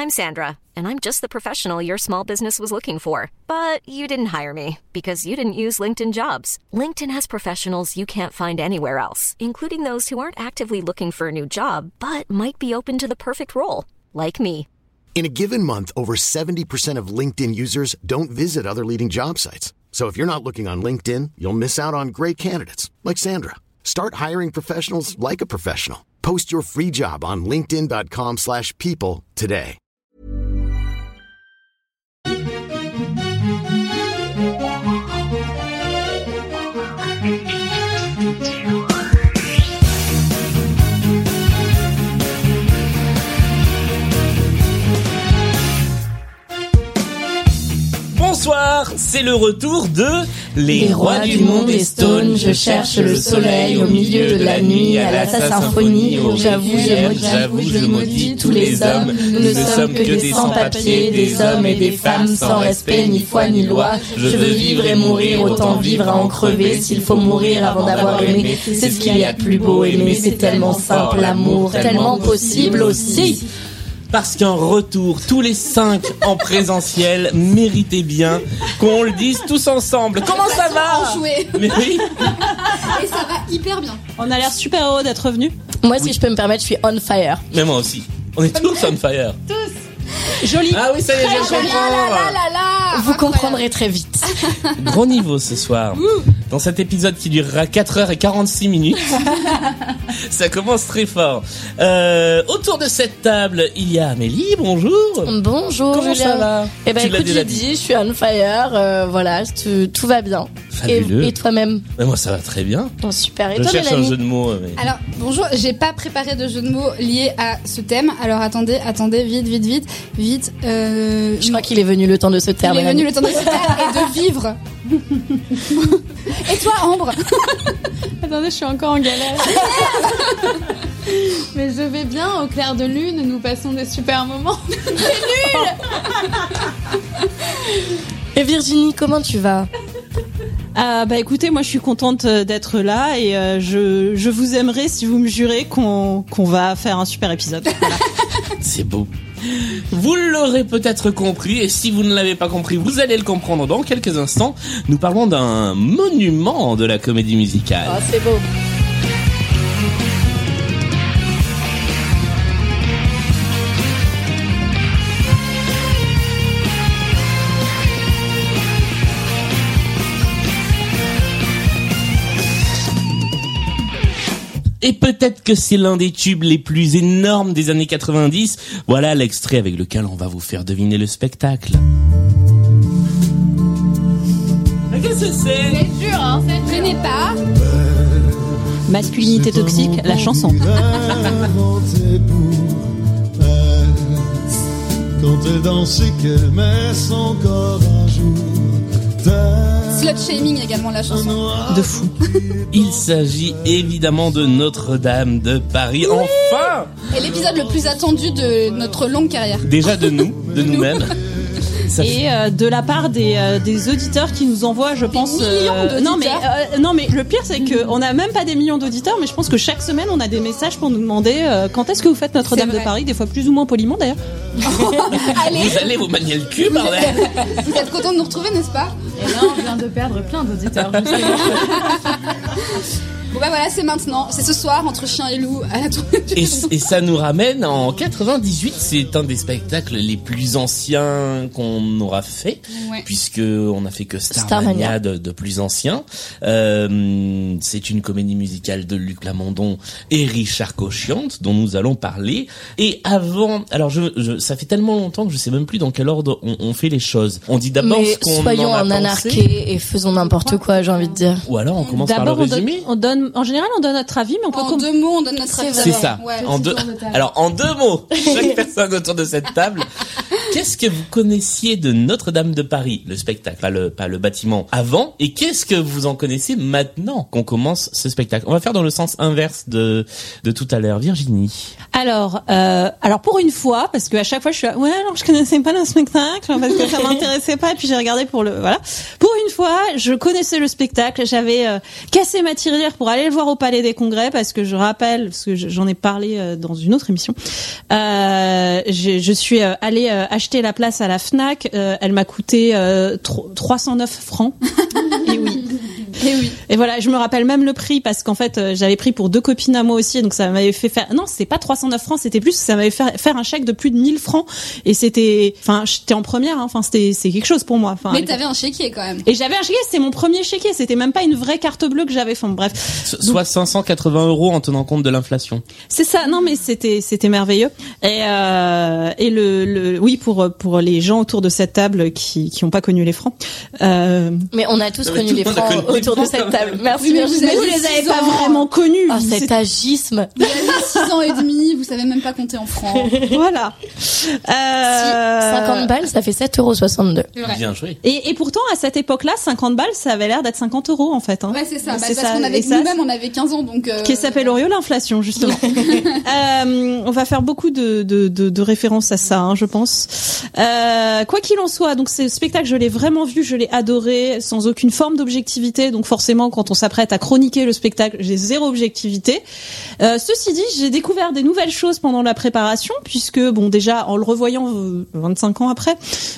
I'm Sandra, and I'm just the professional your small business was looking for. But you didn't hire me because you didn't use LinkedIn Jobs. LinkedIn has professionals you can't find anywhere else, including those who aren't actively looking for a new job, but might be open to the perfect role, like me. In a given month, over 70% of LinkedIn users don't visit other leading job sites. So if you're not looking on LinkedIn, you'll miss out on great candidates like Sandra. Start hiring professionals like a professional. Post your free job on linkedin.com/people today. Bonsoir, c'est le retour de Les rois du monde et Stone. Je cherche le soleil au milieu de la nuit, à sa symphonie. J'avoue, je maudis tous les hommes. Nous ne sommes que des sans-papiers, des hommes et des femmes sans respect, ni foi ni loi. Je veux vivre et mourir, autant vivre à en crever. S'il faut mourir avant d'avoir aimé, c'est ce qu'il y a de plus beau. Aimer, c'est tellement simple, l'amour, tellement possible aussi. Parce qu'un retour, tous les 5 en présentiel, méritait bien qu'on le dise tous ensemble. Comment ça va ? Mais oui. Et ça va hyper bien. On a l'air super heureux d'être revenus. Moi, si je peux me permettre, je suis on fire. Mais moi aussi. On est tous on fire. Tous. Joli. Ah oui, ça y est, je comprends. Vous comprendrez très vite. Gros niveau ce soir. Dans cet épisode qui durera 4h46. Ça commence très fort. Autour de cette table, il y a Amélie, bonjour. Bonjour, Comment Julien. ça va ? Eh ben, écoute, j'ai dit, je suis on fire, voilà, tout va bien. Fabuleux. Et toi-même ? Mais moi, ça va très bien. Bon, super. Et Je toi, cherche Mélanie ? un jeu de mots. Mais... Alors, bonjour, j'ai pas préparé de jeu de mots lié à ce thème. Alors, attendez, vite. Je crois qu'il est venu le temps de se taire. Il est venu le temps de se taire et de vivre. Et toi, Ambre ? Attendez, je suis encore en galère. Mais je vais bien, au clair de lune, nous passons des super moments. C'est nul. Et Virginie, comment tu vas ? Bah écoutez, moi je suis contente d'être là et je vous aimerai si vous me jurez qu'on va faire un super épisode. Voilà. C'est beau. Vous l'aurez peut-être compris, et si vous ne l'avez pas compris, vous allez le comprendre dans quelques instants. Nous parlons d'un monument de la comédie musicale. Ah, c'est beau. Et peut-être que c'est l'un des tubes les plus énormes des années 90. Voilà l'extrait avec lequel on va vous faire deviner le spectacle. Mais qu'est-ce que c'est ? C'est dur, hein, je n'ai pas. Masculinité toxique, la chanson. Quand elle dansait, qu'elle met son corps un jour. Slut shaming également, la chanson. De fou. Il s'agit évidemment de Notre-Dame de Paris. Oui. Enfin ! Et l'épisode le plus attendu de notre longue carrière. Déjà de nous-mêmes. Et de la part des auditeurs qui nous envoient, je pense, non mais le pire c'est que on n'a même pas des millions d'auditeurs, mais je pense que chaque semaine on a des messages pour nous demander quand est-ce que vous faites Notre-Dame de Paris, des fois plus ou moins poliment d'ailleurs. Allez. Vous allez vous manier le cul, bordel. Vous êtes contents de nous retrouver, n'est-ce pas ? Et là on vient de perdre plein d'auditeurs. Bon bah voilà, c'est maintenant, c'est ce soir entre chien et loup à la tournée. Et ça nous ramène en 98, c'est un des spectacles les plus anciens qu'on aura fait, ouais. Puisque on a fait que Starmania de plus ancien. C'est une comédie musicale de Luc Plamondon et Richard Cochiante dont nous allons parler. Et avant, alors ça fait tellement longtemps que je sais même plus dans quel ordre on fait les choses. On dit d'abord mais ce qu'on soyons en a en pensé. Anarchie et faisons n'importe quoi, j'ai envie de dire. Ou alors on commence par le résumé. En général, on donne notre avis, mais on peut... En 2 mots, on donne notre avis. C'est ça. Ouais. Alors, en 2 mots, chaque personne autour de cette table Qu'est-ce que vous connaissiez de Notre-Dame de Paris, le spectacle, pas le bâtiment, avant, et qu'est-ce que vous en connaissez maintenant qu'on commence ce spectacle? On va faire dans le sens inverse de tout à l'heure. Virginie. Alors pour une fois, parce que à chaque fois je suis là, ouais, alors je connaissais pas le spectacle parce que ça m'intéressait pas, et puis j'ai regardé pour une fois, je connaissais le spectacle, j'avais cassé ma tirelire pour aller le voir au Palais des Congrès, parce que je rappelle, parce que j'en ai parlé dans une autre émission, je suis allée acheter la place à la Fnac, elle m'a coûté 309 francs. Et oui. Et voilà, je me rappelle même le prix, parce qu'en fait, j'avais pris pour 2 copines à moi aussi, donc ça m'avait fait faire, non, c'est pas 309 francs, c'était plus, ça m'avait fait faire un chèque de plus de 1000 francs, et j'étais en première, hein, c'est quelque chose pour moi. Mais t'avais un chéquier quand même. Et j'avais un chéquier, c'était mon premier chéquier, c'était même pas une vraie carte bleue que j'avais, bref. Soit 580 € en tenant compte de l'inflation. C'est ça, non, mais c'était merveilleux. Et oui, pour les gens autour de cette table qui ont pas connu les francs. Mais on a tous connu les francs autour de cette table. Merci, mais vous les avez pas vraiment connus. Ah, cet agisme. Vous avez 6 ans et demi, vous savez même pas compter en francs. Voilà. 50 balles, ça fait 7,62 €. Bien joué. Et pourtant, à cette époque-là, 50 balles, ça avait l'air d'être 50 € en fait. Hein. Ouais, c'est ça. Parce qu'on avait nous-mêmes, on avait 15 ans, donc. Qui s'appelle l'inflation, justement. On va faire beaucoup de références à ça, hein, je pense. Quoi qu'il en soit, donc ce spectacle, je l'ai vraiment vu, je l'ai adoré, sans aucune forme d'objectivité. Donc forcément, quand on s'apprête à chroniquer le spectacle, j'ai zéro objectivité. Ceci dit, j'ai découvert des nouvelles choses pendant la préparation, puisque bon, déjà en le revoyant 25 ans après,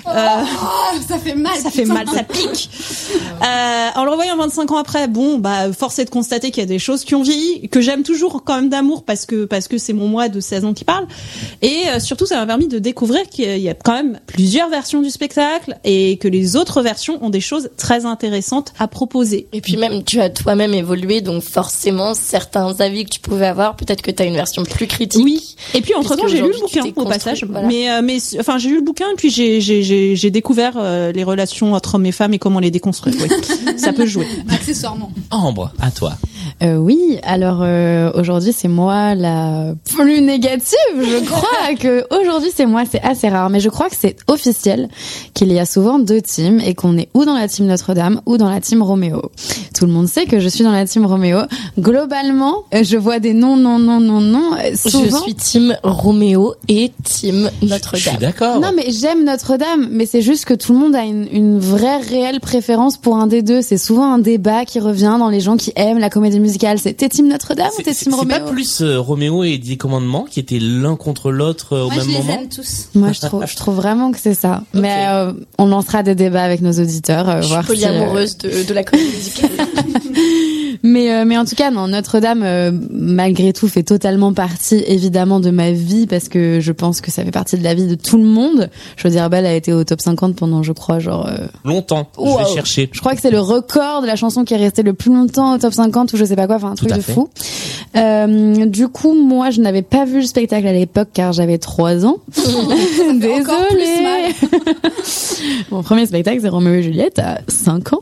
ça fait mal. Ça fait mal, ça pique. En le revoyant 25 ans après, bon, force est de constater qu'il y a des choses qui ont vieilli, que j'aime toujours quand même d'amour, parce que c'est mon moi de 16 ans qui parle. Et surtout, ça m'a permis de découvrir qu'il y a quand même plusieurs versions du spectacle, et que les autres versions ont des choses très intéressantes à proposer. Et puis même, tu as toi-même évolué, donc forcément, certains avis que tu pouvais avoir, peut-être que tu as une version plus critique. Oui. Et puis entre-temps, j'ai lu le bouquin au passage. Voilà. Mais enfin, j'ai lu le bouquin, et puis j'ai découvert les relations entre hommes et femmes et comment les déconstruire. Oui. Ça peut jouer. Accessoirement. Ambre, à toi. Oui, alors aujourd'hui c'est moi la plus négative. Je crois que aujourd'hui c'est assez rare, mais je crois que c'est officiel qu'il y a souvent 2 teams et qu'on est ou dans la team Notre-Dame ou dans la team Roméo. Tout le monde sait que je suis dans la team Roméo. Globalement, je vois des non. Souvent, je suis team Roméo et team Notre-Dame. Je suis d'accord. Non, mais j'aime Notre-Dame, mais c'est juste que tout le monde a une vraie réelle préférence pour un des deux. C'est souvent un débat qui revient dans les gens qui aiment la comédie musicale. C'est t'es team Notre-Dame ou t'es team Roméo? C'est pas plus Roméo et 10 commandements qui étaient l'un contre l'autre au même moment? Moi, je les aime tous. Moi, je trouve vraiment que c'est ça. Okay. Mais on lancera des débats avec nos auditeurs. Je suis polyamoureuse de la comédie musicale. Mais en tout cas, non, Notre-Dame, malgré tout, fait totalement partie, évidemment, de ma vie, parce que je pense que ça fait partie de la vie de tout le monde. Jodie Herbel a été au top 50 pendant, je crois, longtemps. Je vais chercher. Je crois que c'est le record de la chanson qui est restée le plus longtemps au top 50, ou je sais pas quoi, enfin, un truc de fou. Du coup, moi, je n'avais pas vu le spectacle à l'époque, car j'avais 3 ans. Désolée. Mon premier spectacle, c'est Roméo et Juliette, à 5 ans.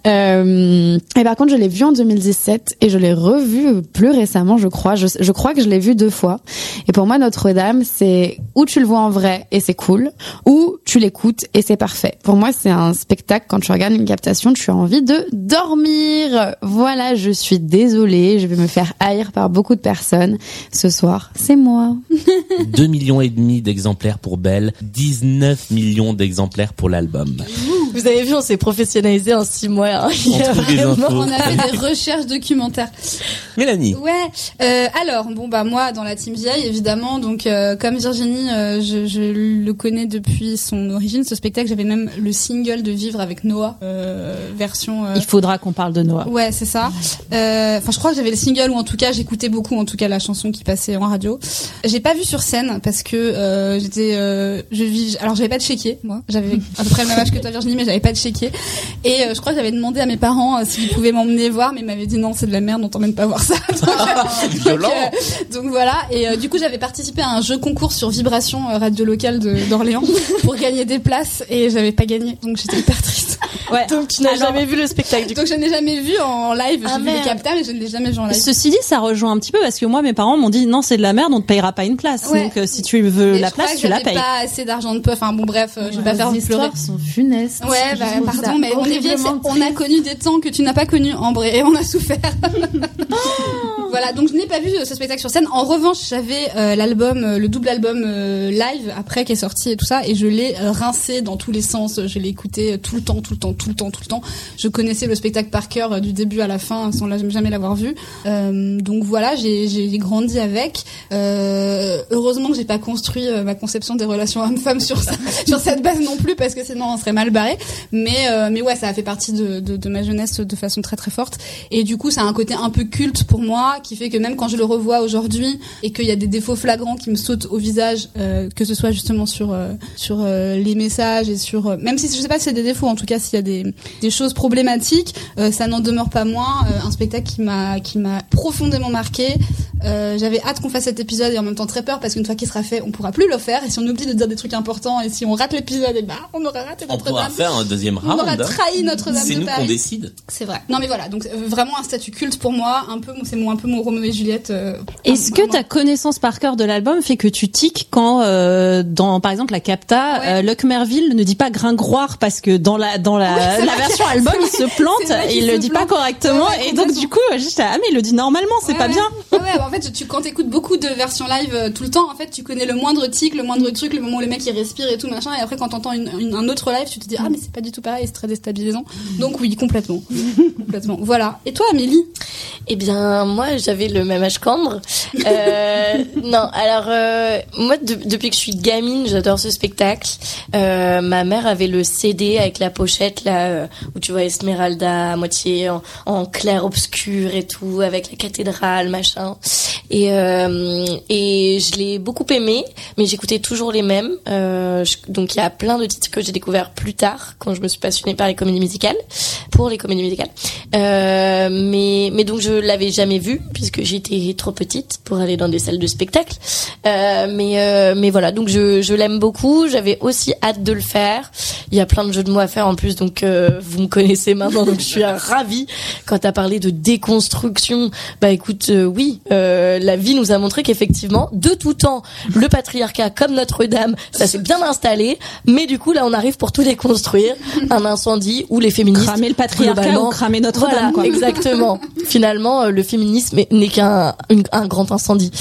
Et par contre, je l'ai vu en 2017 et je l'ai revu plus récemment, je crois. Je crois que je l'ai vu 2 fois. Et pour moi, Notre-Dame, c'est ou tu le vois en vrai et c'est cool, ou tu l'écoutes et c'est parfait. Pour moi, c'est un spectacle, quand tu regardes une captation, tu as envie de dormir. Voilà, je suis désolée, je vais me faire haïr par beaucoup de personnes. Ce soir, c'est moi. 2,5 millions d'exemplaires pour Belle, 19 millions d'exemplaires pour l'album. Vous avez vu, on s'est professionnalisé en 6 mois. Hein. On a fait des recherches documentaires. Mélanie. Ouais. Alors, moi, dans la team vieille, évidemment. Donc, comme Virginie, je le connais depuis son origine. Ce spectacle, j'avais même le single de Vivre avec Noah, version. Il faudra qu'on parle de Noah. Ouais, c'est ça. Enfin, je crois que j'avais le single, ou en tout cas, j'écoutais beaucoup, en tout cas, la chanson qui passait en radio. J'ai pas vu sur scène parce que alors j'avais pas de chéquier, moi. J'avais à peu près le même âge que toi, Virginie, mais j'avais pas de chéquier. Et je crois que j'avais demandé à mes parents s'ils pouvaient m'emmener voir, mais ils m'avaient dit non, c'est de la merde, on t'emmène pas voir ça. Donc voilà. Et du coup, j'avais participé à un jeu concours sur Vibration, radio locale d'Orléans, pour gagner des places, et j'avais pas gagné, donc j'étais hyper triste. Ouais. Donc tu n'as jamais vu le spectacle. Donc je n'ai jamais vu en live. J'ai vu les capteurs, mais je ne l'ai jamais vu en live. Ceci dit, ça rejoint un petit peu parce que moi, mes parents m'ont dit non, c'est de la merde, on te payera pas une place. Ouais. Donc si tu veux la place, tu la payes. Pas assez d'argent de peu. Enfin bon, bref, je vais pas faire les pleurer. histoires sont funestes. Ouais, pardon, mais on est vieille. On a connu des temps que tu n'as pas connu, Ambré, et on a souffert. Voilà, donc je n'ai pas vu ce spectacle sur scène. En revanche, j'avais l'album, le double album live après qui est sorti et tout ça, et je l'ai rincé dans tous les sens. Je l'ai écouté tout le temps. Je connaissais le spectacle par cœur du début à la fin sans jamais l'avoir vu. Donc voilà, j'ai grandi avec. Heureusement que j'ai pas construit ma conception des relations hommes-femmes sur cette base non plus, parce que sinon on serait mal barré. Mais ouais, ça a fait partie de ma jeunesse de façon très très forte. Et du coup, ça a un côté un peu culte pour moi, qui fait que même quand je le revois aujourd'hui et qu'il y a des défauts flagrants qui me sautent au visage, que ce soit justement sur les messages et sur, même si je sais pas si c'est des défauts, en tout cas s'il y a des choses problématiques, ça n'en demeure pas moins un spectacle qui m'a profondément marqué. J'avais hâte qu'on fasse cet épisode et en même temps très peur, parce qu'une fois qu'il sera fait, on pourra plus le faire, et si on oublie de dire des trucs importants et si on rate l'épisode, et on aura raté Notre-Dame. On pourra faire un deuxième round. On aura trahi Notre-Dame de Paris. C'est nous qu'on décide. C'est vrai. Non mais voilà, donc vraiment un statut culte pour moi, un peu mon Roméo et Juliette. Est-ce que ta connaissance par cœur de l'album fait que tu tiques quand dans par exemple la Capta, Luc Merville ne dit pas Gringoire parce que dans la version album il se plante et il le dit pas correctement, et donc du coup j'étais mais il le dit normalement, c'est pas bien. Ouais, en fait quand t'écoutes beaucoup de versions live tout le temps, en fait tu connais le moindre tic, le moindre truc, le moment où le mec il respire et tout machin, et après quand t'entends un autre live tu te dis mais c'est pas du tout pareil, c'est très déstabilisant. Donc oui, complètement. Voilà. Et toi, Amélie? Eh bien, moi, j'avais le même âge qu'Ambre. Non, alors moi, depuis que je suis gamine, j'adore ce spectacle. Ma mère avait le CD avec la pochette là où tu vois Esmeralda à moitié en clair obscur et tout, avec la cathédrale, machin. Et je l'ai beaucoup aimé, mais j'écoutais toujours les mêmes. Donc il y a plein de titres que j'ai découverts plus tard, quand je me suis passionnée par les comédies musicales, pour les comédies musicales. Mais donc je l'avais jamais vu puisque j'étais trop petite pour aller dans des salles de spectacle. Mais voilà, donc je l'aime beaucoup. J'avais aussi hâte de le faire. Il y a plein de jeux de mots à faire en plus, donc vous me connaissez maintenant, donc je suis ravie. Quand t'as parlé de déconstruction, bah écoute, oui, la vie nous a montré qu'effectivement, de tout temps, le patriarcat comme Notre-Dame, ça s'est bien installé, mais du coup là on arrive pour tout déconstruire, un incendie où les féministes cramer le patriarcat ou cramer Notre-Dame, voilà, quoi. Exactement. Finalement, le féminisme n'est qu'un grand incendie.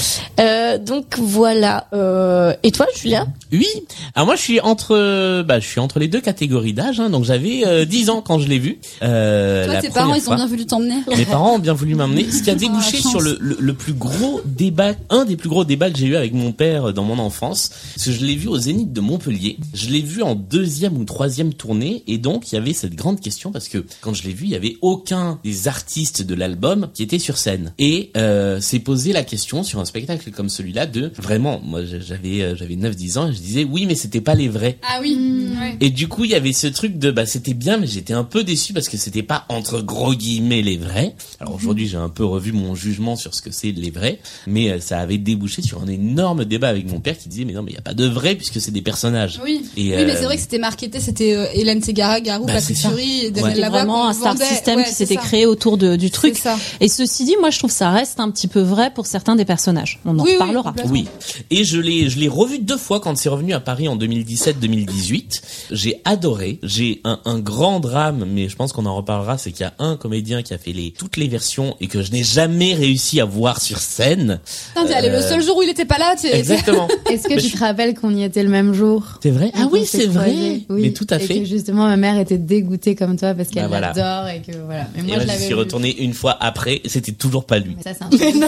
Donc voilà. Et toi, Julien? Oui. Alors moi je suis entre les deux catégories d'âge, hein, donc j'avais 10 ans quand je l'ai vu. Toi, tes parents, ils ont bien voulu t'emmener. Mes parents ont bien voulu m'emmener, ce qui a débouché sur le plus gros débat, un des plus gros débats que j'ai eu avec mon père dans mon enfance. Parce que je l'ai vu au Zénith de Montpellier. Je l'ai vu en 2e ou 3e tournée, et donc il y avait cette grande question parce que quand je l'ai vu, il y avait aucun des artistes de l'album qui était sur scène. Et s'est posé la question sur un spectacle comme celui-là de vraiment, moi j'avais 9-10 ans et je disais oui mais c'était pas les vrais. Ah oui. Ouais. Et du coup il y avait ce truc de c'était bien, mais j'étais un peu déçu parce que c'était pas entre gros guillemets les vrais. Alors aujourd'hui j'ai un peu revu mon jugement sur ce que c'est les vrais, mais ça avait débouché sur un énorme débat avec mon père qui disait mais non mais il y a pas de vrais puisque c'est des personnages. Oui. Oui, mais c'est vrai que c'était marketé, c'était Hélène Ségara, Garou, Patrick Fury, et Daniel Lavoie, vraiment un star system qui s'était créé autour du truc. Et ceci dit, moi je trouve ça reste un petit peu vrai pour certains des personnages. On en reparlera. Oui. Et je l'ai revu 2 fois quand c'est revenu à Paris en 2017-2018. J'ai adoré. J'ai un grand drame, mais je pense qu'on en reparlera, c'est qu'il y a un comédien qui a fait toutes les versions et que je n'ai jamais réussi à voir sur scène. Putain, t'es allé le seul jour où il était pas là. Exactement. Est-ce que tu te rappelles qu'on y était le même jour? C'est vrai? Ah oui, c'est vrai. Oui. Mais tout à fait. Et que justement ma mère était dégoûtée comme toi parce qu'elle l'adore et que voilà. Mais moi, je suis retourné une fois après, c'était toujours pas lui. Mais ça, c'est un truc.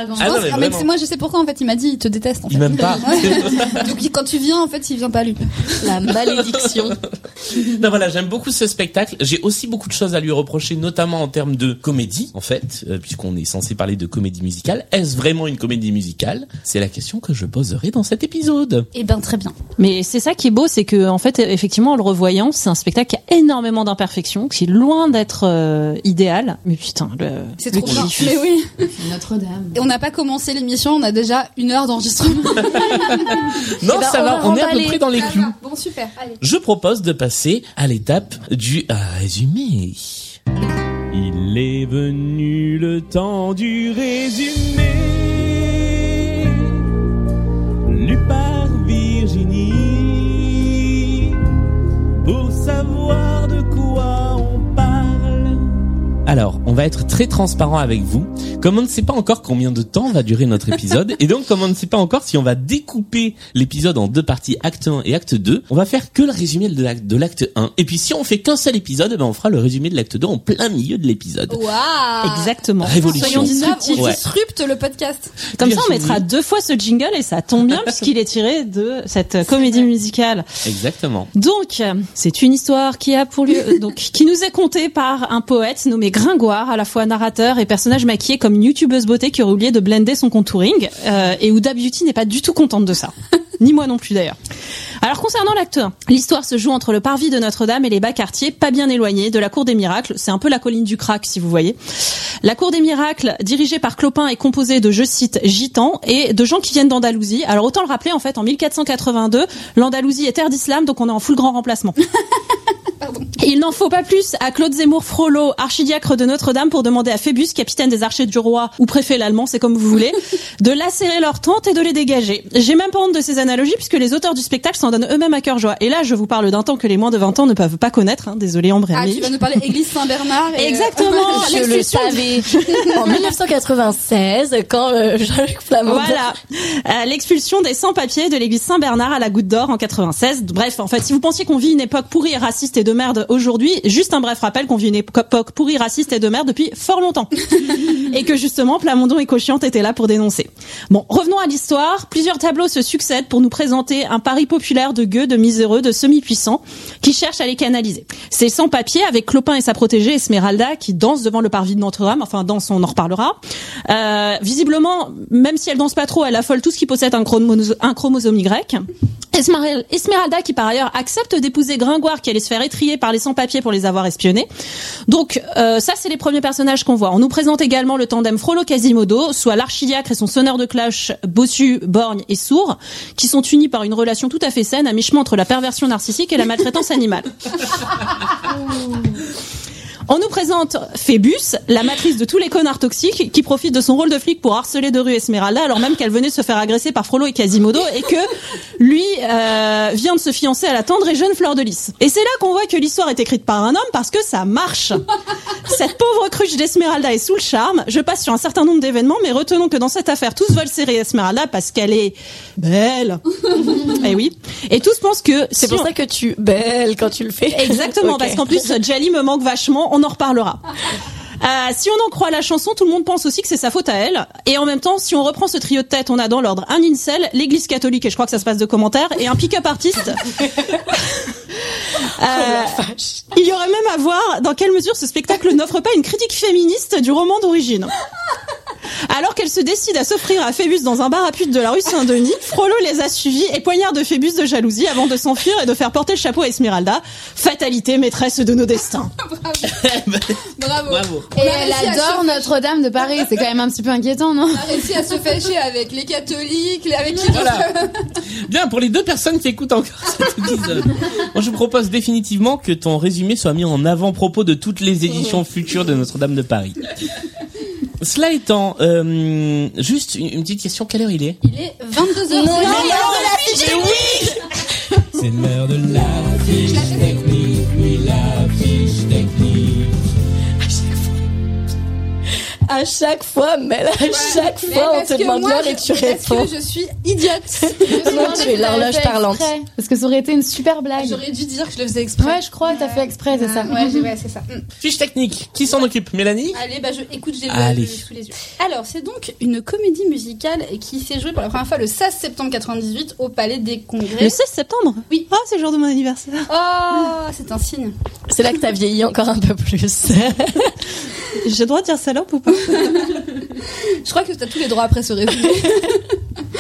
Mais moi je sais pourquoi en fait, il m'a dit il te déteste en fait. Il m'aime pas. Donc quand tu viens en fait, il vient pas lui. La malédiction. Non voilà, j'aime beaucoup ce spectacle. J'ai aussi beaucoup de choses à lui reprocher, notamment en termes de comédie en fait, puisqu'on est censé parler de comédie musicale. Est-ce vraiment une comédie musicale? C'est la question que je poserai dans cet épisode. Eh ben très bien. Mais c'est ça qui est beau, c'est que en fait effectivement en le revoyant, c'est un spectacle qui a énormément d'imperfections, qui est loin d'être idéal. Mais putain, c'est trop bien. Mais oui. Notre-Dame. Et on n'a pas commencé l'émission, on a déjà 1 heure d'enregistrement. Non, ben, ça va, on est à peu près dans les clous. Bon, super, allez. Je propose de passer à l'étape du résumé. Il est venu le temps du résumé, lu par Virginie, pour savoir de quoi on parle. Alors, on va être très transparent avec vous. Comme on ne sait pas encore combien de temps va durer notre épisode, et donc comme on ne sait pas encore si on va découper l'épisode en deux parties, acte 1 et acte 2, on va faire que le résumé de l'acte 1. Et puis si on fait qu'un seul épisode, on fera le résumé de l'acte 2 en plein milieu de l'épisode. Waouh! Exactement. Révolution. On disrupte le podcast. Comme ça, on mettra 2 fois ce jingle et ça tombe bien puisqu'il est tiré de cette comédie musicale. Exactement. Donc, c'est une histoire qui a pour lieu, qui nous est contée par un poète nommé Gringoire, à la fois narrateur et personnage maquillé comme une youtubeuse beauté qui aurait oublié de blender son contouring, et Huda Beauty n'est pas du tout contente de ça. Ni moi non plus d'ailleurs. Alors concernant l'acte 1, l'histoire se joue entre le parvis de Notre-Dame et les bas quartiers, pas bien éloignés de la Cour des Miracles. C'est un peu la colline du crack si vous voyez. La Cour des Miracles, dirigée par Clopin, est composée de, je cite, gitans et de gens qui viennent d'Andalousie. Alors autant le rappeler, en fait, en 1482, l'Andalousie est terre d'islam, donc on est en full grand remplacement. Il n'en faut pas plus à Claude Zemmour Frollo, archidiacre de Notre-Dame, pour demander à Phébus, capitaine des archers du roi, ou préfet l'allemand, c'est comme vous voulez, de lacérer leurs tentes et de les dégager. J'ai même pas honte de ces analogies, puisque les auteurs du spectacle s'en donnent eux-mêmes à cœur joie. Et là, je vous parle d'un temps que les moins de 20 ans ne peuvent pas connaître, désolé Ambré. Ah, tu vas nous parler Église Saint-Bernard. Exactement, je le savais. En 1996, quand Jean-Luc Plamondon... Voilà, l'expulsion des sans-papiers de l'église Saint-Bernard à la Goutte d'Or en 96. Bref, en fait, si vous pensiez qu'on vit une époque pourrie et raciste et de merde aujourd'hui, juste un bref rappel qu'on vit une époque pourrie, raciste et de merde depuis fort longtemps. Et que justement, Plamondon et Cochiante étaient là pour dénoncer. Bon, revenons à l'histoire. Plusieurs tableaux se succèdent pour nous présenter un Paris populaire de gueux, de miséreux, de semi-puissants, qui cherchent à les canaliser. C'est sans-papiers avec Clopin et sa protégée Esmeralda qui dansent devant le parvis de Notre-Dame. Enfin, danse, on en reparlera. Visiblement, même si elle danse pas trop, elle affole tout ce qui possède un chromosome Y. Esmeralda qui par ailleurs accepte d'épouser Gringoire qui allait se faire étriller par les sans-papiers pour les avoir espionnés. Donc ça c'est les premiers personnages qu'on voit. On nous présente également le tandem Frollo-Quasimodo, soit l'archidiacre et son sonneur de cloche bossu, borgne et sourd, qui sont unis par une relation tout à fait saine à mi-chemin entre la perversion narcissique et la maltraitance animale. On nous présente Phébus, la matrice de tous les connards toxiques, qui profite de son rôle de flic pour harceler de rue Esmeralda, alors même qu'elle venait de se faire agresser par Frollo et Quasimodo, et que lui vient de se fiancer à la tendre et jeune Fleur de Lys. Et c'est là qu'on voit que l'histoire est écrite par un homme, parce que ça marche. Cette pauvre cruche d'Esmeralda est sous le charme. Je passe sur un certain nombre d'événements, mais retenons que dans cette affaire, tous veulent serrer Esmeralda parce qu'elle est belle. Et oui. Et tous pensent que... C'est pour ça que tu belle quand tu le fais. Exactement, okay. Parce qu'en plus, Djali me manque vachement. On en reparlera. Si on en croit la chanson, tout le monde pense aussi que c'est sa faute à elle. Et en même temps, si on reprend ce trio de tête, on a dans l'ordre un incel, l'église catholique, et je crois que ça se passe de commentaires, et un pick-up artiste. Il y aurait même à voir dans quelle mesure ce spectacle n'offre pas une critique féministe du roman d'origine. Alors qu'elle se décide à s'offrir à Phébus dans un bar à putes de la rue Saint-Denis, Frollo les a suivis et poignarde Phébus de jalousie avant de s'enfuir et de faire porter le chapeau à Esmeralda. Fatalité, maîtresse de nos destins. Bravo. Et elle adore Notre-Dame de Paris. C'est quand même un petit peu inquiétant, non? Elle a réussi à se fâcher avec les catholiques, avec qui voilà. Bien, pour les 2 personnes qui écoutent encore cet épisode, moi je propose définitivement que ton résumé soit mis en avant-propos de toutes les éditions futures de Notre-Dame de Paris. Cela étant, juste une petite question, quelle heure il est? Il est 22h. Non, l'heure de la fiche technique. Oui. C'est l'heure de la fiche technique, oui, la fiche technique. À chaque fois, on te demande l'heure et tu réponds. Parce que je suis idiote. Non, tu es l'horloge parlante. Parce que ça aurait été une super blague. J'aurais dû dire que je le faisais exprès. Ouais, je crois que t'as fait exprès, c'est ça. Ouais, c'est ça. Fiche technique. Qui s'en occupe? Mélanie? Allez, j'ai sous les yeux. Alors, c'est donc une comédie musicale qui s'est jouée pour la première fois le 16 septembre 98 au Palais des Congrès. Le 16 septembre? Oui. Ah, c'est le jour de mon anniversaire. Oh, c'est un signe. C'est là que t'as vieilli encore un peu plus. J'ai le droit de dire salope ou pas? Je crois que t'as tous les droits après ce résumé.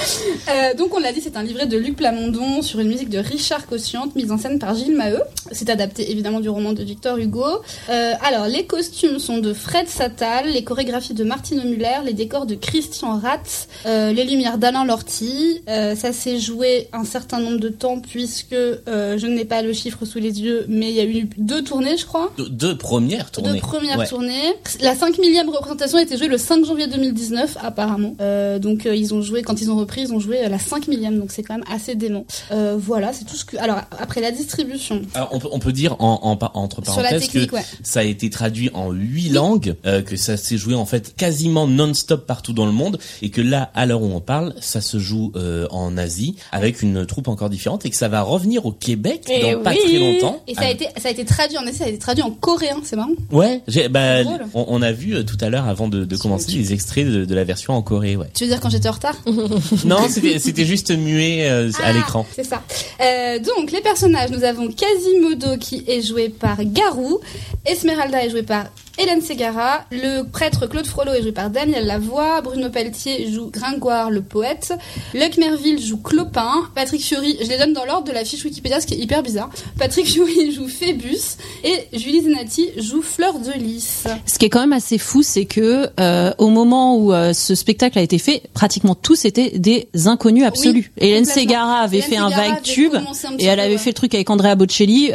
Donc on l'a dit, c'est un livret de Luc Plamondon sur une musique de Richard Cossiante, mise en scène par Gilles Maheu. C'est adapté évidemment du roman de Victor Hugo. Alors les costumes sont de Fred Sattal, les chorégraphies de Martine Muller, les décors de Christian Ratz, les lumières d'Alain Lorty. Ça s'est joué un certain nombre de temps puisque je n'ai pas le chiffre sous les yeux, mais il y a eu 2 tournées, je crois. Deux premières tournées. Tournées. La 5000e représentation a été jouée le 5 janvier 2019 apparemment. Donc ils ont joué, quand ils ont repris, ils ont joué la 5000e, donc c'est quand même assez dément. Voilà, c'est tout ce que... Alors après la distribution... Alors on peut dire entre parenthèses que ça a été traduit en 8 langues, que ça s'est joué en fait quasiment non-stop partout dans le monde, et que là, à l'heure où on parle, ça se joue en Asie avec une troupe encore différente, et que ça va revenir au Québec dans pas très longtemps. Et ça a été traduit ça a été traduit en coréen, c'est marrant. Ouais, on a vu tout à l'heure avant de commencer les extraits de la version en Corée, ouais. Tu veux dire quand j'étais en retard? Non, c'était juste muet à l'écran. C'est ça. Donc les personnages, nous avons Quasimodo qui est joué par Garou, Esmeralda est jouée par Hélène Ségara, le prêtre Claude Frollo est joué par Daniel Lavoie, Bruno Pelletier joue Gringoire le poète, Luc Merville joue Clopin, Patrick Fiori, je les donne dans l'ordre de la fiche Wikipédia, ce qui est hyper bizarre. Patrick Fiori joue Phébus et Julie Zenati joue Fleur de Lys. Ce qui est quand même assez fou, c'est que au moment où ce spectacle a été fait, pratiquement tous étaient des inconnus absolus. Oui, Hélène Ségara avait fait un vague tube et elle avait fait le truc avec Andrea Bocelli.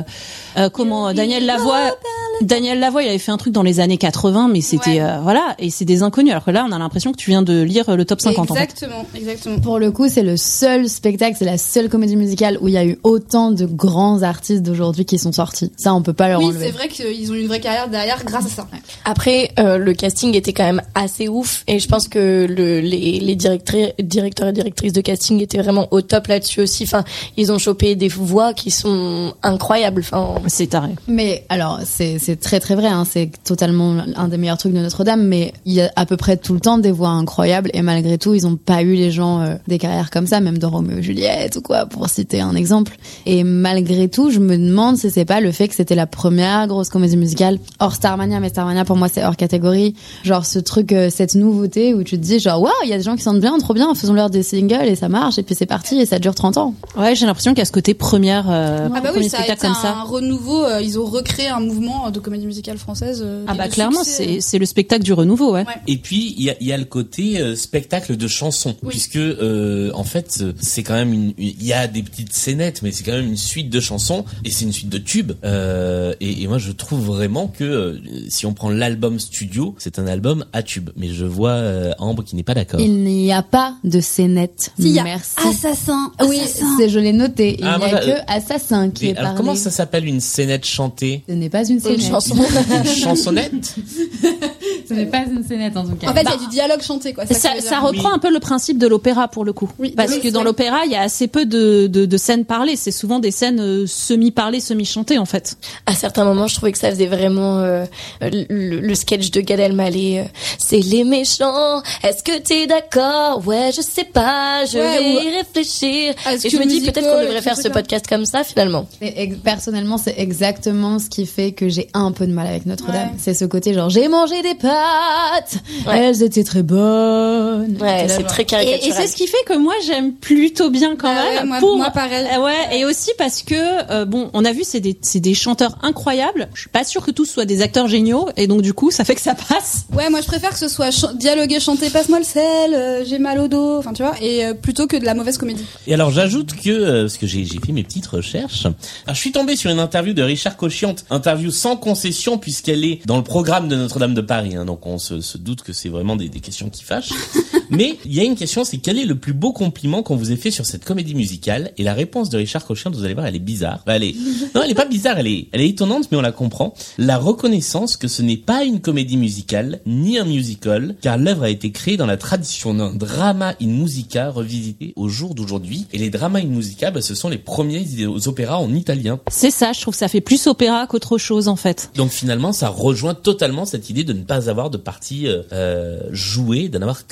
Daniel Lavoie, il avait fait un truc dans les années 80, mais c'était voilà, et c'est des inconnus. Alors que là, on a l'impression que tu viens de lire le top 50. Exactement. Pour le coup, c'est le seul spectacle, c'est la seule comédie musicale où il y a eu autant de grands artistes d'aujourd'hui qui sont sortis. Ça, on peut pas leur enlever. Oui, c'est vrai qu'ils ont une vraie carrière derrière grâce à ça. Après, le casting était quand même assez ouf, et je pense que les directeurs et directrices de casting étaient vraiment au top là-dessus aussi. Enfin, ils ont chopé des voix qui sont incroyables. Enfin, c'est taré. Mais alors, c'est très très vrai, hein, c'est totalement un des meilleurs trucs de Notre-Dame, mais il y a à peu près tout le temps des voix incroyables, et malgré tout, ils ont pas eu les gens des carrières comme ça, même dans Roméo et Juliette ou quoi, pour citer un exemple. Et malgré tout, je me demande si c'est pas le fait que c'était la première grosse comédie musicale hors Starmania, mais Starmania pour moi c'est hors catégorie. Genre ce truc, cette nouveauté où tu te dis genre waouh, il y a des gens qui sentent bien, trop bien, faisons-leur des singles et ça marche, et puis c'est parti et ça dure 30 ans. Ouais, j'ai l'impression qu'il y a ce côté première premier spectacle comme ça. Un renouveau, ils ont recréé un mouvement de comédie musicale française. Clairement, c'est le spectacle du renouveau, ouais. Et puis il y a le côté spectacle de chansons, puisque en fait c'est quand même il y a des petites scénettes, mais c'est quand même une suite de chansons, et c'est une suite de tubes. Et moi je trouve vraiment que si on prend l'album studio, c'est un album à tubes. Mais je vois Ambre qui n'est pas d'accord. Il n'y a pas de scénettes. Si, merci. Assassin. Oui, je l'ai noté. Il n'y a que Assassin qui est parlé. Comment ça s'appelle une scénette chantée? Ce n'est pas une scénette. Une chansonnette. Ce n'est pas une scénette en tout cas. En fait, il y a du dialogue chanté, quoi. Ça reprend un peu le principe de l'opéra pour le coup. Oui, parce que dans l'opéra, il y a assez peu de scènes parlées. C'est souvent des scènes semi-parlées, semi-chantées en fait. À certains moments, je trouvais que ça faisait vraiment le sketch de Gad Elmaleh. C'est les méchants. Est-ce que t'es d'accord? Ouais, je sais pas. Je vais y réfléchir. Et je me dis peut-être qu'on devrait faire ce podcast comme ça finalement. Et personnellement, c'est exactement ce qui fait que j'ai un peu de mal avec Notre-Dame. Ouais. C'est ce côté genre j'ai mangé des pâtes, elles étaient très bonnes. Ouais, c'est très caricatural. Et c'est ce qui fait que moi j'aime plutôt bien quand même. Moi pareil. Ouais, et aussi parce que on a vu c'est des chanteurs incroyables. Je suis pas sûre que tous soient des acteurs géniaux, et donc du coup ça fait que ça passe. Ouais, moi je préfère que ce soit dialogué, chanté, passe-moi le sel, j'ai mal au dos, enfin tu vois, et plutôt que de la mauvaise comédie. Et alors j'ajoute que parce que j'ai fait mes petites recherches, alors, je suis tombé sur une interview de Richard Cochiante, interview sans concession puisqu'elle est dans le programme de Notre-Dame de Paris, hein, donc on se doute que c'est vraiment des questions qui fâchent. Mais il y a une question, c'est quel est le plus beau compliment qu'on vous ait fait sur cette comédie musicale? Et la réponse de Richard Cochiante, vous allez voir, elle est bizarre. Enfin, non, elle est pas bizarre, elle est étonnante, mais on la comprend. La reconnaissance que ce n'est pas une comédie musicale, ni un musical, car l'œuvre a été créée dans la tradition d'un drama in musica revisité au jour d'aujourd'hui. Et les dramas in musica, ce sont les premiers opéras en italien. C'est ça, je trouve que ça fait plus opéra qu'autre chose en fait. Donc finalement, ça rejoint totalement cette idée de ne pas avoir de partie jouée, d'en avoir que du chant.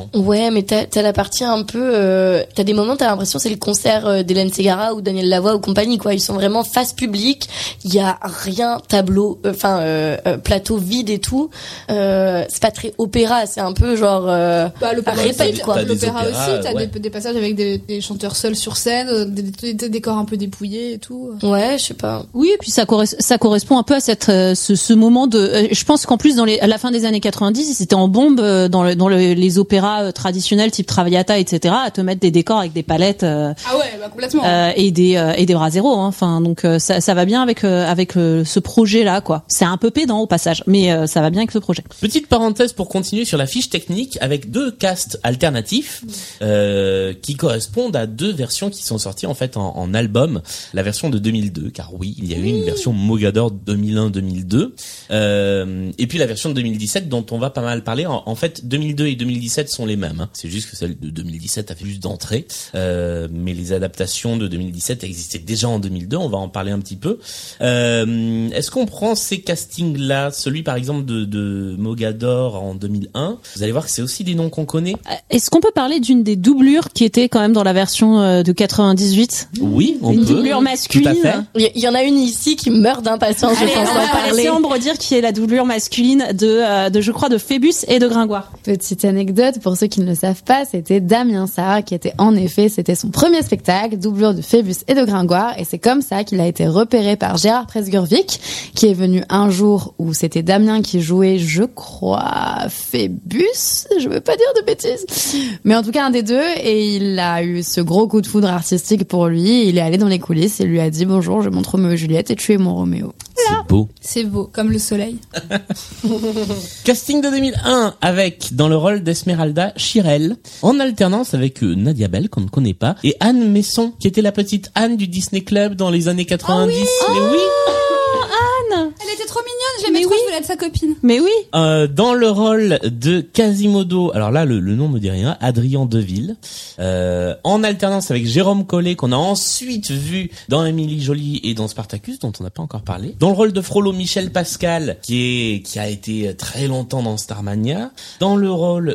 version. Ouais, mais t'as la partie un peu, t'as des moments, t'as l'impression c'est le concert d'Hélène Ségara ou Daniel Lavoie ou compagnie, quoi. Ils sont vraiment face publique. Il y a rien, tableau, plateau vide et tout. C'est pas très opéra, c'est un peu genre répète, quoi. L'opéra aussi, t'as des passages avec des chanteurs seuls sur scène, des décors un peu dépouillés et tout. Ouais, je sais pas. Oui, et puis ça correspond un peu à ce moment de. Je pense qu'en plus à la fin des années 90, ils étaient en bombe dans les opéras traditionnels type Traviata, etc. à te mettre des décors avec des palettes. Complètement. Et des bras zéro. Hein. Enfin, donc ça va bien avec ce projet-là, quoi. C'est un peu pédant au passage, mais ça va bien avec ce projet. Petite parenthèse pour continuer sur la fiche technique avec 2 castes alternatifs qui correspondent à 2 versions qui sont sorties en fait en album. La version de 2002, car oui, il y a eu une version Mogador 2001-2002, et puis la version de 2017 dont on va pas mal parler. En fait, 2002 et 2017 sont les mêmes. Hein. C'est juste que celle de 2017 a fait juste d'entrée, mais les adaptations de 2017 existaient déjà en 2002. On va en parler un petit peu. Est-ce qu'on prend ces castings-là, celui par exemple de Mogador en 2001? Vous allez voir que c'est aussi des noms qu'on connaît. Est-ce qu'on peut parler d'une des doublures qui était quand même dans la version de 98? Oui, on peut. Une doublure masculine. Tout à fait. Il y en a une ici qui meurt d'impatience. Allez, on va laisser Ambre dire qui est la doublure masculine je crois, de Phébus et de Gringoire. Petite anecdote, pour ceux qui ne le savent pas, c'était Damien Sarr qui était c'était son premier spectacle, doublure de Phébus et de Gringoire, et c'est comme ça qu'il a été repéré par Gérard Presgurvic, qui est venu un jour où c'était Damien qui jouait, je crois, Phébus, je veux pas dire de bêtises, mais en tout cas un des deux, et il a eu ce gros coup de foudre artistique pour lui. Il est allé dans les coulisses et lui a dit bonjour, je montre Roméo et Juliette et tu es mon Roméo. C'est beau. C'est beau, comme le soleil. Casting de 2001 avec, dans le rôle d'Esmeralda, Chirel, en alternance avec Nadia Bell, qu'on ne connaît pas, et Anne Messon, qui était la petite Anne du Disney Club dans les années 90. Oh oui. Mais oui. Anne! Elle était trop mignonne, j'aimais trop, je voulais être sa copine. Mais oui. Dans le rôle de Quasimodo, alors là le nom me dit rien, Adrien Deville, en alternance avec Jérôme Collet, qu'on a ensuite vu dans Émilie Jolie et dans Spartacus, dont on n'a pas encore parlé. Dans le rôle de Frollo, Michel Pascal, qui a été très longtemps dans Starmania. Dans le rôle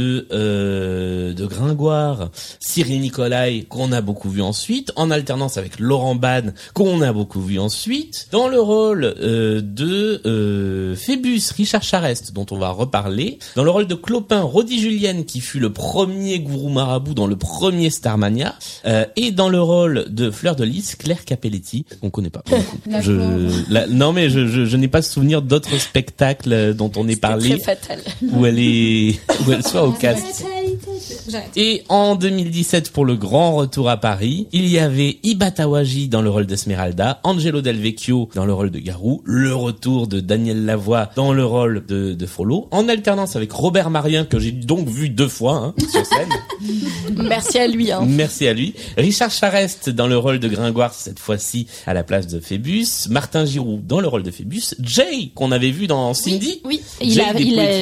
de Gringoire, Cyril Nicolai, qu'on a beaucoup vu ensuite, en alternance avec Laurent Ban, qu'on a beaucoup vu ensuite. Dans le rôle de Phébus, Richard Charest, dont on va reparler. Dans le rôle de Clopin, Rodi Julienne, qui fut le premier gourou marabout dans le premier Starmania. Et dans le rôle de Fleur de Lys, Claire Capelletti, qu'on connaît pas. Non mais je n'ai pas souvenir d'autres spectacles dont on ait parlé où elle soit au cast. Et en 2017, pour le grand retour à Paris, il y avait Iba Tawaji dans le rôle d'Esmeralda, Angelo Del Vecchio dans le rôle de Garou, le retour de Daniel Lavoie dans le rôle de Frollo, en alternance avec Robert Marien, que j'ai donc vu 2 fois sur scène. Merci à lui. Merci à lui. Richard Charest dans le rôle de Gringoire, cette fois-ci à la place de Phébus. Martin Giroux dans le rôle de Phébus. Jay, qu'on avait vu dans Cindy. Oui. Il a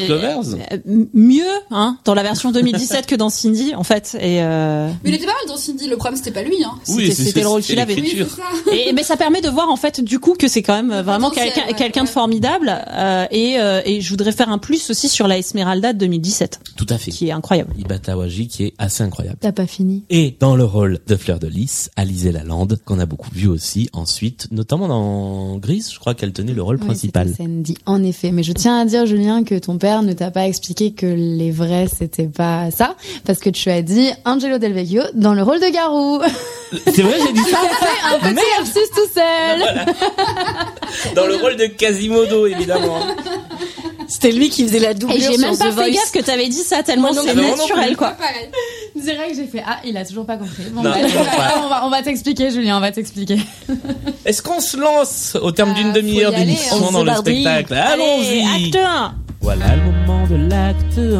mieux dans la version 2017 que dans Cindy, en fait. Mais il était pas mal dans Cindy. Le problème, c'était pas lui. C'était le rôle qu'il avait. Oui, mais ça permet de voir, en fait, du coup, que c'est quand même vraiment quelqu'un de formidable. Et je voudrais faire un plus aussi sur la Esmeralda de 2017. Tout à fait. Qui est incroyable. Iba Tawaji, qui est assez incroyable. T'as pas fini. Et dans le rôle de Fleur de Lys, Alizée Lalande, qu'on a beaucoup vu aussi ensuite, notamment dans Grise, je crois qu'elle tenait le rôle principal. C'était Sandy, en effet. Mais je tiens à dire, Julien, que ton père ne t'a pas expliqué que les vrais, c'était pas ça. Parce que tu as dit Angelo Del Vecchio dans le rôle de Garou. C'est vrai, j'ai dit ça. Un petit lapsus tout seul. Voilà. Dans le rôle de Quasimodo, évidemment. C'était lui qui faisait la doublure. Et j'ai même sur pas The fait Voice. gaffe que t'avais dit ça tellement c'est naturel, quoi. C'est vrai que j'ai fait il a toujours pas compris. Bon, non, on va t'expliquer, Julien, on va t'expliquer. Est-ce qu'on se lance au terme d'une demi-heure d'émission dans le spectacle? Allons-y. Acte 1. Voilà le moment de l'acte 1.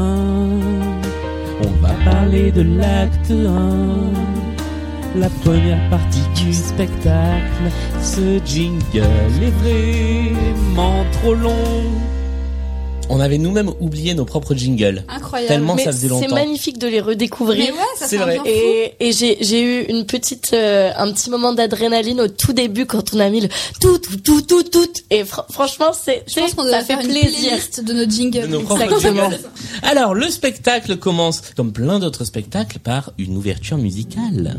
On va parler de l'acte 1. La première partie du spectacle. Ce jingle est vraiment trop long. On avait nous-mêmes oublié nos propres jingles. Incroyable. Tellement mais ça faisait longtemps. C'est magnifique de les redécouvrir. Mais ouais, ça c'est vrai. Et j'ai eu une petite, un petit moment d'adrénaline au tout début quand on a mis le tout. Et franchement, je pense qu'on ça doit fait faire plaisir. une playlist de nos jingles. De nos propres Exactement. jingles. Alors, le spectacle commence, comme plein d'autres spectacles, par une ouverture musicale.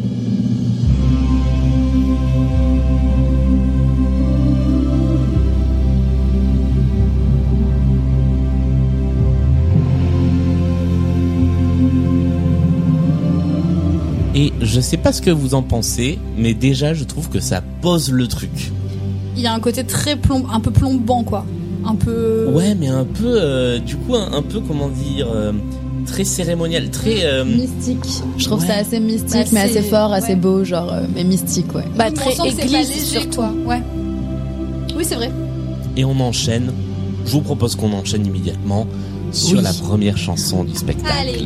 Et je sais pas ce que vous en pensez, mais déjà je trouve que ça pose le truc. Il y a un côté très un peu plombant, quoi. Un peu. Ouais, mais un peu, du coup, un peu, comment dire, très cérémonial, très mystique. Je trouve ouais. ça assez mystique, Bah, mais assez fort, ouais. assez beau, genre, mais mystique, ouais. Bah, On très sent que c'est pas église, léger, surtout. quoi. Ouais. Oui, c'est vrai. Et on enchaîne. Je vous propose qu'on enchaîne immédiatement sur la première chanson du spectacle. Allez.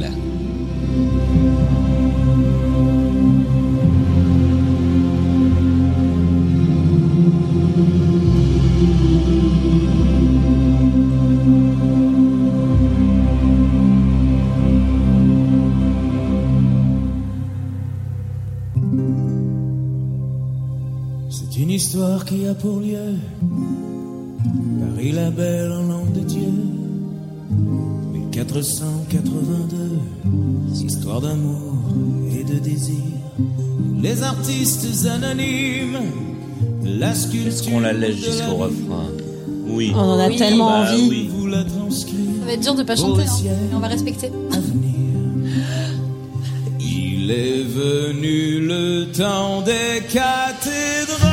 C'est une histoire qui a pour lieu Paris la belle en langue de Dieu 1482. Histoire d'amour et de désir. Les artistes anonymes, la sculpture. Est-ce qu'on la laisse jusqu'au refrain? Oui. On en a tellement envie. Oui. Vous la transcrire. Ça va être dur de pas chanter, hein. Mais on va respecter. Il est venu le temps des cathédrales.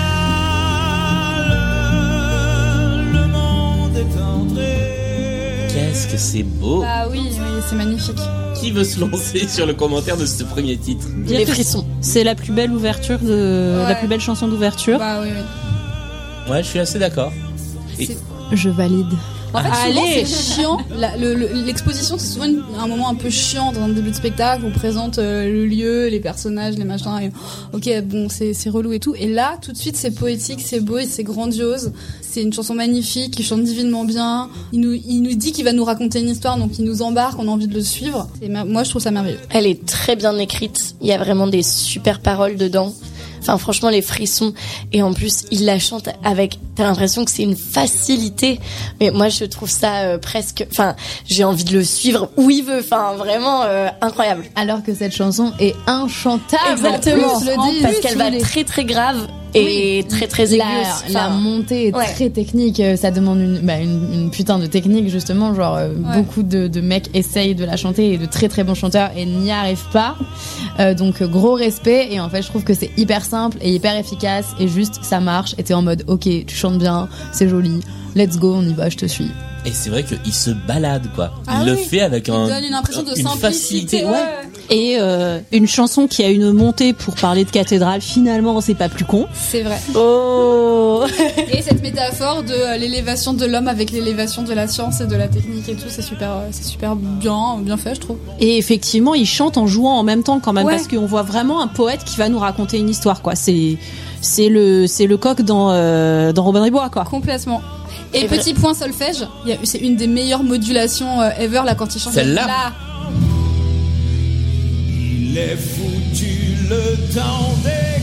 Le monde est entré. Qu'est-ce que c'est beau. Ah oui, c'est magnifique. Qui veut se lancer sur le commentaire de ce premier titre? Les frissons. C'est la plus belle ouverture la plus belle chanson d'ouverture. Bah oui. Ouais, je suis assez d'accord. Je valide. En fait, souvent, Allez. c'est chiant. L'exposition, c'est souvent un moment un peu chiant dans un début de spectacle. On présente le lieu, les personnages, les machins. Et, ok, bon, c'est relou et tout. Et là, tout de suite, c'est poétique, c'est beau et c'est grandiose. C'est une chanson magnifique, il chante divinement bien. Il nous dit qu'il va nous raconter une histoire, donc il nous embarque, on a envie de le suivre. Moi, je trouve ça merveilleux. Elle est très bien écrite. Il y a vraiment des super paroles dedans. Enfin, franchement, les frissons. Et en plus, il la chante avec, t'as l'impression que c'est une facilité. Mais moi, je trouve ça presque, enfin, j'ai envie de le suivre où il veut. Enfin, vraiment, incroyable. Alors que cette chanson est inchantable. Exactement. En plus, je le dis, parce qu'elle va très très grave et très très aiguë. La montée est très technique. Ça demande une putain de technique, justement. Genre, beaucoup de mecs essayent de la chanter et de très très bons chanteurs et n'y arrivent pas. Donc, gros respect. Et en fait, je trouve que c'est hyper simple et hyper efficace et juste, ça marche. Et t'es en mode, ok, tu chantes bien, c'est joli. Let's go, on y va, je te suis. Et c'est vrai qu'il se balade, quoi. Ah il oui. le fait avec donne une impression de simplicité, facilité. Ouais. Et une chanson qui a une montée pour parler de cathédrale, finalement, c'est pas plus con. C'est vrai. Oh. Et cette métaphore de l'élévation de l'homme avec l'élévation de la science et de la technique et tout, c'est super bien fait, je trouve. Et effectivement, il chante en jouant en même temps quand même, Ouais. parce qu'on voit vraiment un poète qui va nous raconter une histoire, quoi. C'est le coq dans Robin des Bois, quoi. Complètement. Et petit point solfège, c'est une des meilleures modulations ever là quand il chante. Celle-là. Là. Il est foutu le temps des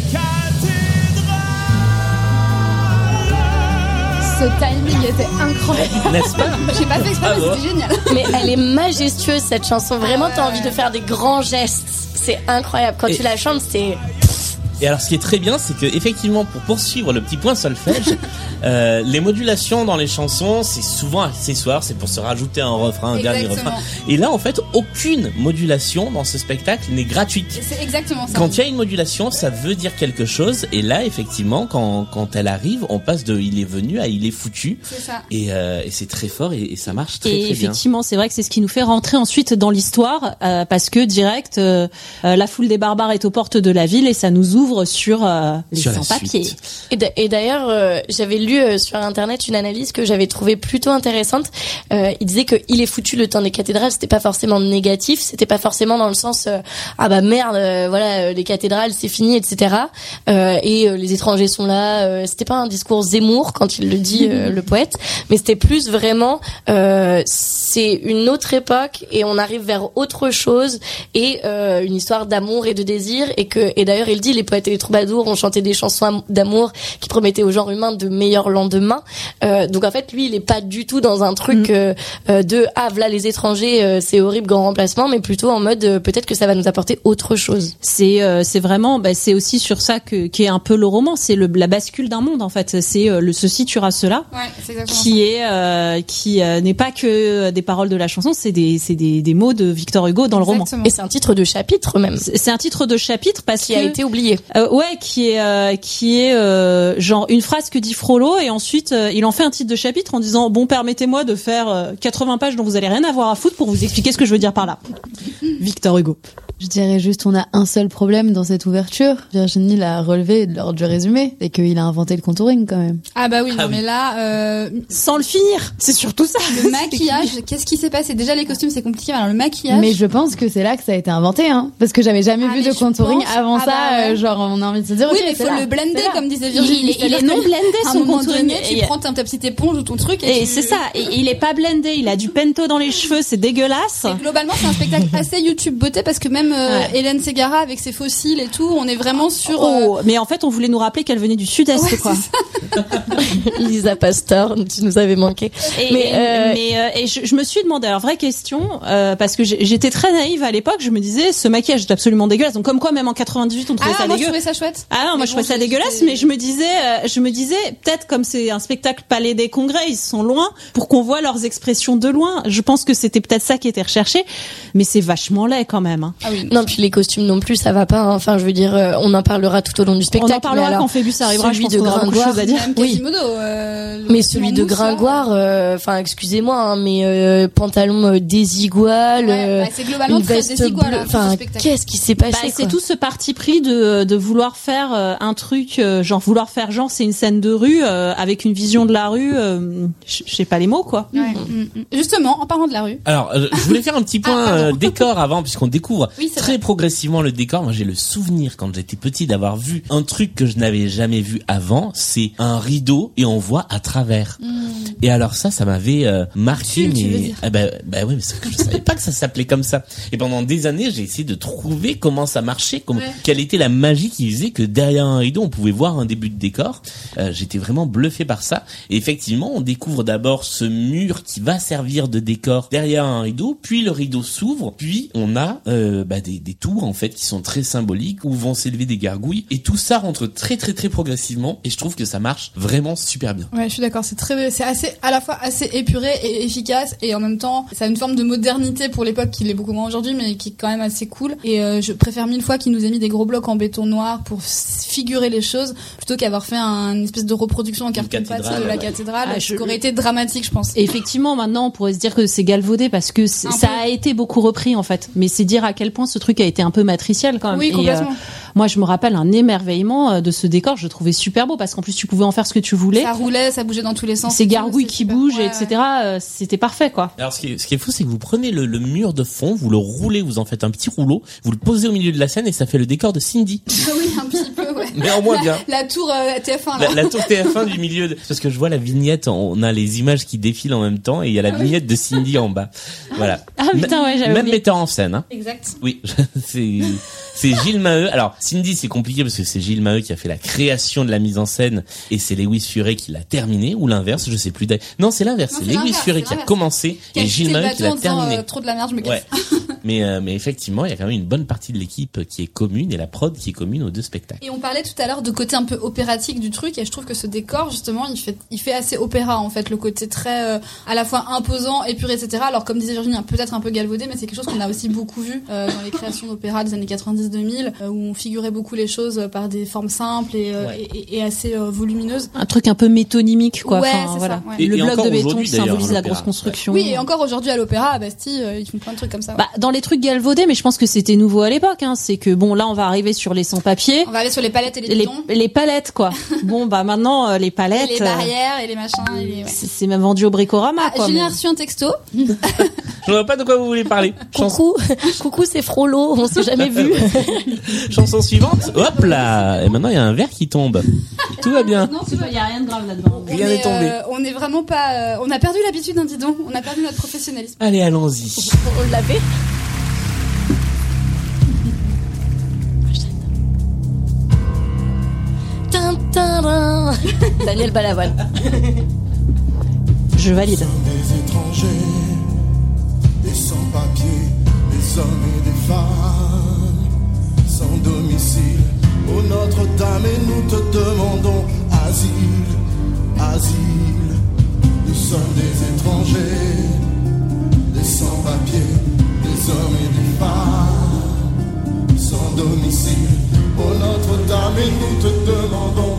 cathédrales. Ce timing était incroyable. N'est-ce pas? J'ai pas fait exprès, mais c'était génial. Mais elle est majestueuse cette chanson. Vraiment, t'as envie de faire des grands gestes. C'est incroyable. Quand tu la chantes, c'est... Et alors, ce qui est très bien, c'est que effectivement, pour poursuivre le petit point solfège, les modulations dans les chansons, c'est souvent accessoire, c'est pour se rajouter un refrain, un dernier Exactement. refrain. Et là, en fait, aucune modulation dans ce spectacle n'est gratuite. C'est exactement ça. Quand il y a une modulation, ça veut dire quelque chose. Et là, effectivement, quand elle arrive, on passe de il est venu à il est foutu. C'est ça. Et c'est très fort et ça marche très Et très bien. effectivement, c'est vrai que c'est ce qui nous fait rentrer ensuite dans l'histoire, parce que direct, la foule des barbares est aux portes de la ville et ça nous ouvre s'ouvre sur les sans-papiers. Et d'ailleurs, j'avais lu sur internet une analyse que j'avais trouvée plutôt intéressante. Il disait que Il est foutu le temps des cathédrales, c'était pas forcément négatif, c'était pas forcément dans le sens ah bah merde, voilà, les cathédrales c'est fini, etc. Et les étrangers sont là. C'était pas un discours Zemmour quand il le dit, le poète, mais c'était plus vraiment c'est une autre époque et on arrive vers autre chose et une histoire d'amour et de désir et d'ailleurs il dit les poètes et les troubadours ont chanté des chansons d'amour qui promettaient au genre humain de meilleurs lendemains. Donc en fait lui il est pas du tout dans un truc de ah voilà les étrangers c'est horrible grand remplacement, mais plutôt en mode peut-être que ça va nous apporter autre chose. C'est vraiment c'est aussi sur ça qu'est un peu le roman, c'est la bascule d'un monde en fait, c'est le ceci tuera cela, qui n'est pas que des paroles de la chanson, c'est des mots de Victor Hugo dans le roman. Et c'est un titre de chapitre même. C'est un titre de chapitre parce qui a été oublié. Qui est genre une phrase que dit Frollo et ensuite il en fait un titre de chapitre en disant bon permettez-moi de faire 80 pages dont vous allez rien avoir à foutre pour vous expliquer ce que je veux dire par là. Victor Hugo. Je dirais juste, on a un seul problème dans cette ouverture. Virginie l'a relevé lors du résumé, et qu'il a inventé le contouring quand même. Ah bah oui, non, mais là, sans le finir, c'est surtout ça. Le maquillage, qu'est-ce qui s'est passé? Déjà les costumes c'est compliqué, alors le maquillage. Mais je pense que c'est là que ça a été inventé, hein, parce que j'avais jamais vu de contouring avant ça. Genre, on a envie de se dire. Oui, okay, mais faut le blender comme disait Virginie. Il est non blendé son contouring. Tu prends ta petite éponge ou ton truc. Et c'est ça. Et il est pas blendé. Il a du pento dans les cheveux, c'est dégueulasse. Et globalement, c'est un spectacle assez YouTube beauté parce que même Hélène Ségara avec ses fossiles et tout, on est vraiment sur. Mais en fait, on voulait nous rappeler qu'elle venait du Sud-Est, quoi. Lisa Pastor, tu nous avais manqué. Et je me suis demandé, alors vraie question, parce que j'étais très naïve à l'époque, je me disais, ce maquillage est absolument dégueulasse. Donc comme quoi, même en 98, on trouvait ça dégueu. Moi, je trouvais ça chouette. Ah non, moi je trouvais ça dégueulasse, mais je me disais, peut-être comme c'est un spectacle Palais des Congrès, ils sont loin, pour qu'on voit leurs expressions de loin. Je pense que c'était peut-être ça qui était recherché, mais c'est vachement laid quand même. Hein. Ah oui, non, puis les costumes non plus, ça va pas. Hein. Enfin, je veux dire, on en parlera tout au long du spectacle. On en parlera quand Phébus arrivera. Je pense qu'on aura beaucoup de choses à dire. Oui. Mais celui de Gringoire, enfin, excusez-moi, hein, mais pantalon désigual, c'est globalement une veste bleue. Enfin, qu'est-ce qui s'est passé? C'est tout ce parti pris de vouloir faire un truc, genre c'est une scène de rue avec une vision de la rue. Je sais pas les mots, quoi. Ouais. Justement, en parlant de la rue. Alors, je voulais faire un petit point décor avant, puisqu'on découvre très progressivement le décor. Moi, j'ai le souvenir quand j'étais petit d'avoir vu un truc que je n'avais jamais vu avant. C'est un rideau et on voit à travers. Et alors ça m'avait marqué. Mais oui, mais je savais pas que ça s'appelait comme ça. Et pendant des années, j'ai essayé de trouver comment ça marchait, quelle était la magie qui faisait que derrière un rideau, on pouvait voir un début de décor. J'étais vraiment bluffé par ça. Et effectivement, on découvre d'abord ce mur qui va servir de décor derrière un rideau, puis le rideau s'ouvre, puis on a des tours en fait qui sont très symboliques où vont s'élever des gargouilles, et tout ça rentre très très très progressivement, et je trouve que ça marche vraiment super bien. Ouais, je suis d'accord, c'est assez à la fois assez épuré et efficace, et en même temps ça a une forme de modernité pour l'époque qui l'est beaucoup moins aujourd'hui, mais qui est quand même assez cool. Et je préfère 1000 fois qu'il nous ait mis des gros blocs en béton noir pour figurer les choses plutôt qu'avoir fait une espèce de reproduction en carton-pâte de la cathédrale, qui aurait été dramatique, je pense. Et effectivement, maintenant on pourrait se dire que c'est galvaudé parce que ça a été beaucoup repris en fait, mais c'est dire à quel point ce truc a été un peu matriciel quand même. Oui, complètement. Moi, je me rappelle un émerveillement de ce décor. Je le trouvais super beau parce qu'en plus, tu pouvais en faire ce que tu voulais. Ça roulait, ça bougeait dans tous les sens. Ces gargouilles qui bougent, etc. C'était parfait, quoi. Alors, ce qui est fou, c'est que vous prenez le mur de fond, vous le roulez, vous en faites un petit rouleau, vous le posez au milieu de la scène et ça fait le décor de Cindy. Oui, un petit peu, ouais. Mais en moins bien. La tour TF1, là. La tour TF1 du milieu. Parce que je vois la vignette, on a les images qui défilent en même temps et il y a la vignette de Cindy en bas. Voilà. Ah putain, ouais, j'avais Même oublié. metteur en scène, hein. Exact. Oui, c'est Gilles Maheu. Alors, Cindy, c'est compliqué parce que c'est Gilles Maheu qui a fait la création de la mise en scène et c'est Lewis Furet qui l'a terminé, ou l'inverse, je sais plus. Non, c'est l'inverse. C'est Lewis Furet qui a commencé et Gilles Maheu qui l'a terminé. Trop de la merde, je me casse. Ouais. Mais effectivement, il y a quand même une bonne partie de l'équipe qui est commune et la prod qui est commune aux deux spectacles. Et on parlait tout à l'heure de côté un peu opératique du truc, et je trouve que ce décor justement il fait assez opéra en fait, le côté très à la fois imposant, épuré, etc. Alors comme disait Virginie, peut-être un peu galvaudé, mais c'est quelque chose qu'on a aussi beaucoup vu dans les créations d'opéra des années 90-2000 où on figurait beaucoup les choses par des formes simples et assez volumineuses. Un truc un peu métonymique quoi. Ouais, enfin, c'est voilà. ça, ouais. Le bloc de béton qui symbolise la grosse construction. Oui, et encore aujourd'hui à l'opéra, à Bastille, ils font plein de trucs comme ça. Ouais. Bah, dans les trucs galvaudés, mais je pense que c'était nouveau à l'époque, hein. C'est que bon, là, on va arriver sur les sans-papiers. On va aller sur les palettes et les bidons. Les palettes, quoi. Bon, bah, maintenant, les palettes. Et les barrières et les machins. C'est même vendu au Bricorama, quoi. J'ai reçu un texto. Je vois pas de quoi vous voulez parler. Coucou, c'est Frollo, on s'est jamais vu. Chanson suivante. Hop là. Et maintenant, il y a un verre qui tombe. Tout va bien. Non, il y a rien de grave là-dedans. Rien n'est tombé. On est vraiment pas, on a perdu l'habitude, hein, dis donc. On a perdu notre professionnalisme. Allez, allons-y. On l'avait. Daniel Balavoine. Je valide. Des étrangers, des sans-papiers, des hommes et des femmes, sans domicile. Ô Notre-Dame, et nous te demandons asile, asile. Nous sommes des étrangers, des sans-papiers, des hommes et des femmes, sans domicile. Ô Notre-Dame, et nous te demandons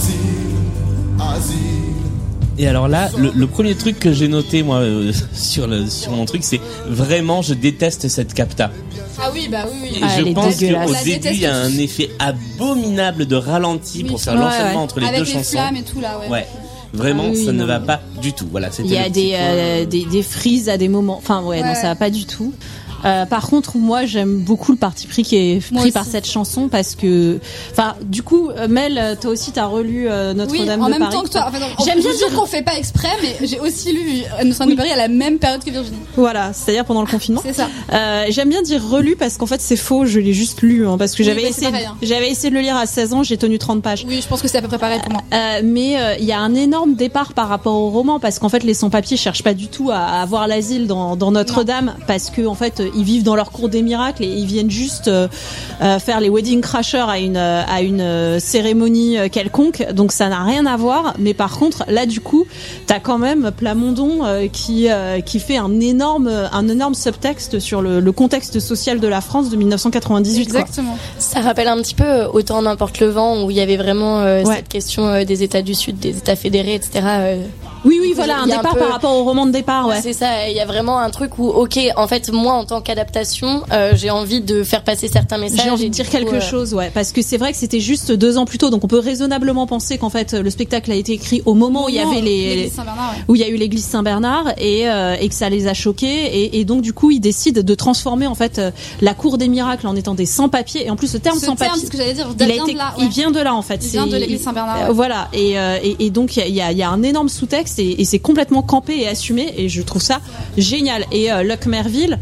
asile, asile. Et alors là, le premier truc que j'ai noté moi sur mon truc, c'est vraiment je déteste cette capta. Ah oui, bah oui. Et je pense qu'au début il y a un effet abominable de ralenti pour faire l'enchaînement entre les avec deux les chansons. Flammes et tout là, ouais. Ouais. Vraiment, ça ne va pas du tout. Voilà, c'était. Il y a des frises à des moments. Enfin, non, ça va pas du tout. Par contre, moi, j'aime beaucoup le parti pris qui est pris par cette chanson parce que, enfin, du coup, Mel, toi aussi, t'as relu Notre-Dame de Paris. En même temps que toi. Enfin, j'aime bien dire qu'on fait pas exprès, mais j'ai aussi lu Notre-Dame de Paris à la même période que Virginie. Voilà, c'est-à-dire pendant le confinement. C'est ça. J'aime bien dire relu parce qu'en fait, c'est faux. Je l'ai juste lu, hein, parce que j'avais essayé de le lire à 16 ans. J'ai tenu 30 pages. Oui, je pense que c'est à peu près pareil pour moi. Mais il y a un énorme départ par rapport au roman parce qu'en fait, les sans-papiers cherchent pas du tout à avoir l'asile dans Notre-Dame parce que en fait, ils vivent dans leur cour des miracles et ils viennent juste faire les wedding crashers à une cérémonie quelconque, donc ça n'a rien à voir. Mais par contre là du coup t'as quand même Plamondon qui fait un énorme subtexte sur le contexte social de la France de 1998. Exactement. Quoi. Ça rappelle un petit peu Autant n'importe le vent où il y avait vraiment cette question des États du Sud, des États fédérés, etc. Oui, voilà, un départ par rapport au roman de départ, ouais. C'est ça, il y a vraiment un truc où, ok, en fait, moi, en tant qu'adaptation, j'ai envie de faire passer certains messages. J'ai envie de dire quelque chose, ouais, parce que c'est vrai que c'était juste 2 ans plus tôt, donc on peut raisonnablement penser qu'en fait, le spectacle a été écrit au moment où il y avait où il y a eu l'église Saint-Bernard et que ça les a choqués et donc du coup, ils décident de transformer en fait la cour des miracles en étant des sans-papiers et en plus ce terme sans-papiers. Ce que j'allais dire, il vient de là en fait. Il vient de l'église Saint-Bernard. Voilà, et donc il y a un énorme sous-texte et c'est complètement campé et assumé et je trouve ça génial. Et Luc Merville,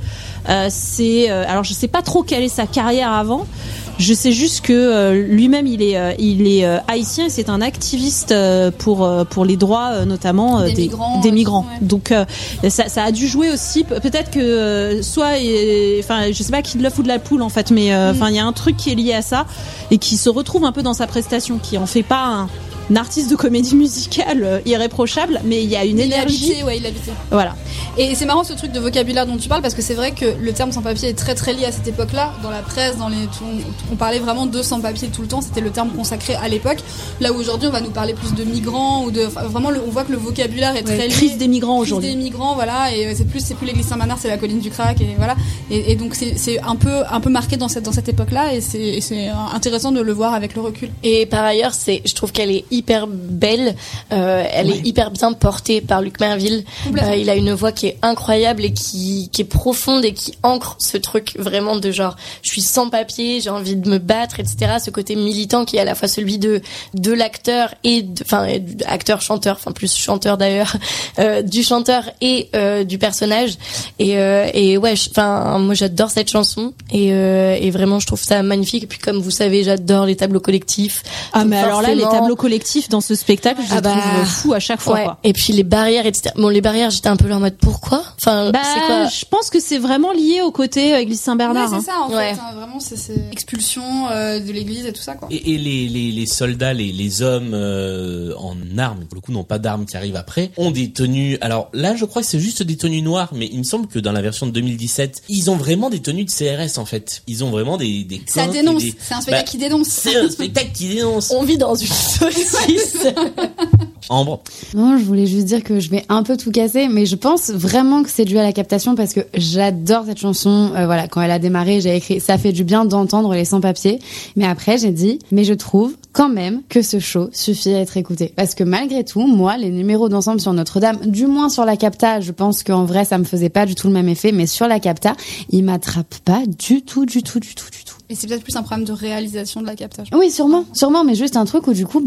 alors je sais pas trop quelle est sa carrière avant. Je sais juste que lui-même il est haïtien et c'est un activiste pour les droits notamment des migrants. Ouais. Donc ça a dû jouer aussi peut-être que enfin je sais pas qui de l'œuf ou de la poule en fait, mais enfin il y a un truc qui est lié à ça et qui se retrouve un peu dans sa prestation, qui en fait pas un artiste de comédie musicale irréprochable, mais il y a une énergie. Il l'habitait. Voilà. Et c'est marrant ce truc de vocabulaire dont tu parles parce que c'est vrai que le terme sans-papier est très très lié à cette époque-là. Dans la presse, on parlait vraiment de sans-papier tout le temps. C'était le terme consacré à l'époque. Là où aujourd'hui on va nous parler plus de migrants ou vraiment on voit que le vocabulaire est très lié. Crise des migrants aujourd'hui. Crise des migrants, voilà. Et c'est plus l'église Saint-Bernard, c'est la colline du Crac et voilà. Et donc c'est un peu marqué dans cette époque-là et c'est intéressant de le voir avec le recul. Et par ailleurs, je trouve qu'elle est hyper belle, elle est hyper bien portée par Luc Merville. Il a une voix qui est incroyable et qui est profonde et qui ancre ce truc vraiment de genre je suis sans papier, j'ai envie de me battre, etc. Ce côté militant qui est à la fois celui de l'acteur et acteur chanteur, enfin plus chanteur d'ailleurs, du chanteur et du personnage et ouais, moi j'adore cette chanson et vraiment je trouve ça magnifique. Et puis comme vous savez, j'adore les tableaux collectifs. Mais alors là les tableaux collectifs collectif dans ce spectacle, je trouve fou à chaque fois. Quoi. Et puis les barrières, etc. Bon, les barrières, j'étais un peu là en mode pourquoi. Enfin, c'est quoi? Je pense que c'est vraiment lié au côté Église Saint-Bernard. Ouais, c'est ça en fait. Hein, vraiment, c'est expulsion de l'église et tout ça. Quoi. Et les soldats, les hommes en armes, pour le coup, n'ont pas d'armes qui arrivent après, ont des tenues. Alors là, je crois que c'est juste des tenues noires, mais il me semble que dans la version de 2017, ils ont vraiment des tenues de CRS en fait. Ils ont vraiment des ça dénonce. C'est un spectacle qui dénonce. C'est un spectacle qui dénonce. On vit dans une saucisse. Ambre. Non, je voulais juste dire que je vais un peu tout casser, mais je pense vraiment que c'est dû à la captation parce que j'adore cette chanson. Voilà, quand elle a démarré, j'ai écrit « Ça fait du bien d'entendre les sans-papiers ». Mais après, j'ai dit « Mais je trouve quand même que ce show suffit à être écouté ». Parce que malgré tout, moi, les numéros d'ensemble sur Notre-Dame, du moins sur la capta, je pense qu'en vrai, ça me faisait pas du tout le même effet, mais sur la capta, ils m'attrapent pas du tout. Et c'est peut-être plus un problème de réalisation de la captation. Oui, sûrement, mais juste un truc où du coup,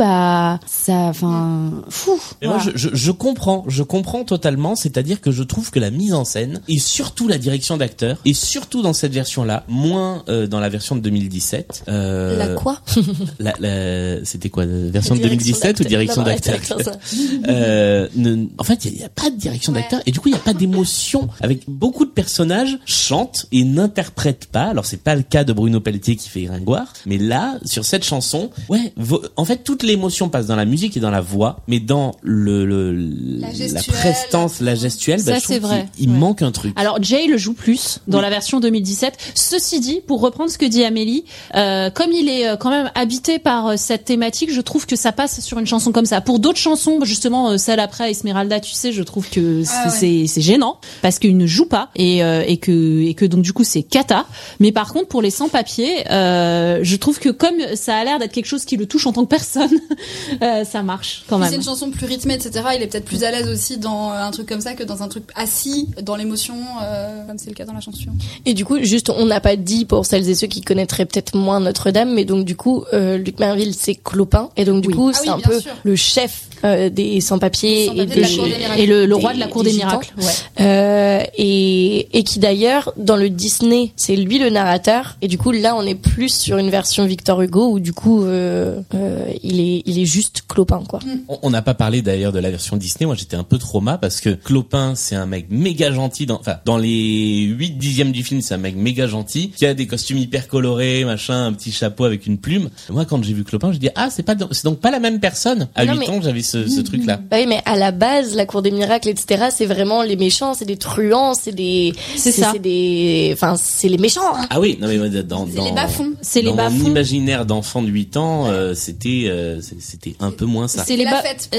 fou. Et voilà. Moi, je comprends totalement, c'est-à-dire que je trouve que la mise en scène, et surtout la direction d'acteur, et surtout dans cette version-là, moins dans la version de 2017. La quoi? C'était quoi, version de 2017 ou direction d'acteur? En fait, il y a pas de direction d'acteur, et du coup, il y a pas d'émotion, avec beaucoup de personnages chantent et n'interprètent pas. Alors, c'est pas le cas de Bruno Pelletier qui fait Gringoire, mais là, sur cette chanson, en fait, toute l'émotion passe dans la musique et dans la voix, mais dans la prestance, la gestuelle, ça, c'est vrai. Il manque un truc. Alors, Jay le joue plus dans la version 2017. Ceci dit, pour reprendre ce que dit Amélie, comme il est quand même habité par cette thématique, je trouve que ça passe sur une chanson comme ça. Pour d'autres chansons, justement, celle après Esmeralda, tu sais, je trouve que c'est gênant parce qu'il ne joue pas et que donc du coup c'est cata. Mais par contre, pour les sans-papiers, je trouve que comme ça a l'air d'être quelque chose qui le touche en tant que personne, ça marche quand même. C'est une chanson plus rythmée, etc. Il est peut-être plus à l'aise aussi dans un truc comme ça que dans un truc assis dans l'émotion, comme c'est le cas dans la chanson. Et du coup, juste, on n'a pas dit pour celles et ceux qui connaîtraient peut-être moins Notre-Dame, mais donc du coup, Luc Mainville, c'est Clopin, et donc du coup, c'est un peu le chef des sans-papiers et le roi de la cour des miracles. Et qui d'ailleurs, dans le Disney, c'est lui le narrateur, et du coup là on est plus sur une version Victor Hugo où du coup il est juste Clopin quoi. On n'a pas parlé d'ailleurs de la version Disney. Moi j'étais un peu trauma parce que Clopin c'est un mec méga gentil dans les 8/10 du film, c'est un mec méga gentil qui a des costumes hyper colorés, machin, un petit chapeau avec une plume. Moi quand j'ai vu Clopin, je dis c'est donc pas la même personne. À 8 ans, j'avais ce truc là. Oui, mais à la base la cour des miracles etc, c'est vraiment les méchants, c'est des truands, c'est les méchants. Hein. Ah oui, non mais dans les bas-fonds. C'est les bas-fonds. Dans mon imaginaire d'enfant de 8 ans, c'était un peu moins ça. C'était les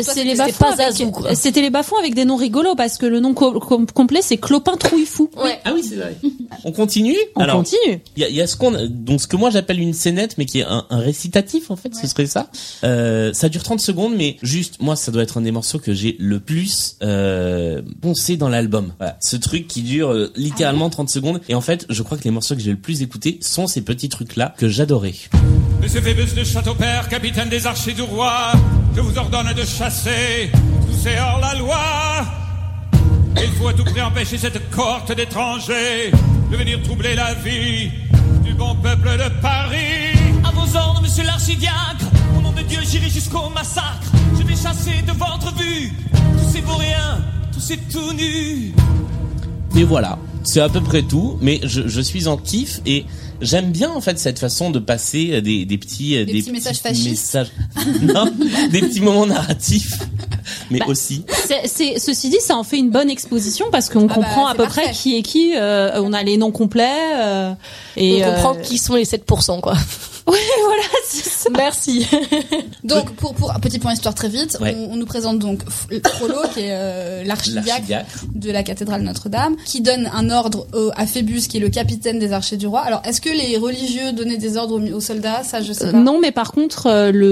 bas-fonds avec des noms rigolos parce que le nom complet c'est Clopin Trouillefou. Ouais. Ah oui, c'est vrai. On continue. Alors, continue. Il y a ce que moi j'appelle une scénette, mais qui est un récitatif en fait. Ce serait ça. Ça dure 30 secondes, mais juste moi ça doit être un des morceaux que j'ai le plus poncé dans l'album. Voilà. Ce truc qui dure littéralement 30 secondes, et en fait je crois que les morceaux que j'ai le plus écoutés sont ces petits trucs là que j'adorais. Monsieur Phébus de Châteaupère, capitaine des archers du roi, je vous ordonne de chasser tous ces hors-la-loi. Il faut à tout prix empêcher cette cohorte d'étrangers de venir troubler la vie du bon peuple de Paris. À vos ordres, monsieur l'archidiacre, au nom de Dieu, j'irai jusqu'au massacre. Je vais chasser de votre vue tous ces vauriens, tous ces tout nus. Et voilà, c'est à peu près tout, mais je suis en kiff et j'aime bien en fait cette façon de passer des petits messages fascistes. Non, des petits moments narratifs, mais aussi. Ceci dit, ça en fait une bonne exposition parce qu'on comprend à peu près qui est qui. On a les noms complets et on comprend qui sont les 7% quoi. Oui, voilà, c'est ça. Merci. Donc, pour un petit point histoire très vite, on nous présente donc Frollo, qui est l'archidiacre de la cathédrale Notre-Dame, qui donne un ordre à Phébus, qui est le capitaine des archers du roi. Alors, est-ce que les religieux donnaient des ordres aux soldats? Ça, je sais pas. Non, mais par contre,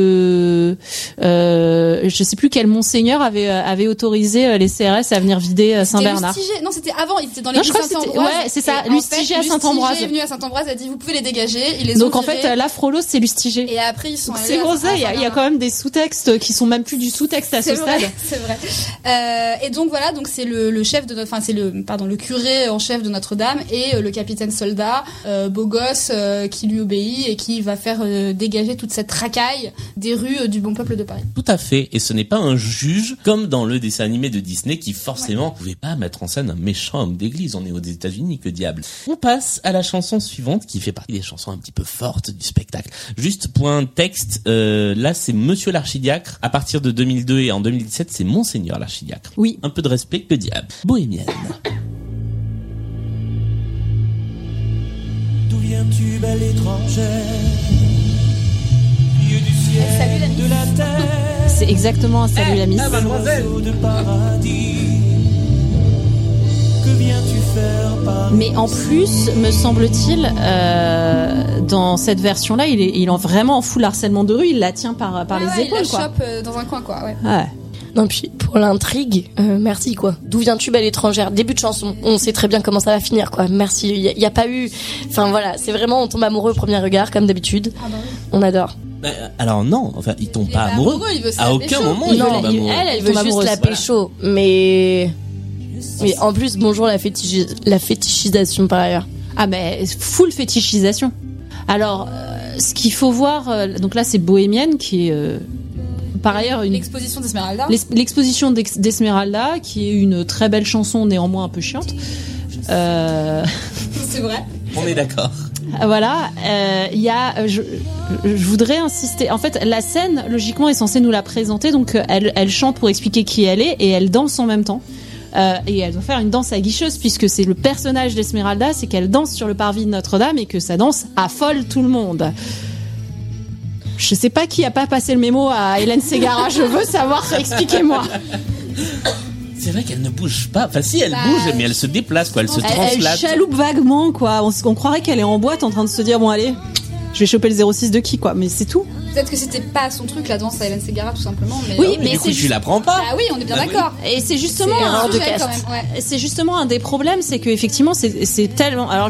je sais plus quel monseigneur avait autorisé les CRS à venir vider Saint-Bernard. Non, c'était avant, il était dans l'église Saint-Ambroise. Ouais, c'est ça. Lustiger à Saint-Ambroise. Lustiger est venu à Saint-Ambroise, a dit, vous pouvez les dégager. Ils les donc, ont en fait, là, Frollo, c'est Lustiger. Et après ils sont. C'est pour ça, il y a quand même des sous-textes qui sont même plus du sous-texte à ce stade. C'est vrai. Et donc voilà, donc c'est le chef de notre, enfin c'est le curé en chef de Notre-Dame et le capitaine soldat, beau gosse, qui lui obéit et qui va faire dégager toute cette racaille des rues du bon peuple de Paris. Tout à fait. Et ce n'est pas un juge comme dans le dessin animé de Disney qui forcément pouvait pas mettre en scène un méchant homme d'église. On est aux États-Unis, que diable. On passe à la chanson suivante qui fait partie des chansons un petit peu fortes du spectacle. Juste pour un texte, là c'est Monsieur l'Archidiacre. À partir de 2002 et en 2017, c'est Monseigneur l'Archidiacre. Oui. Un peu de respect, que diable. Bohémienne. D'où viens-tu, belle étrangère? Dieu du ciel, Salut la Miss. de la terre. C'est exactement un Salut la Miss. Oiseau de paradis. Que viens-tu faire par Mais en plus, me semble-t-il, dans cette version-là, il est vraiment en full harcèlement de rue. Il la tient par les épaules, il quoi. la chope dans un coin, quoi. Ouais. Ouais. Non, puis pour l'intrigue, merci quoi. D'où viens-tu, belle étrangère? Début de chanson, on sait très bien comment ça va finir quoi. Merci. Il y a pas eu, enfin voilà, c'est vraiment on tombe amoureux au premier regard comme d'abitude. Ah bah oui. On adore. Alors non, enfin il tombe pas amoureux. Il veut se À la aucun pécho. moment il Non, tombe amoureux. elle veut tombe juste amoureuse, la pécho, mais en plus bonjour la fétichisation par ailleurs. Ah mais full fétichisation. Alors, ce qu'il faut voir, donc là c'est Bohémienne qui est par ailleurs L'exposition d'Esmeralda. L'exposition d'Esmeralda qui est une très belle chanson néanmoins un peu chiante. C'est vrai. On est d'accord. Voilà, il y a, je voudrais insister. En fait, la scène logiquement est censée nous la présenter, donc elle chante pour expliquer qui elle est et elle danse en même temps. Et elle doit faire une danse aguicheuse puisque c'est le personnage d'Esmeralda, c'est qu'elle danse sur le parvis de Notre-Dame et que sa danse affole tout le monde. Je sais pas qui a pas passé le mémo à Hélène Ségara, je veux savoir, expliquez-moi. C'est vrai qu'elle ne bouge pas. Enfin si, elle bouge, mais elle se déplace, quoi. Elle se translate. Elle chaloupe vaguement, quoi. On croirait qu'elle est en boîte en train de se dire, bon allez, je vais choper le 06 de qui, quoi. Mais c'est tout. Peut-être que c'était pas son truc, la danse à Hélène Ségara, tout simplement. Mais oui, mais du coup, tu l'apprends pas. Ah oui, on est bien d'accord. Et c'est justement un de sujet, cast. quand même. Ouais. C'est justement un des problèmes, c'est que effectivement c'est tellement. Alors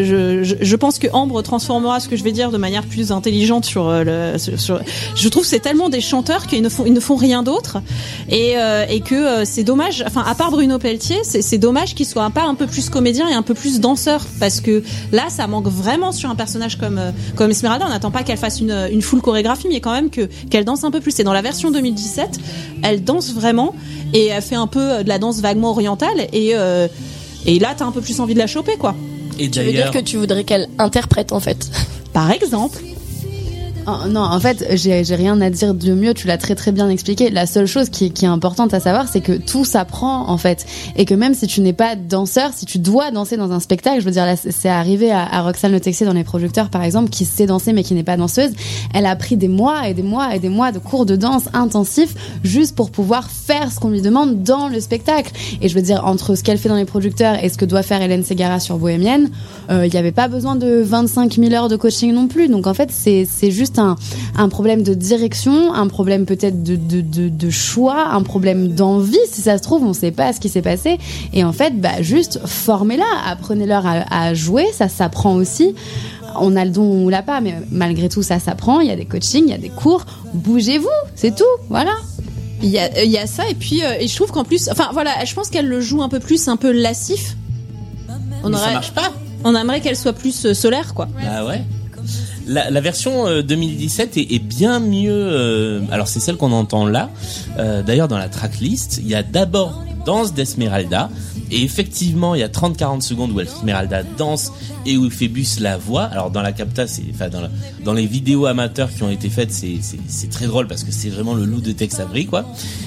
je pense que Ambre transformera ce que je vais dire de manière plus intelligente sur. Je trouve que c'est tellement des chanteurs qu'ils ne font rien d'autre et que c'est dommage. Enfin, à part Bruno Pelletier, c'est dommage qu'il soit pas un peu plus comédien et un peu plus danseur parce que là ça manque vraiment sur un personnage comme Esmeralda. On n'attend pas qu'elle fasse une full chorégraphie, mais quand même qu'elle danse un peu plus. Et dans la version 2017, elle danse vraiment et elle fait un peu de la danse vaguement orientale et là t'as un peu plus envie de la choper quoi. Et Tu veux dire que tu voudrais qu'elle interprète en fait? Par exemple. Oh, non, en fait, j'ai rien à dire de mieux. Tu l'as très très bien expliqué. La seule chose qui est importante à savoir, c'est que tout s'apprend en fait, et que même si tu n'es pas danseur, si tu dois danser dans un spectacle, je veux dire, là, c'est arrivé à Roxane Le Texier dans Les Projecteurs par exemple, qui sait danser mais qui n'est pas danseuse. Elle a pris des mois et des mois et des mois de cours de danse intensifs juste pour pouvoir faire ce qu'on lui demande dans le spectacle. Et je veux dire, entre ce qu'elle fait dans Les Projecteurs et ce que doit faire Hélène Ségara sur Bohémienne, il n'y avait pas besoin de 25 000 heures de coaching non plus. Donc en fait, c'est juste un problème de direction, un problème peut-être de choix, un problème d'envie. Si ça se trouve, on sait pas ce qui s'est passé. Et en fait, juste formez-la, apprenez-leur à jouer, ça s'apprend aussi. On a le don ou l'a pas, mais malgré tout, ça s'apprend. Il y a des coachings, il y a des cours. Bougez-vous, c'est tout. Voilà. Il y a ça et puis et je trouve qu'en plus, enfin voilà, je pense qu'elle le joue un peu plus, un peu lascif. Ça marche pas. On aimerait qu'elle soit plus solaire, quoi. Ah ouais. La version 2017 est bien mieux. Alors c'est celle qu'on entend là. D'ailleurs dans la tracklist, il y a d'abord danse d'Esmeralda et effectivement il y a 30-40 secondes où Esmeralda danse et où Phébus la voit. Alors dans la capta, dans les vidéos amateurs qui ont été faites, c'est très drôle parce que c'est vraiment le loup de Tex Avery quoi.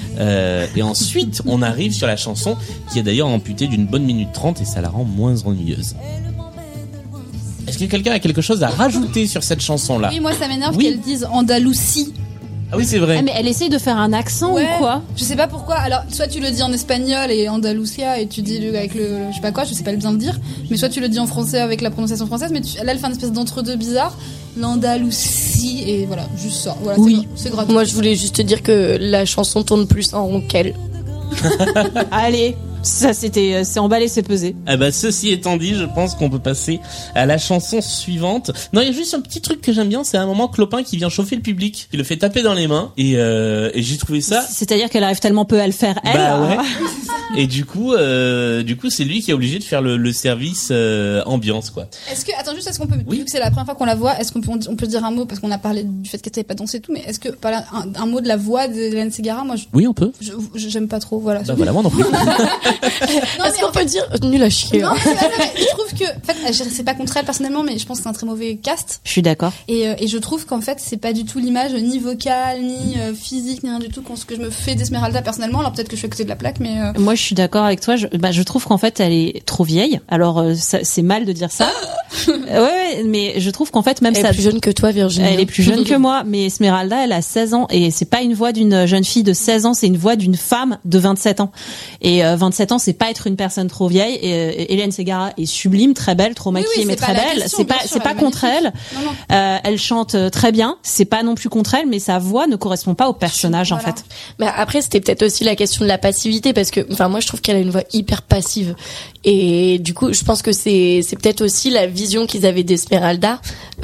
Et ensuite on arrive sur la chanson qui est d'ailleurs amputée d'une bonne minute 30 et ça la rend moins ennuyeuse. Est-ce que quelqu'un a quelque chose à rajouter sur cette chanson-là? Oui, moi ça m'énerve qu'elle dise Andalousie. Ah oui, c'est vrai. Ah, mais elle essaye de faire un accent ou quoi? Je sais pas pourquoi. Alors, soit tu le dis en espagnol et Andalusia et tu dis avec le je sais pas quoi, je sais pas bien le dire, mais soit tu le dis en français avec la prononciation française, mais là elle fait une espèce d'entre-deux bizarre. L'Andalousie et voilà, juste ça. Voilà, oui. C'est gratuit. Moi je voulais juste te dire que la chanson tourne plus en rond qu'elle. Allez. Ça, c'est emballé, c'est pesé. Ah bah, ceci étant dit, je pense qu'on peut passer à la chanson suivante. Non, il y a juste un petit truc que j'aime bien, c'est un moment Clopin qui vient chauffer le public, qui le fait taper dans les mains, et j'ai trouvé ça. C'est-à-dire qu'elle arrive tellement peu à le faire, elle. Bah ouais. Et du coup, c'est lui qui est obligé de faire le service ambiance, quoi. Est-ce qu'on peut, vu que c'est la première fois qu'on la voit, est-ce qu'on peut dire un mot, parce qu'on a parlé du fait qu'elle savait pas danser et tout, mais est-ce que un mot de la voix d'Hélène Ségara, moi oui, on peut. J'aime pas trop, voilà. Bah voilà, moi non plus. Est-ce qu'on peut dire nul à chier? Non, mais je trouve que, en fait, c'est pas contre elle personnellement, mais je pense que c'est un très mauvais cast. Je suis d'accord. Et je trouve qu'en fait, c'est pas du tout l'image ni vocale, ni physique, ni rien du tout ce que je me fais d'Esmeralda personnellement. Alors peut-être que je suis à côté de la plaque, mais moi je suis d'accord avec toi. Je trouve qu'en fait elle est trop vieille. Alors c'est mal de dire ça. Ouais, mais je trouve qu'en fait même elle est plus jeune que toi, Virginie. Elle est plus jeune que moi, mais Esmeralda, elle a 16 ans et c'est pas une voix d'une jeune fille de 16 ans, c'est une voix d'une femme de 27 ans. Et 27 ans, c'est pas être une personne trop vieille. Et Hélène Ségara est sublime, très belle, trop maquillée, mais très belle. C'est pas contre elle. Non. Elle chante très bien. C'est pas non plus contre elle, mais sa voix ne correspond pas au personnage en fait. Mais après, c'était peut-être aussi la question de la passivité, parce que, enfin, moi, je trouve qu'elle a une voix hyper passive. Et du coup, je pense que c'est peut-être aussi la vision qu'ils avaient d'Esmeralda,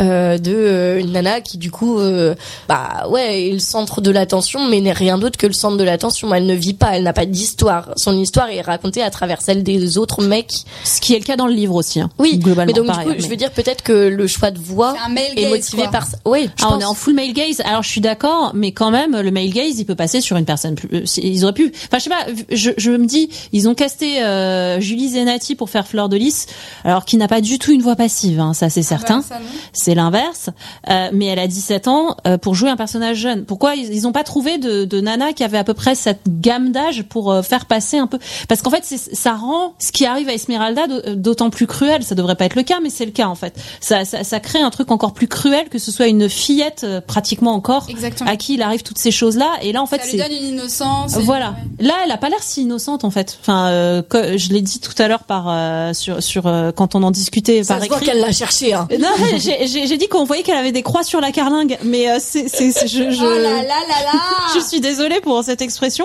une nana qui du coup, est le centre de l'attention, mais n'est rien d'autre que le centre de l'attention. Elle ne vit pas, elle n'a pas d'histoire. Son histoire est racontée à travers celle des autres mecs. Ce qui est le cas dans le livre aussi. Hein. Oui, globalement. Mais donc du coup, je veux dire peut-être que le choix de voix est motivé par ça. Oui, on est en full male gaze. Alors je suis d'accord, mais quand même, le male gaze, il peut passer sur une personne plus. Ils auraient pu. Enfin, je sais pas. Je me dis, ils ont casté Julie Zenati pour faire Fleur de Lys, alors qui n'a pas du tout une voix passive. Hein, ça c'est certain. C'est l'inverse. Mais elle a 17 ans pour jouer un personnage jeune. Pourquoi ils ont pas trouvé de nana qui avait à peu près cette gamme d'âge pour faire passer un peu? Parce qu'en fait, ça rend ce qui arrive à Esmeralda d'autant plus cruel. Ça devrait pas être le cas, mais c'est le cas en fait. Ça crée un truc encore plus cruel, que ce soit une fillette pratiquement encore. Exactement. À qui il arrive toutes ces choses-là. Et là, en fait, ça lui donne une innocence. Voilà. Là, elle a pas l'air si innocente en fait. Enfin, je l'ai dit tout à l'heure sur quand on en discutait par écrit. Ça se voit qu'elle l'a cherché. Hein. Non, j'ai dit qu'on voyait qu'elle avait des croix sur la carlingue, mais oh là là là là. Je suis désolée pour cette expression.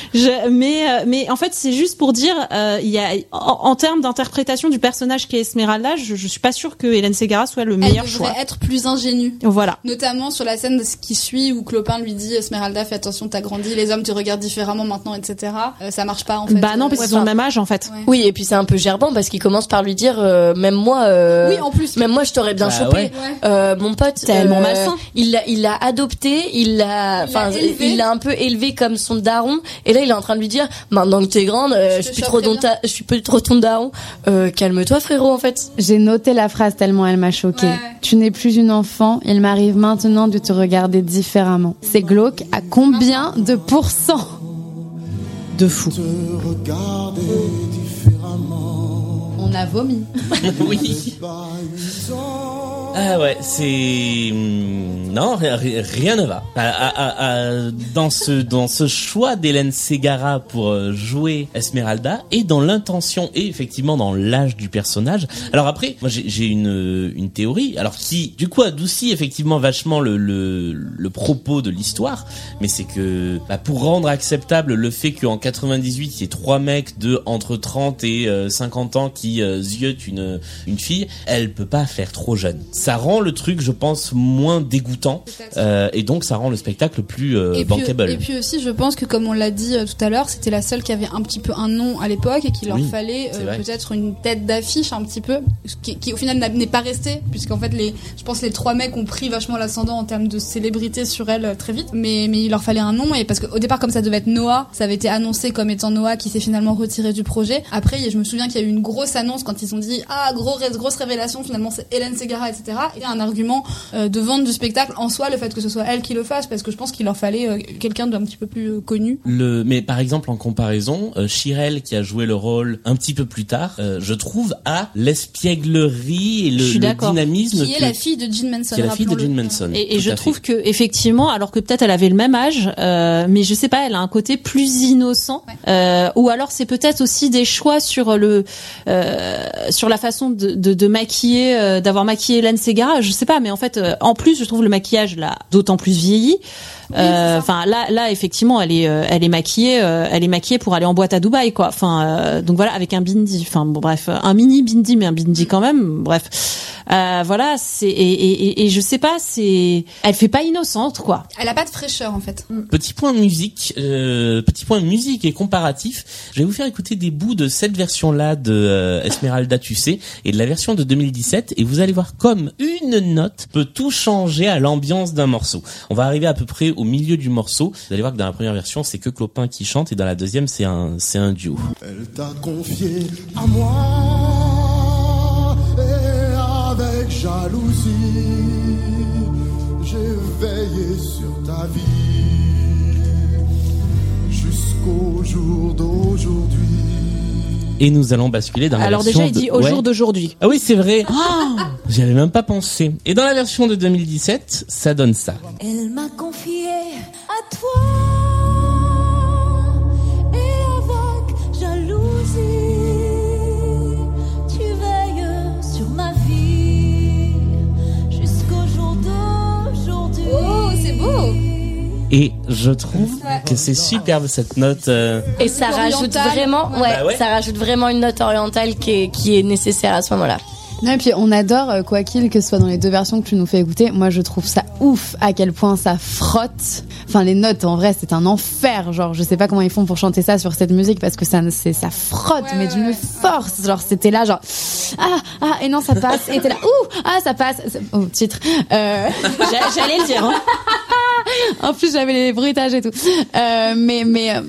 Mais en fait, c'est juste pour dire, il y a en termes d'interprétation du personnage qui est Esmeralda, je suis pas sûre que Hélène Ségara soit le meilleur choix. Elle devrait être plus ingénue. Voilà. Notamment sur la scène qui suit où Clopin lui dit Esmeralda, fais attention, t'as grandi, les hommes te regardent différemment maintenant, etc. Ça marche pas en fait. Bah non, parce qu'ils ont le même âge en fait. Ouais. Oui, et puis c'est un peu gerbant parce qu'il commence par lui dire même moi. Oui, en plus. Même moi, je t'aurais bien chopé. Ouais. Mon pote. Tellement malsain. Il l'a adopté, il l'a un peu élevé comme son daron. Et là, il est en train de lui dire, maintenant que t'es grande, je suis plus trop ton daron. Calme-toi, frérot, en fait. J'ai noté la phrase tellement elle m'a choquée. Ouais. Tu n'es plus une enfant, il m'arrive maintenant de te regarder différemment. C'est glauque à combien de pourcents? De fou. On a vomi. Oui. Ah ouais, c'est non, rien ne va. Dans ce choix d'Hélène Ségara pour jouer Esmeralda, et dans l'intention et effectivement dans l'âge du personnage. Alors après, moi j'ai une théorie, alors qui du coup adoucit effectivement vachement le propos de l'histoire, mais c'est que pour rendre acceptable le fait qu'en 98 il y ait 3 mecs de entre 30 et 50 ans qui ziotent une fille, elle peut pas faire trop jeune. Ça rend le truc, je pense, moins dégoûtant, et donc ça rend le spectacle plus bankable. Et puis aussi, je pense que comme on l'a dit tout à l'heure, c'était la seule qui avait un petit peu un nom à l'époque et qu'il leur fallait peut-être une tête d'affiche un petit peu, qui au final n'est pas restée, puisqu'en fait je pense les 3 mecs ont pris vachement l'ascendant en termes de célébrité sur elle très vite, mais il leur fallait un nom, et parce qu'au départ, comme ça devait être Noah, ça avait été annoncé comme étant Noah, qui s'est finalement retiré du projet. Après, je me souviens qu'il y a eu une grosse annonce quand ils ont dit grosse révélation, finalement c'est Hélène Ségara, etc. Et un argument de vente du spectacle en soi, le fait que ce soit elle qui le fasse, parce que je pense qu'il leur fallait quelqu'un d'un petit peu plus connu. Mais par exemple, en comparaison, Chirel, qui a joué le rôle un petit peu plus tard, je trouve a l'espièglerie et le dynamisme, qui est la fille de Jean Manson. Qui est la fille de Jean Manson. Et je trouve que effectivement, alors que peut-être elle avait le même âge, mais je sais pas, elle a un côté plus innocent, ou alors c'est peut-être aussi des choix sur la façon de maquiller, d'avoir maquillé Hélène Ségara, je sais pas, mais en fait, en plus, je trouve le maquillage là d'autant plus vieilli. Enfin là effectivement elle est maquillée pour aller en boîte à Dubaï quoi. Enfin donc voilà, avec un bindi. Enfin bon bref, un mini bindi mais un bindi quand même. Bref. Voilà, c'est et je sais pas, elle fait pas innocente quoi. Elle a pas de fraîcheur en fait. Petit point musique et comparatif. Je vais vous faire écouter des bouts de cette version-là de Esmeralda tu sais et de la version de 2017 et vous allez voir comme une note peut tout changer à l'ambiance d'un morceau. On va arriver à peu près au milieu du morceau. Vous allez voir que dans la première version c'est que Clopin qui chante et dans la deuxième c'est un duo. Elle t'a confié à moi et avec jalousie j'ai veillé sur ta vie jusqu'au jour d'aujourd'hui. Et nous allons basculer dans la version déjà il dit au jour d'aujourd'hui. Ah oui c'est vrai. J'y avais même pas pensé. Et dans la version de 2017 ça donne ça. Elle m'a confié à toi et avec jalousie tu veilles sur ma vie jusqu'au jour d'aujourd'hui. Oh c'est beau. Et je trouve que c'est superbe cette note. Et ça rajoute vraiment, ça rajoute vraiment une note orientale qui est nécessaire à ce moment-là. Non, et puis on adore quoi qu'il que ce soit dans les deux versions que tu nous fais écouter. Moi je trouve ça ouf à quel point ça frotte. Enfin les notes en vrai c'est un enfer. Genre je sais pas comment ils font pour chanter ça sur cette musique parce que ça frotte mais d'une force. Genre c'était là genre et non ça passe et t'es là ça passe. Titre. J'allais le dire. Hein. En plus j'avais les bruitages et tout. Mais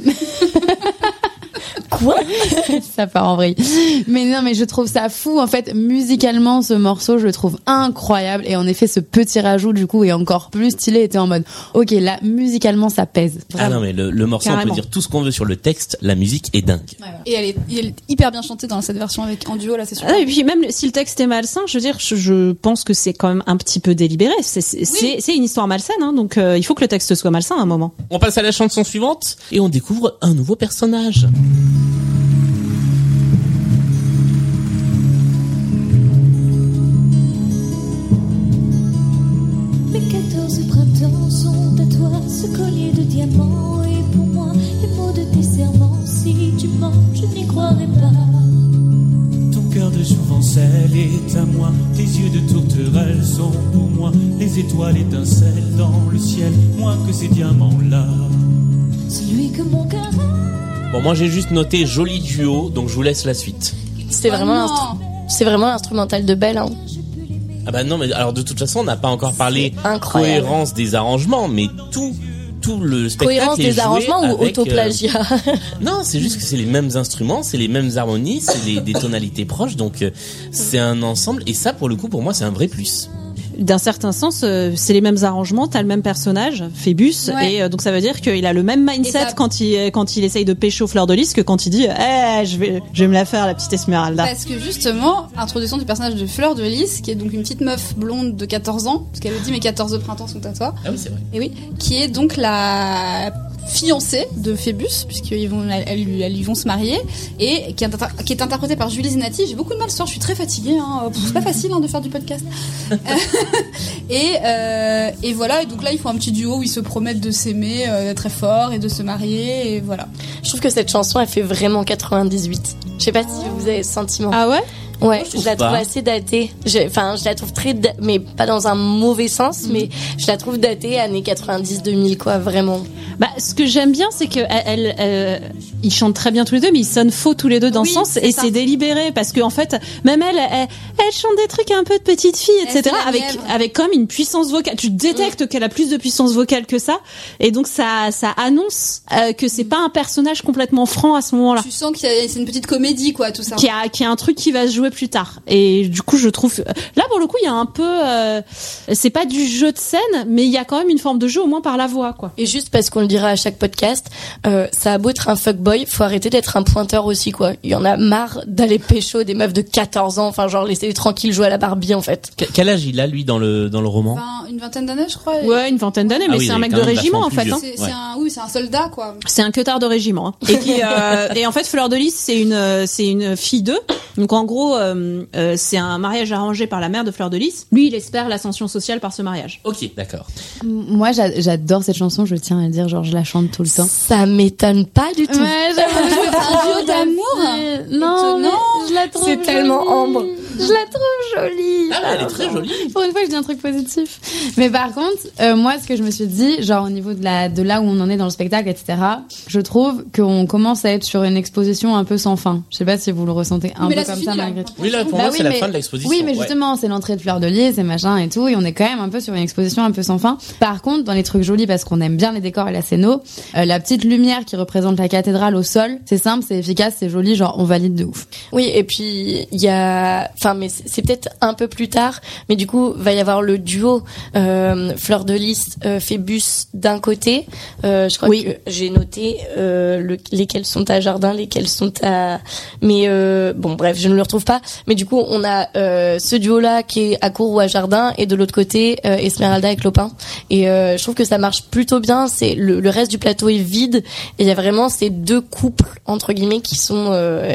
quoi ça part en vrille. Mais non mais je trouve ça fou en fait musicalement ce morceau je le trouve incroyable et en effet ce petit rajout du coup est encore plus stylé. Était en mode ok là musicalement ça pèse vraiment. Ah non mais le morceau carrément. On peut dire tout ce qu'on veut sur le texte, la musique est dingue. Et elle est hyper bien chantée dans cette version en duo là c'est sûr. Et puis même si le texte est malsain je veux dire je pense que c'est quand même un petit peu délibéré. C'est une histoire malsaine hein, donc il faut que le texte soit malsain à un moment. On passe à la chanson suivante et on découvre un nouveau personnage. Ce collier de diamants et pour moi les mots de tes serments. Si tu mens, je n'y croirais pas. Ton cœur de jouvencelle est à moi. Tes yeux de tourterelle sont pour moi les étoiles étincellent dans le ciel. Moins que ces diamants-là. Celui que mon cœur a. Bon, moi j'ai juste noté joli duo, donc je vous laisse la suite. C'est vraiment l'instrumental de Belle. Hein. Ah bah non mais alors de toute façon on n'a pas encore parlé cohérence des arrangements mais tout le spectacle cohérence des arrangements ou autoplagiat. Non c'est juste que c'est les mêmes instruments, c'est les mêmes harmonies, c'est des tonalités proches donc c'est un ensemble et ça pour le coup pour moi c'est un vrai plus. D'un certain sens, c'est les mêmes arrangements, t'as le même personnage, Phébus, et donc ça veut dire qu'il a le même mindset quand il essaye de pécho Fleur de Lys que quand il dit je vais me la faire la petite Esmeralda. Parce que justement, introduction du personnage de Fleur de Lys, qui est donc une petite meuf blonde de 14 ans, parce qu'elle dit mes 14 printemps sont à toi. Ah oui c'est vrai. Et oui, qui est donc la fiancée de Phébus, puisqu'ils vont, elles vont se marier, et qui est interprétée par Julie Zenati. J'ai beaucoup de mal ce soir, je suis très fatiguée, hein. C'est pas facile de faire du podcast. Et voilà, et donc là ils font un petit duo où ils se promettent de s'aimer très fort et de se marier, et voilà. Je trouve que cette chanson elle fait vraiment 98. Je sais pas si vous avez ce sentiment. Ah ouais? Ouais, je la trouve assez datée. Je la trouve mais pas dans un mauvais sens, mais je la trouve datée années 90-2000 quoi, vraiment. Bah, ce que j'aime bien, c'est que ils chantent très bien tous les deux, mais ils sonnent faux tous les deux dans ce sens, et c'est délibéré parce que en fait, même elle chante des trucs un peu de petite fille, etc. Avec comme une puissance vocale. Tu détectes qu'elle a plus de puissance vocale que ça, et donc ça annonce que c'est pas un personnage complètement franc à ce moment-là. Tu sens que c'est une petite comédie quoi, tout ça. Qui a un truc qui va se jouer plus tard. Et du coup, je trouve là pour le coup, il y a un peu, c'est pas du jeu de scène, mais il y a quand même une forme de jeu au moins par la voix quoi. Et juste parce qu'on le dira à chaque podcast, ça a beau être un fuckboy, faut arrêter d'être un pointeur aussi quoi. Il y en a marre d'aller pécho des meufs de 14 ans, enfin genre laisser tranquille jouer à la Barbie en fait. Quel âge il a lui dans le roman? Une vingtaine d'années je crois. Ouais, une vingtaine d'années, mais c'est un mec de régiment en fait. Hein. C'est un soldat quoi. C'est un queutard de régiment. Hein. Et en fait Fleur de Lys c'est une fille d'eux. Donc en gros c'est un mariage arrangé par la mère de Fleur de Lys. Lui, il espère l'ascension sociale par ce mariage. Ok, d'accord. Moi, j'adore cette chanson, je tiens à le dire, genre je la chante tout le temps. Ça m'étonne pas du tout. Ouais, un duo d'amour. Non, mais je la trouve c'est tellement ambre. Je la trouve jolie. Ah, elle est très jolie. Pour une fois, je dis un truc positif. Mais par contre, moi, ce que je me suis dit, genre au niveau de là où on en est dans le spectacle, etc., je trouve qu'on commence à être sur une exposition un peu sans fin. Je sais pas si vous le ressentez un peu comme ça, malgré tout. Oui, là, pour moi, c'est la fin de l'exposition. Oui, mais justement, c'est l'entrée de Fleur de Lys et machin et tout, et on est quand même un peu sur une exposition un peu sans fin. Par contre, dans les trucs jolis, parce qu'on aime bien les décors et la scéno, la petite lumière qui représente la cathédrale au sol, c'est simple, c'est efficace, c'est joli, genre on valide de ouf. Oui, et puis il y a, mais c'est peut-être un peu plus tard, mais du coup va y avoir le duo Fleur de Lys, Phébus d'un côté. Je crois que j'ai noté lesquels sont à Jardin, lesquels sont à. Mais bon, bref, je ne le retrouve pas. Mais du coup, on a ce duo-là qui est à Cour ou à Jardin, et de l'autre côté Esmeralda et Clopin. Et je trouve que ça marche plutôt bien. C'est le reste du plateau est vide, et il y a vraiment ces deux couples entre guillemets qui sont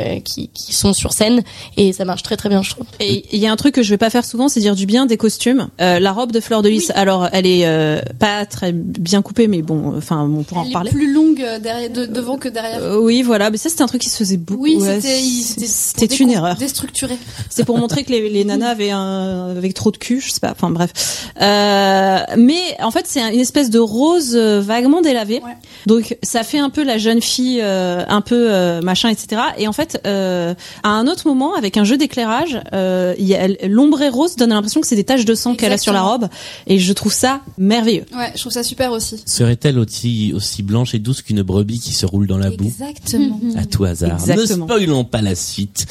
sur scène, et ça marche très très bien, je trouve. Et il y a un truc que je vais pas faire souvent, c'est dire du bien des costumes. La robe de Fleur de Lys, alors elle est pas très bien coupée, mais bon, enfin on pourra en reparler. Elle est plus longue devant que derrière. Oui, voilà, mais ça c'était un truc qui se faisait beaucoup. Oui, ouais, c'était une erreur. Déstructuré. C'est pour montrer que les nanas avaient trop de cul, je sais pas. Enfin bref. Mais en fait c'est une espèce de rose vaguement délavé. Ouais. Donc ça fait un peu la jeune fille, un peu machin, etc. Et en fait, à un autre moment, avec un jeu d'éclairage, l'ombre rose donne l'impression que c'est des taches de sang qu'elle a sur la robe, et je trouve ça merveilleux. Ouais, je trouve ça super aussi. Serait-elle aussi blanche et douce qu'une brebis qui se roule dans la boue? Exactement. À tout hasard. Exactement. Ne spoilons pas la suite.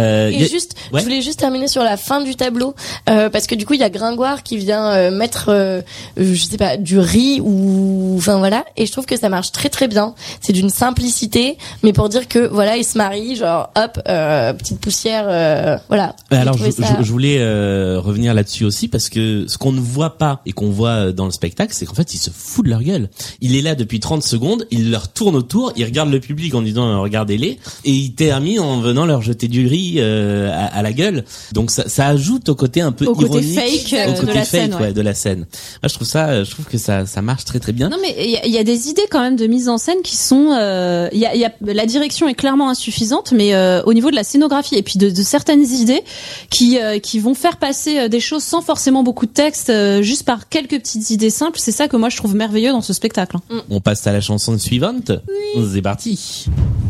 Je voulais juste terminer sur la fin du tableau, parce que du coup il y a Gringoire qui vient mettre, je sais pas, du riz ou, enfin voilà, et je trouve que ça marche très très bien. C'est d'une simplicité, mais pour dire que voilà, ils se marient, genre hop, petite poussière, voilà. Alors je voulais revenir là-dessus aussi, parce que ce qu'on ne voit pas et qu'on voit dans le spectacle, c'est qu'en fait ils se foutent de leur gueule. Il est là depuis 30 secondes, il leur tourne autour, il regarde le public en disant regardez-les, et il termine en venant leur jeter du riz à la gueule. Donc ça ajoute au côté un peu au ironique, côté fake, au côté de la fake, scène, ouais. De la scène. Moi je trouve que ça marche très très bien. Non mais il y a des idées quand même de mise en scène qui sont, la direction est clairement insuffisante, mais au niveau de la scénographie et puis de certaines idées qui vont faire passer des choses sans forcément beaucoup de texte, juste par quelques petites idées simples. C'est ça que moi je trouve merveilleux dans ce spectacle. On passe à la chanson suivante. Oui. C'est parti.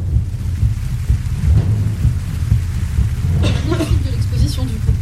De l'exposition du coup.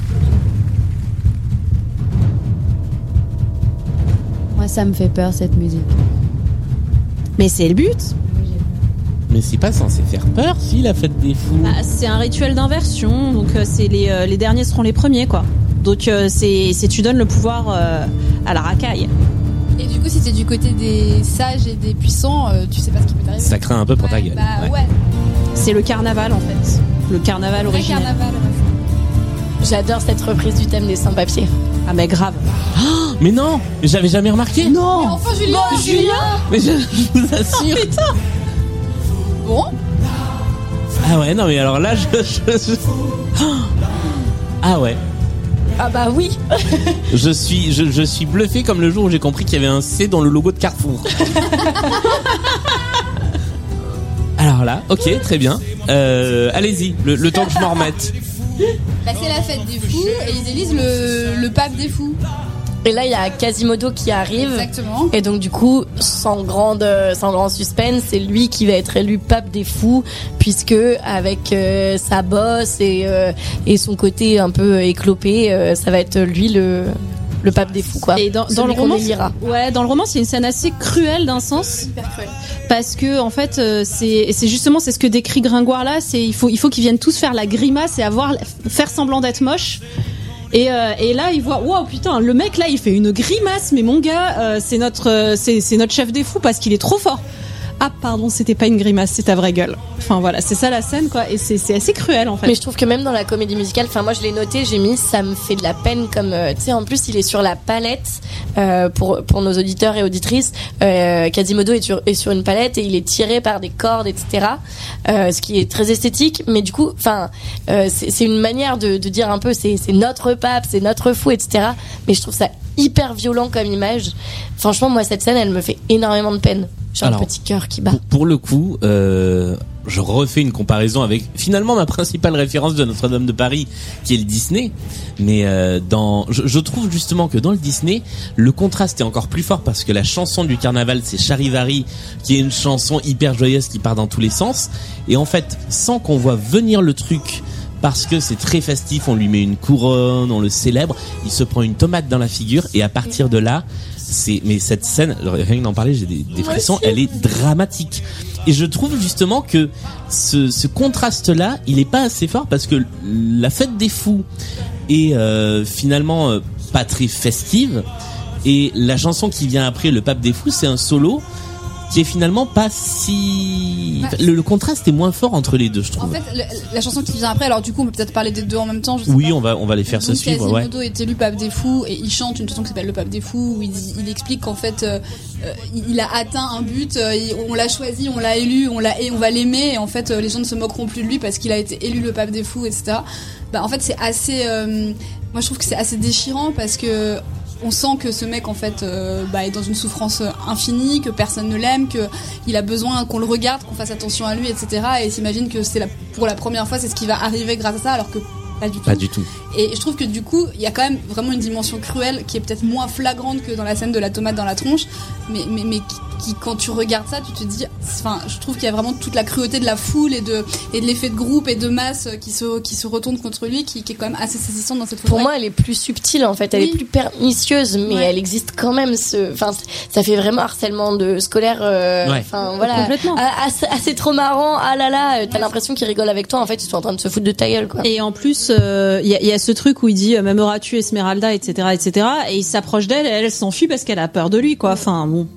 Moi, ça me fait peur cette musique. Mais c'est le but. Mais c'est pas censé faire peur, si, la fête des fous. Bah, c'est un rituel d'inversion, donc c'est les derniers seront les premiers, quoi. Donc c'est tu donnes le pouvoir à la racaille. Et du coup, si t'es du côté des sages et des puissants, tu sais pas ce qui peut t'arriver. Ça craint un peu pour ta gueule. Bah ouais. C'est le carnaval en fait, le carnaval original. Carnaval. Ouais. J'adore cette reprise du thème des sans-papiers. Ah mais grave. Oh, mais non, j'avais jamais remarqué. Non. Mais enfin Julien. Mais je vous assure. Oh, putain. Bon. Ah ouais, non mais alors là Ah ouais. Ah bah oui. Je suis bluffé comme le jour où j'ai compris qu'il y avait un C dans le logo de Carrefour. Alors là, ok, très bien. Allez-y, le temps que je m'en remette. Bah c'est la fête des fous et ils élisent le pape des fous. Et là, il y a Quasimodo qui arrive. Exactement. Et donc, du coup, sans grand suspense, c'est lui qui va être élu pape des fous, puisque avec sa bosse et son côté un peu éclopé, ça va être lui le pape des fous, quoi. Et dans le roman, dans le roman, c'est une scène assez cruelle d'un sens. Hyper cruel. Parce que en fait, c'est justement ce que décrit Gringoire là. C'est il faut qu'ils viennent tous faire la grimace et faire semblant d'être moche. Et là, il voit, wow, putain, le mec là, il fait une grimace, mais mon gars, c'est notre chef des fous parce qu'il est trop fort. Ah pardon, c'était pas une grimace, c'est ta vraie gueule. Enfin voilà, c'est ça la scène quoi, et c'est assez cruel en fait. Mais je trouve que même dans la comédie musicale, enfin moi je l'ai noté, j'ai mis ça me fait de la peine comme tu sais en plus il est sur la palette pour nos auditeurs et auditrices. Quasimodo est sur une palette et il est tiré par des cordes etc. Ce qui est très esthétique, mais du coup, enfin c'est une manière de dire un peu c'est notre pape, c'est notre fou etc. Mais je trouve ça hyper violent comme image. Franchement moi cette scène elle me fait énormément de peine. J'ai un petit cœur qui bat. Pour le coup, je refais une comparaison avec finalement ma principale référence de Notre-Dame de Paris, qui est le Disney. Mais je trouve justement que dans le Disney, le contraste est encore plus fort parce que la chanson du carnaval, c'est Charivari, qui est une chanson hyper joyeuse qui part dans tous les sens. Et en fait, sans qu'on voit venir le truc, parce que c'est très festif, on lui met une couronne, on le célèbre, il se prend une tomate dans la figure et à partir de là, mais cette scène, rien que d'en parler, j'ai des frissons, elle est dramatique. Et je trouve justement que ce contraste-là, il est pas assez fort parce que la fête des fous est finalement pas très festive et la chanson qui vient après, le pape des fous, c'est un solo qui est finalement pas si... Le contraste est moins fort entre les deux, je trouve. En fait, la chanson qui vient après, alors du coup, on peut peut-être parler des deux en même temps. Je sais oui, pas. on va les faire se suivre. Quasimodo est élu pape des fous et il chante une chanson qui s'appelle Le Pape des Fous où il explique qu'en fait, il a atteint un but, on l'a choisi, on l'a élu, on va l'aimer et en fait, les gens ne se moqueront plus de lui parce qu'il a été élu le pape des fous, etc. Bah, en fait, c'est assez... moi, je trouve que c'est assez déchirant parce que on sent que ce mec en fait est dans une souffrance infinie, que personne ne l'aime, que il a besoin qu'on le regarde, qu'on fasse attention à lui, etc. Et il s'imagine que pour la première fois c'est ce qui va arriver grâce à ça, alors que pas du tout. Et je trouve que du coup il y a quand même vraiment une dimension cruelle qui est peut-être moins flagrante que dans la scène de la tomate dans la tronche, mais qui quand tu regardes ça tu te dis, enfin je trouve qu'il y a vraiment toute la cruauté de la foule et de l'effet de groupe et de masse qui se retourne contre lui qui est quand même assez saisissante dans cette photo. Pour moi elle est plus subtile en fait, elle est plus pernicieuse mais elle existe quand même, ça fait vraiment harcèlement scolaire enfin voilà, complètement. Assez trop marrant, ah là là, t'as l'impression qu'ils rigolent avec toi, en fait ils sont en train de se foutre de ta gueule quoi. Et en plus il y a ce truc où il dit m'aimeras-tu Esmeralda etc. et il s'approche d'elle et elle s'enfuit parce qu'elle a peur de lui quoi. Enfin bon,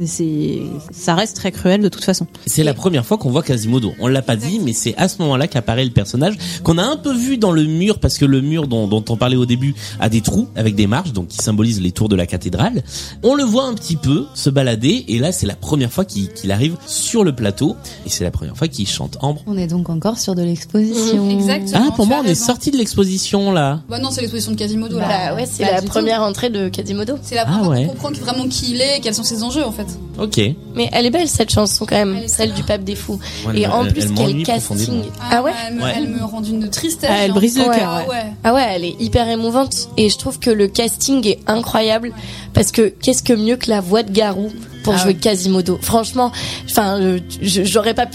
ça reste très cruel de toute façon. C'est la première fois qu'on voit Quasimodo. On l'a pas dit, mais c'est à ce moment-là qu'apparaît le personnage qu'on a un peu vu dans le mur, parce que le mur dont on parlait au début a des trous avec des marches, donc qui symbolisent les tours de la cathédrale. On le voit un petit peu se balader, et là c'est la première fois qu'il arrive sur le plateau, et c'est la première fois qu'il chante Ambre. On est donc encore sur de l'exposition. Exactement. Ah, pour moi on est sorti de l'exposition là. Bah non, c'est l'exposition de Quasimodo là. Bah ouais, c'est la première entrée de Quasimodo. C'est la première fois qu'on comprend vraiment qui il est et quels sont ses enjeux en fait. Ok. Mais elle est belle cette chanson quand même, celle du pape des fous. Ouais, et en plus quel casting. Ah ouais. Elle me rend d'une tristesse. Elle brise le cœur. Ah ouais, elle est hyper émouvante et je trouve que le casting est incroyable parce que qu'est-ce que mieux que la voix de Garou pour jouer Quasimodo. Franchement, enfin j'aurais pas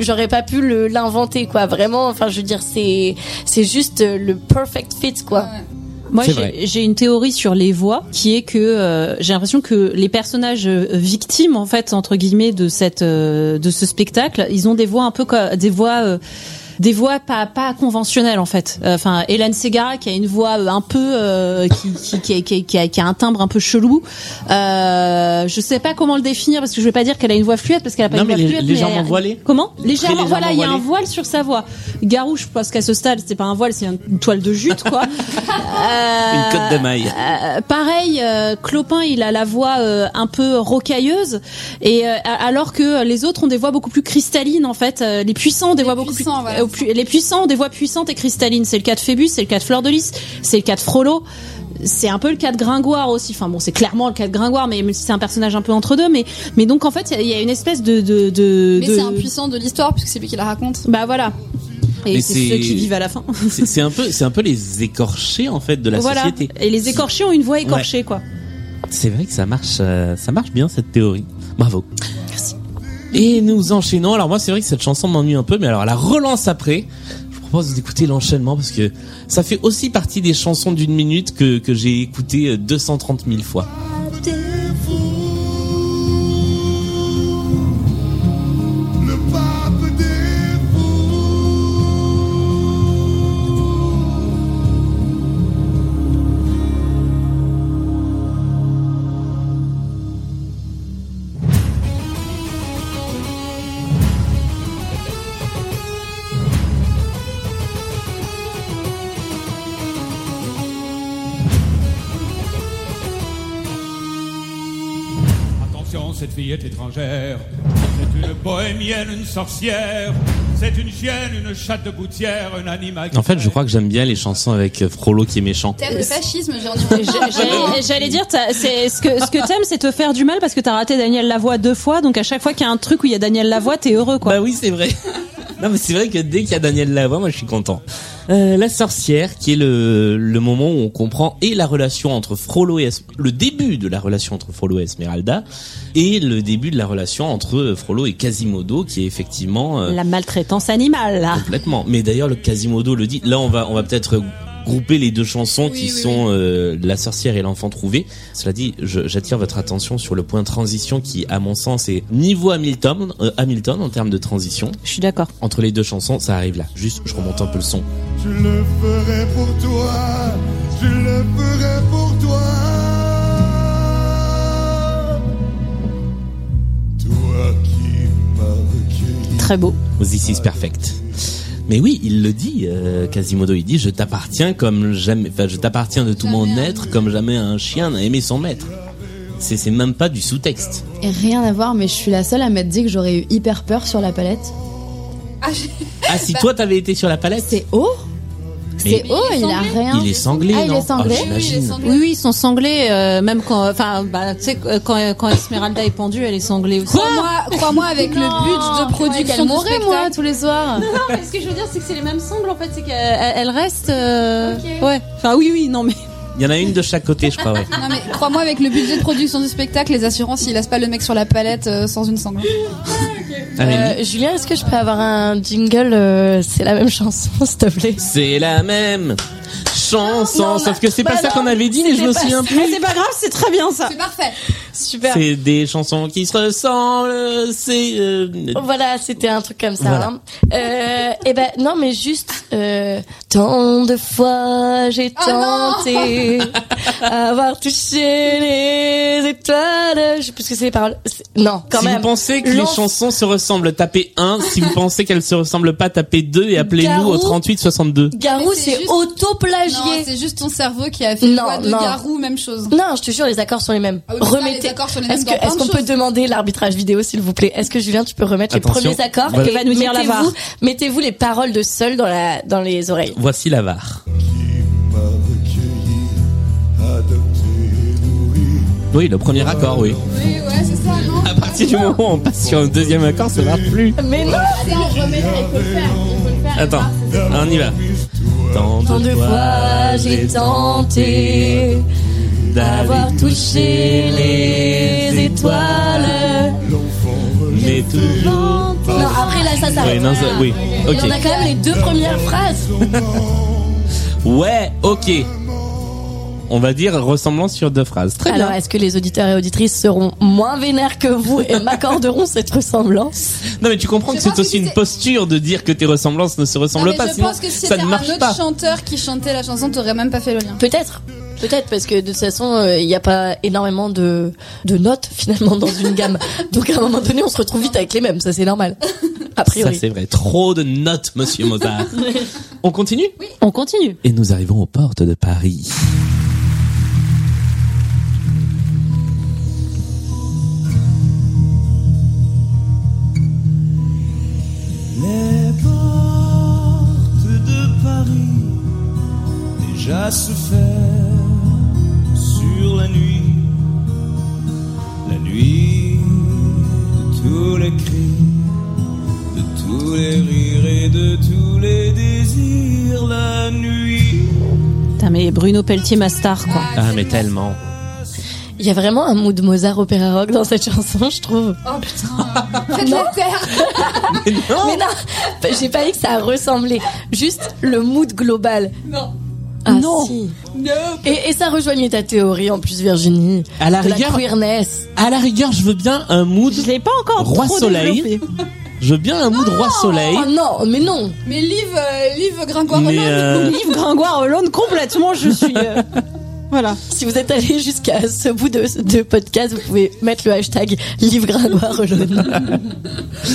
pu l'inventer quoi, vraiment, enfin je veux dire c'est juste le perfect fit quoi. Moi, j'ai une théorie sur les voix qui est que j'ai l'impression que les personnages victimes, en fait, entre guillemets, de ce spectacle, ils ont des voix un peu des voix pas conventionnelles en fait. Enfin, Hélène Ségara qui a une voix un peu qui a un timbre un peu chelou. Je sais pas comment le définir parce que je vais pas dire qu'elle a une voix fluette parce qu'elle a pas une voix fluette. Légèrement voilée. Comment ? Légèrement, voilà, il y a un voile sur sa voix. Garou, je pense qu'à ce stade, c'est pas un voile, c'est une toile de jute quoi. Une cotte de maille. Pareil, Clopin, il a la voix un peu rocailleuse et alors que les autres ont des voix beaucoup plus cristallines en fait. Les puissants ont des voix beaucoup plus les puissants ont des voix puissantes et cristallines. C'est le cas de Phébus, c'est le cas de Fleur de Lys, c'est le cas de Frollo. C'est un peu le cas de Gringoire aussi. Enfin bon, c'est clairement le cas de Gringoire, mais même si c'est un personnage un peu entre deux, mais donc en fait il y a une espèce de mais c'est un puissant de l'histoire puisque c'est lui qui la raconte. Bah voilà. Et c'est ceux qui vivent à la fin. c'est un peu les écorchés en fait de la société. Et les écorchés ont une voix écorchée quoi. C'est vrai que ça marche bien cette théorie. Bravo. Merci. Et nous enchaînons. Alors moi c'est vrai que cette chanson m'ennuie un peu, mais alors la relance après. Je vous propose d'écouter l'enchaînement parce que ça fait aussi partie des chansons d'une minute que j'ai écouté 230 000 fois. cette fille est étrangère. C'est une bohémienne, une sorcière. C'est une chienne, une chatte de gouttière, un animal. En fait, je crois que j'aime bien les chansons avec Frollo qui est méchant. T'aimes le fascisme, J'allais dire, c'est ce que t'aimes, c'est te faire du mal parce que t'as raté Daniel Lavoie 2 fois, donc à chaque fois qu'il y a un truc où il y a Daniel Lavoie, t'es heureux, quoi. Bah oui, c'est vrai. Non, mais c'est vrai que dès qu'il y a Daniel Lavoie, moi je suis content. La sorcière, qui est le moment où on comprend et la relation entre Frollo et le début de la relation entre Frollo et Esmeralda, et le début de la relation entre Frollo et Quasimodo, qui est effectivement la maltraitance animale, là. Complètement. Mais d'ailleurs, le Quasimodo le dit. Là, on va peut-être grouper les deux chansons qui sont La sorcière et l'enfant trouvé. Cela dit, j'attire votre attention sur le point de transition qui, à mon sens, est niveau Hamilton en termes de transition. Je suis d'accord. Entre les deux chansons, ça arrive là. Juste, je remonte un peu le son. Je le ferai pour toi, je le ferai pour toi. Toi qui m'as recueilli. Très beau. This is perfect. Mais oui, il le dit, Quasimodo, il dit, je t'appartiens comme jamais, enfin, je t'appartiens de tout mon être comme jamais un chien n'a aimé son maître. C'est même pas du sous-texte. Et rien à voir, mais je suis la seule à m'être dit que j'aurais eu hyper peur sur la palette. Ah, si toi t'avais été sur la palette. C'est haut. C'est haut, il a rien. Il est sanglé, non? Il est sanglé. Oh, j'imagine. Oui, ils sont sanglés, même quand, enfin, tu sais, quand Esmeralda est pendue, elle est sanglée aussi. Crois-moi, avec le but de production du spectacle. Moi, tous les soirs. Non, mais ce que je veux dire, c'est que c'est les mêmes sangles, en fait, c'est qu'elles restent, ouais. Enfin, oui, non, mais. Il y en a une de chaque côté, je crois, ouais. Non, mais crois-moi, avec le budget de production du spectacle, les assurances, ils laissent pas le mec sur la palette sans une sangle. Julien, est-ce que je peux avoir un jingle c'est la même chanson, s'il te plaît? C'est la même chanson, sauf que c'est pas ça qu'on avait dit, mais je me souviens plus. Mais c'est pas grave, c'est très bien ça. C'est parfait. Super. C'est des chansons qui se ressemblent, c'est... Voilà, c'était un truc comme ça. Voilà. Hein. Et ben non, mais juste tant de fois j'ai tenté avoir touché les étoiles. Je sais plus ce que c'est les paroles. Non, quand si même. Si vous pensez que les chansons se ressemblent, tapez 1. Si vous pensez qu'elles se ressemblent pas, tapez 2 et appelez-nous au 38 62. Garou, c'est juste... auto-plagié. Non, c'est juste ton cerveau qui a fait le voix de Garou, même chose. Non, je te jure, les accords sont les mêmes. Ah oui, remettez. Est-ce qu'on peut demander l'arbitrage vidéo, s'il vous plaît? Est-ce que Julien, tu peux remettre les premiers accords voilà. et va nous dire la VAR. Mettez-vous les paroles de Seul dans les oreilles. Voici la VAR. Oui, le premier accord, oui. Oui, ouais, c'est ça, non? À partir du moment où on passe sur un deuxième accord, ça marche plus. Mais non, il faut le faire. Attends, on y va. Tant de fois j'ai tenté d'avoir touché les étoiles, mais toujours. Non, après là, ça s'arrête. Oui, ok. Et on a quand même les 2 premières phrases. Ouais, ok. On va dire ressemblance sur 2 phrases. Très bien. Alors, est-ce que les auditeurs et auditrices seront moins vénères que vous et m'accorderont cette ressemblance? Non, mais tu comprends que c'est aussi une posture de dire que tes ressemblances ne se ressemblent pas, sinon pense que si ça ne marche pas. un autre chanteur qui chantait la chanson, t'aurais même pas fait le lien. Peut-être, parce que de toute façon, il n'y a pas énormément de notes finalement dans une gamme. Donc à un moment donné, on se retrouve vite avec les mêmes, ça c'est normal. A priori. Ça c'est vrai, trop de notes, monsieur Mozart. On continue? Oui, on continue. Et nous arrivons aux portes de Paris. Les portes de Paris déjà se ferment sur la nuit de tous les cris, de tous les rires et de tous les désirs, la nuit. Putain, mais Bruno Pelletier Mastar, quoi. Ah, mais tellement. Il y a vraiment un mood Mozart opéra rock dans cette chanson, je trouve. Oh putain, faites la terre. Mais non. Mais non, j'ai pas dit que ça ressemblait. Juste le mood global. Non. Ah non. Si. No. Et ça rejoignait ta théorie en plus, Virginie. À la rigueur, la queerness. À la rigueur, je veux bien un mood. Je l'ai pas encore Roi trop Soleil. développé. Je veux bien un mood Roi Soleil. Oh non, mais non. Mais Liv Gringoire-Hollande. Liv Gringoire-Hollande complètement, je suis... Voilà. Si vous êtes allé jusqu'à ce bout de podcast, vous pouvez mettre le hashtag Liv Gringoire-Hollande.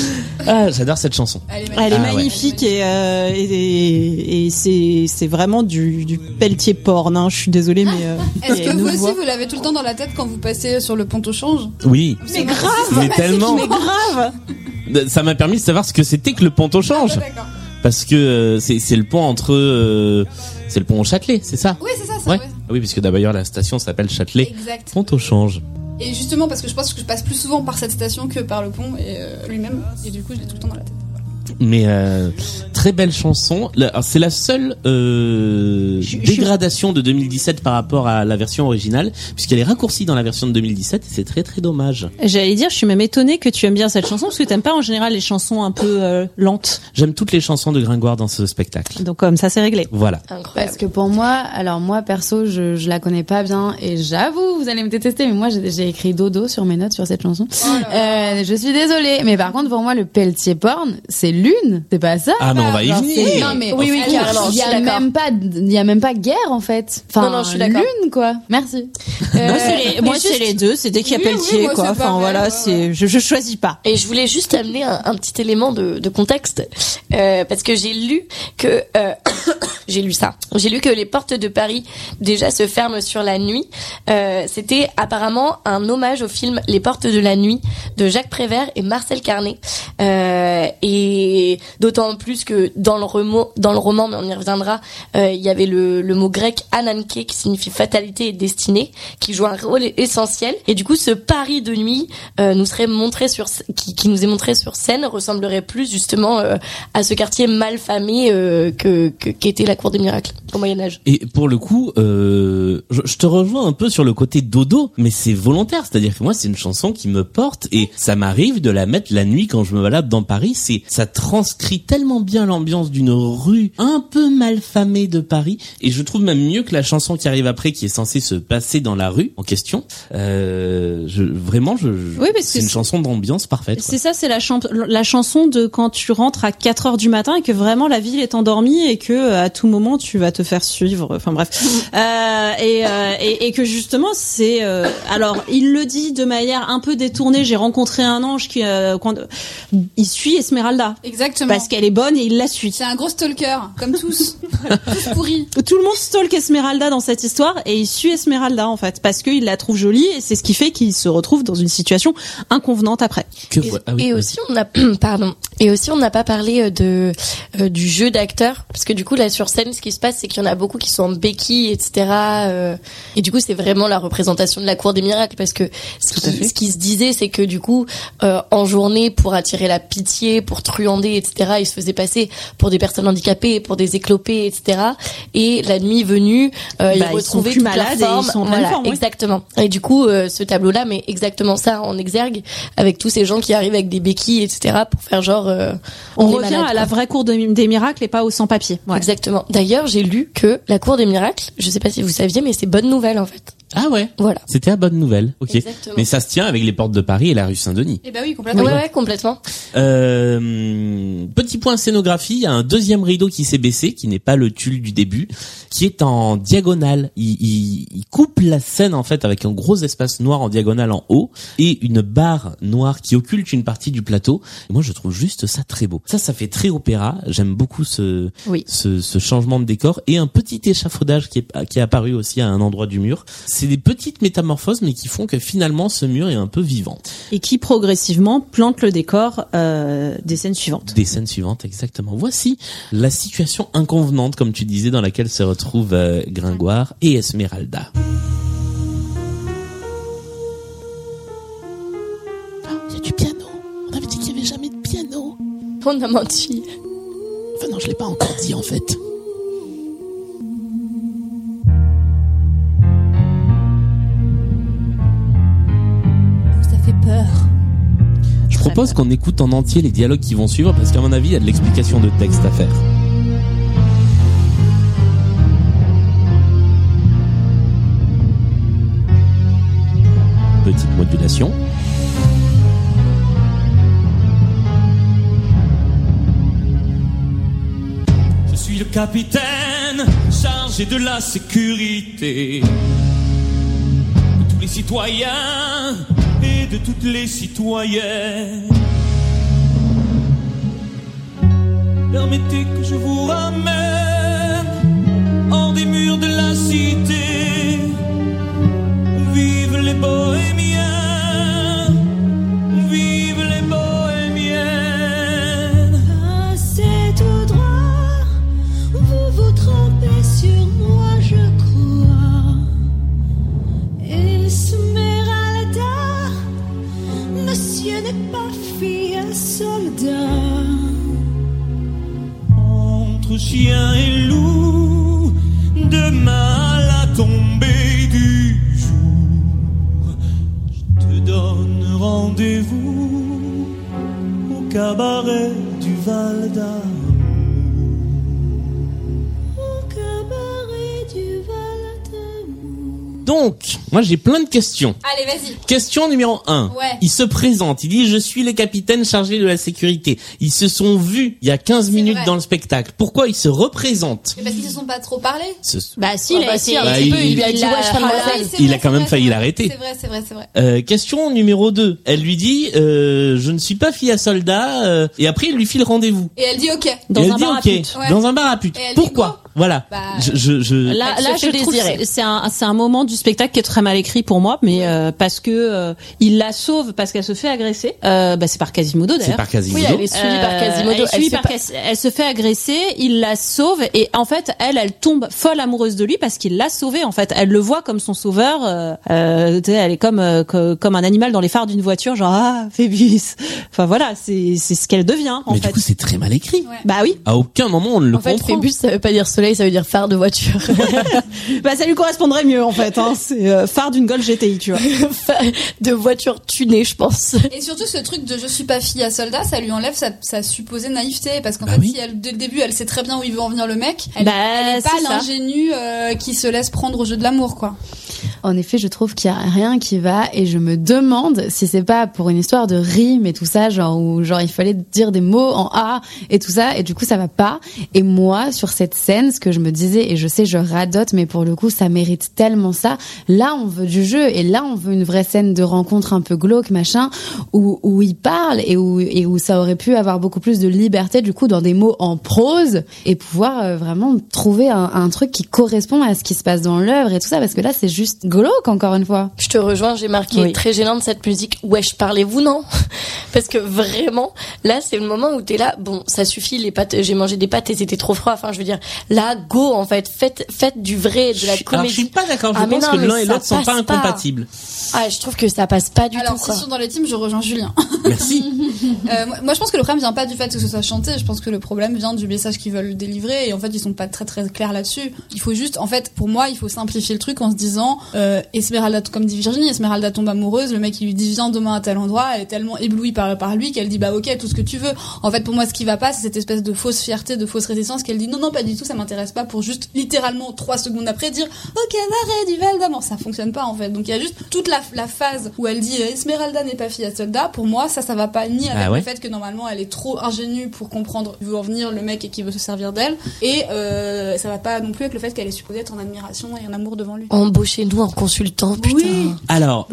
Ah, j'adore cette chanson. Elle est magnifique et c'est vraiment du Pelletier porn. Hein. Je suis désolée, mais est-ce que vous aussi vous l'avez tout le temps dans la tête quand vous passez sur le pont au change? Oui. Mais grave. Mais tellement. Mais grave. Ça m'a permis de savoir ce que c'était que le pont au change. Ah, d'accord. Parce que c'est le pont entre c'est le pont au Châtelet, c'est ça? Oui, c'est ça. Ouais. Oui, puisque d'ailleurs la station s'appelle Châtelet. Exact. Pont au change. Et justement parce que je pense que je passe plus souvent par cette station que par le pont et lui-même, et du coup je l'ai tout le temps dans la tête. Mais très belle chanson. Alors, c'est la seule dégradation de 2017 par rapport à la version originale, puisqu'elle est raccourcie dans la version de 2017 et c'est très très dommage. J'allais dire, je suis même étonnée que tu aimes bien cette chanson parce que t'aimes pas en général les chansons un peu lentes. J'aime toutes les chansons de Gringoire dans ce spectacle. Donc comme ça c'est réglé. Voilà. Incroyable. Parce que pour moi, perso, je la connais pas bien et j'avoue, vous allez me détester, mais moi j'ai écrit dodo sur mes notes sur cette chanson. Je suis désolée, mais par contre pour moi le Pelletier porn, c'est Lune, c'est pas ça? Ah mais on va y venir. Non mais oui carrément. Il y a même pas guerre en fait. Enfin, non, je suis d'accord. Lune quoi. Merci. Moi c'est les deux, c'est dès qu'il y a Pelletier quoi. Enfin voilà, c'est je choisis pas. Et je voulais juste amener un petit élément de contexte parce que j'ai lu que j'ai lu que les portes de Paris déjà se ferment sur la nuit. C'était apparemment un hommage au film Les Portes de la Nuit de Jacques Prévert et Marcel Carné. Et d'autant plus que dans le roman, mais on y reviendra, il y avait le mot grec ananké qui signifie fatalité et destinée, qui joue un rôle essentiel. Et du coup, ce Paris de nuit nous serait montré qui nous est montré sur scène ressemblerait plus justement à ce quartier malfamé qu'était la Cour des Miracles au Moyen-Âge. Et pour le coup, je te rejoins un peu sur le côté dodo, mais c'est volontaire, c'est-à-dire que moi c'est une chanson qui me porte et ça m'arrive de la mettre la nuit quand je me balade dans Paris. Ça transcrit tellement bien l'ambiance d'une rue un peu malfamée de Paris, et je trouve même mieux que la chanson qui arrive après, qui est censée se passer dans la rue en question. Oui, parce c'est que une chanson d'ambiance parfaite. C'est ça, c'est la chanson de quand tu rentres à 4h du matin et que vraiment la ville est endormie et que à tout moment tu vas te faire suivre. Enfin bref, et que justement c'est alors il le dit de manière un peu détournée. J'ai rencontré un ange qui il suit Esmeralda. Exactement. Parce qu'elle est bonne et il la suit. C'est un gros stalker, comme tous. Tous pourris. Tout le monde stalk Esmeralda dans cette histoire et il suit Esmeralda en fait parce qu'il la trouve jolie et c'est ce qui fait qu'il se retrouve dans une situation inconvenante après. Et aussi on n'a pas parlé du jeu d'acteurs parce que du coup là sur scène ce qui se passe c'est qu'il y en a beaucoup qui sont en béquille etc. Et du coup c'est vraiment la représentation de la Cour des Miracles parce que ce qui se disait c'est que du coup en journée pour attirer la pitié, pour truander, etc. Ils se faisaient passer pour des personnes handicapées, pour des éclopés, etc. Et la nuit venue, ils retrouvaient toute leur forme. Ils sont en pleine forme, oui. Exactement. Et du coup, ce tableau-là met exactement ça en exergue, avec tous ces gens qui arrivent avec des béquilles, etc. pour faire genre... on revient à la vraie Cour des Miracles et pas aux sans-papiers. Ouais. Exactement. D'ailleurs, j'ai lu que la Cour des Miracles, je sais pas si vous saviez, mais c'est bonne nouvelle en fait. Ah ouais. Voilà. C'était à bonne nouvelle. Ok. Exactement. Mais ça se tient avec les portes de Paris et la rue Saint-Denis. Eh ben oui, complètement. Ouais, complètement. Petit point scénographie, il y a un deuxième rideau qui s'est baissé, qui n'est pas le tulle du début, qui est en diagonale. Il coupe la scène en fait avec un gros espace noir en diagonale en haut et une barre noire qui occulte une partie du plateau. Et moi, je trouve juste ça très beau. Ça fait très opéra. J'aime beaucoup ce changement de décor et un petit échafaudage qui est apparu aussi à un endroit du mur. C'est des petites métamorphoses, mais qui font que finalement ce mur est un peu vivant. Et qui progressivement plante le décor des scènes suivantes. Des scènes suivantes, exactement. Voici la situation inconvenante, comme tu disais, dans laquelle se retrouvent Gringoire et Esmeralda. Il y a du piano. On avait dit qu'il n'y avait jamais de piano. On a menti. Enfin non, je l'ai pas encore dit en fait. Je propose qu'on écoute en entier les dialogues qui vont suivre parce qu'à mon avis, il y a de l'explication de texte à faire. Petite modulation. Je suis le capitaine chargé de la sécurité de tous les citoyens et de toutes les citoyennes. permettez que je vous ramène hors des murs de la cité où vivent les bohémiens, où vivent les bohémiennes. Passez tout droit, vous vous trompez sur moi, je crois. Esmeralda, monsieur n'est pas fille à soldat. Entre chien et loup, demain à la tombée du jour, je te donne rendez-vous au cabaret du Val d'Amour. Au cabaret du Val d'Amour. Donc, moi j'ai plein de questions. Allez, vas-y. Question numéro 1. Ouais. Il se présente, il dit « Je suis le capitaine chargé de la sécurité ». Ils se sont vus il y a 15 minutes vrai. dans le spectacle. Pourquoi ils se représentent? Mais parce qu'ils se sont pas trop parlé. Bah si, il a essayé un Bah, petit peu, il lui a il dit wesh mademoiselle. Il a quand même failli l'arrêter. C'est vrai. Question numéro 2. Elle lui dit je ne suis pas fille à soldat et après il lui file rendez-vous. Et elle dit ok. Et elle dit ok. Ouais. Dans un bar à putes. Et elle dit Pourquoi? Voilà. Bah, Là, je trouve que c'est un moment du spectacle qui est très mal écrit pour moi, mais parce que il la sauve parce qu'elle se fait agresser. C'est par Quasimodo d'ailleurs. C'est par Quasimodo. Oui, elle est suivie par Quasimodo. Elle se fait agresser, il la sauve et en fait elle tombe folle amoureuse de lui parce qu'il l'a sauvée. En fait, elle le voit comme son sauveur. Elle est comme un animal dans les phares d'une voiture, genre Phébus. Enfin voilà, c'est ce qu'elle devient. Mais du coup, c'est très mal écrit. Ouais. Bah oui. À aucun moment on ne le comprend. En fait, Phébus, ça veut pas dire soleil, ça veut dire phare de voiture. Bah ça lui correspondrait mieux en fait. C'est phare d'une Golf GTI, tu vois. De voiture tunée, je pense. Et surtout ce truc de je suis pas fille à soldat, ça lui enlève sa supposée naïveté parce qu'en Bah fait oui. si elle dès le début elle sait très bien où il veut en venir le mec, elle est pas c'est ça. l'ingénue qui se laisse prendre au jeu de l'amour quoi. En effet, je trouve qu'il y a rien qui va et je me demande si c'est pas pour une histoire de rime et tout ça, genre il fallait dire des mots en A et tout ça et du coup ça va pas. Et moi, sur cette scène, ce que je me disais, et je sais, je radote, mais pour le coup, ça mérite tellement ça. Là, on veut du jeu et là, on veut une vraie scène de rencontre un peu glauque, machin, où ils parlent et où ça aurait pu avoir beaucoup plus de liberté, du coup, dans des mots en prose et pouvoir vraiment trouver un truc qui correspond à ce qui se passe dans l'œuvre et tout ça, parce que là, c'est juste glauque, encore une fois. Je te rejoins, j'ai marqué très gênante cette musique. Wesh, parlez-vous, non? Parce que vraiment, là, c'est le moment où t'es là, bon, ça suffit, les pâtes, j'ai mangé des pâtes et c'était trop froid. Enfin, je veux dire, là, go, en fait, faites du vrai, de la comédie. Alors, je suis pas d'accord, je pense que l'un et l'autre sont pas incompatibles. Ah, je trouve que ça passe pas du tout, Alors, quoi. si dans les teams, je rejoins Julien. Merci. Moi, je pense que le problème vient pas du fait que ce soit chanté. Je pense que le problème vient du message qu'ils veulent délivrer. Et en fait, ils sont pas très très clairs là-dessus. Il faut juste, en fait, pour moi, il faut simplifier le truc en se disant, Esmeralda, comme dit Virginie, Esmeralda tombe amoureuse. Le mec, il lui dit viens demain à tel endroit. Elle est tellement éblouie par lui qu'elle dit bah ok, tout ce que tu veux. En fait, pour moi, ce qui va pas, c'est cette espèce de fausse fierté, de fausse réticence qu'elle dit non, pas du tout, ça m'intéresse pas. Pour juste littéralement 3 secondes après dire ok, cabaret du Val d'Amour. Ça fonctionne pas en fait. Donc il y a juste toute la phase où elle dit Esmeralda n'est pas fille à soldat. Pour moi, ça va pas ni avec le fait que normalement elle est trop ingénue pour comprendre où veut en venir le mec et qui veut se servir d'elle, et ça va pas non plus avec le fait qu'elle est supposée être en admiration et en amour devant lui. Embauchez-nous en consultant, putain. Oui. Alors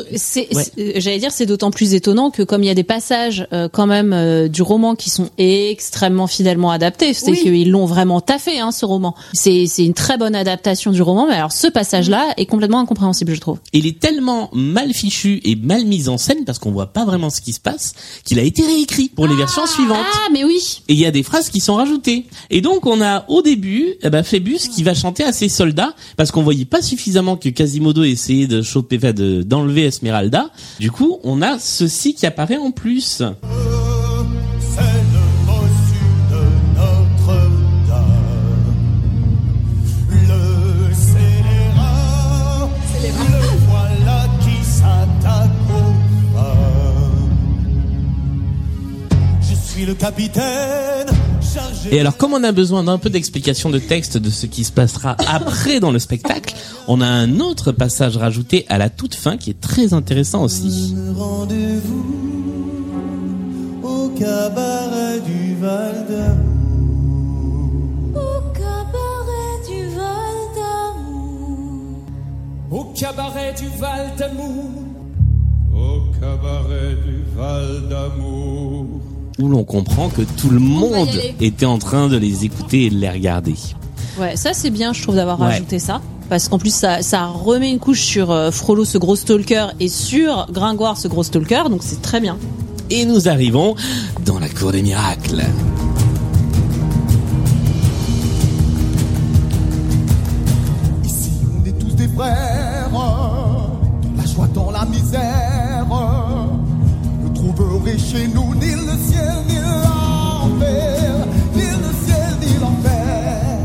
j'allais dire, c'est d'autant plus étonnant que comme il y a des passages quand même du roman qui sont extrêmement fidèlement adaptés, c'est qu'ils l'ont vraiment taffé ce roman. C'est une très bonne adaptation du roman, mais alors ce passage-là est complètement incompréhensible, je trouve. Il est tellement mal fichu et mal mis en scène parce qu'on voit pas vraiment ce qui se passe qu'il a été réécrit pour les versions suivantes. Ah mais oui. Et il y a des phrases qui sont rajoutées. Et donc on a au début Phébus qui va chanter à ses soldats parce qu'on voyait pas suffisamment que Quasimodo essayait de choper, d'enlever Esmeralda. Du coup, on a ceci qui apparaît en plus. C'est le reçu de Notre-Dame. Le scélérat, le voilà qui s'attaque aux femmes. Je suis le capitaine chargé. Et alors, comme on a besoin d'un peu d'explication de texte de ce qui se passera après dans le spectacle, on a un autre passage rajouté à la toute fin qui est très intéressant aussi. Rendez-vous au cabaret du Val d'Amour. Au cabaret du Val d'Amour. Au cabaret du Val d'Amour. Au cabaret du Val d'Amour. où l'on comprend que tout le monde était en train de les écouter et de les regarder. Ouais, ça c'est bien, je trouve, d'avoir rajouté ça. Parce qu'en plus, ça remet une couche sur Frollo, ce gros stalker, et sur Gringoire, ce gros stalker, donc c'est très bien. Et nous arrivons dans la cour des miracles. Ici, on est tous des frères, dans la joie, dans la misère. Ne trouverez chez nous ni le ciel, ni l'enfer, ni le ciel, ni l'enfer.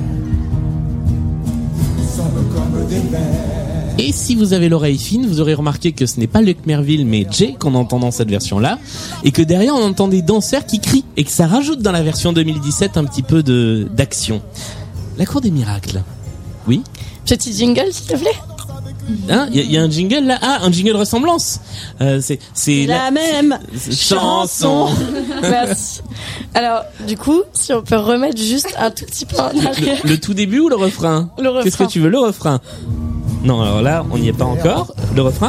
Nous sommes comme des mers. Et si vous avez l'oreille fine, vous aurez remarqué que ce n'est pas Luc Merville mais Jay qu'on entend dans cette version-là, et que derrière on entend des danseurs qui crient, et que ça rajoute dans la version 2017 un petit peu d'action. La cour des miracles. Oui. Petit jingle, s'il te plaît. Hein, y a un jingle là. Ah, un jingle ressemblance. C'est la même chanson. Merci. Alors, du coup, si on peut remettre juste un tout petit peu en arrière. Le tout début ou le refrain? Le refrain. Qu'est-ce que tu veux, le refrain? Non, alors là, on n'y est pas encore. Le refrain?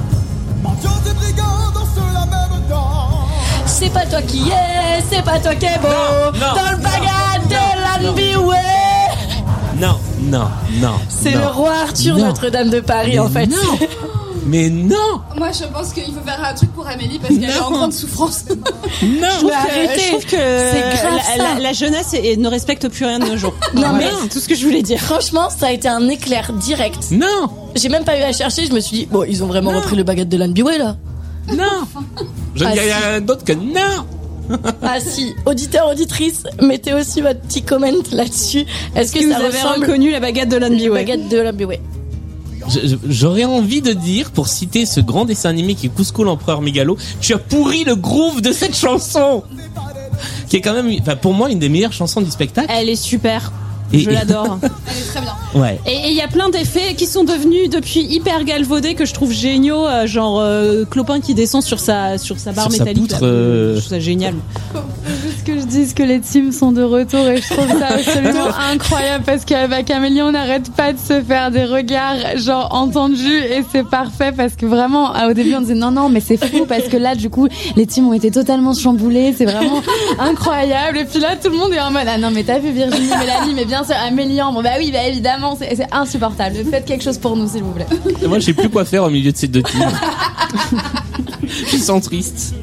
C'est pas toi qui es, c'est pas toi qui es beau. Dans le bagage de l'Anbiway. Non. C'est le roi Arthur Notre-Dame de Paris, mais en fait. Non. Mais non. Moi, je pense qu'il faut faire un truc pour Amélie parce qu'elle est en grande souffrance. Non. Je trouve que la jeunesse ne respecte plus rien de nos jours. Non, mais tout ce que je voulais dire. Franchement, ça a été un éclair direct. Non. J'ai même pas eu à chercher, je me suis dit, bon, ils ont vraiment repris le baguette de l'Anbiway, là. Non. Je ne dis rien d'autre que non. Ah si, auditeurs, auditrices, mettez aussi votre petit comment là-dessus. Est-ce que ça vous avez ressemble reconnu la baguette de l'Anbiway? La baguette de l'Anbiway. J'aurais envie de dire, pour citer ce grand dessin animé qui est Cusco l'empereur mégalo, tu as pourri le groove de cette chanson, qui est quand même, enfin, pour moi, une des meilleures chansons du spectacle. Elle est super. Je l'adore. Elle est très bien. Ouais. Et il y a plein d'effets qui sont devenus depuis hyper galvaudés que je trouve géniaux, genre Clopin qui descend sur sa barre métallique. Poutre, je trouve ça génial. Juste que je dise que les teams sont de retour et je trouve ça absolument incroyable parce qu'avec Amélie on n'arrête pas de se faire des regards genre entendus et c'est parfait parce que vraiment au début on disait non mais c'est fou parce que là du coup les teams ont été totalement chamboulés, c'est vraiment incroyable et puis là tout le monde est en mode ah non mais t'as vu Virginie, Mélanie, mais bien sûr Amélie, bon bah oui bah évidemment c'est insupportable, faites quelque chose pour nous s'il vous plaît. Et moi je sais plus quoi faire au milieu de ces deux teams. Je sens triste.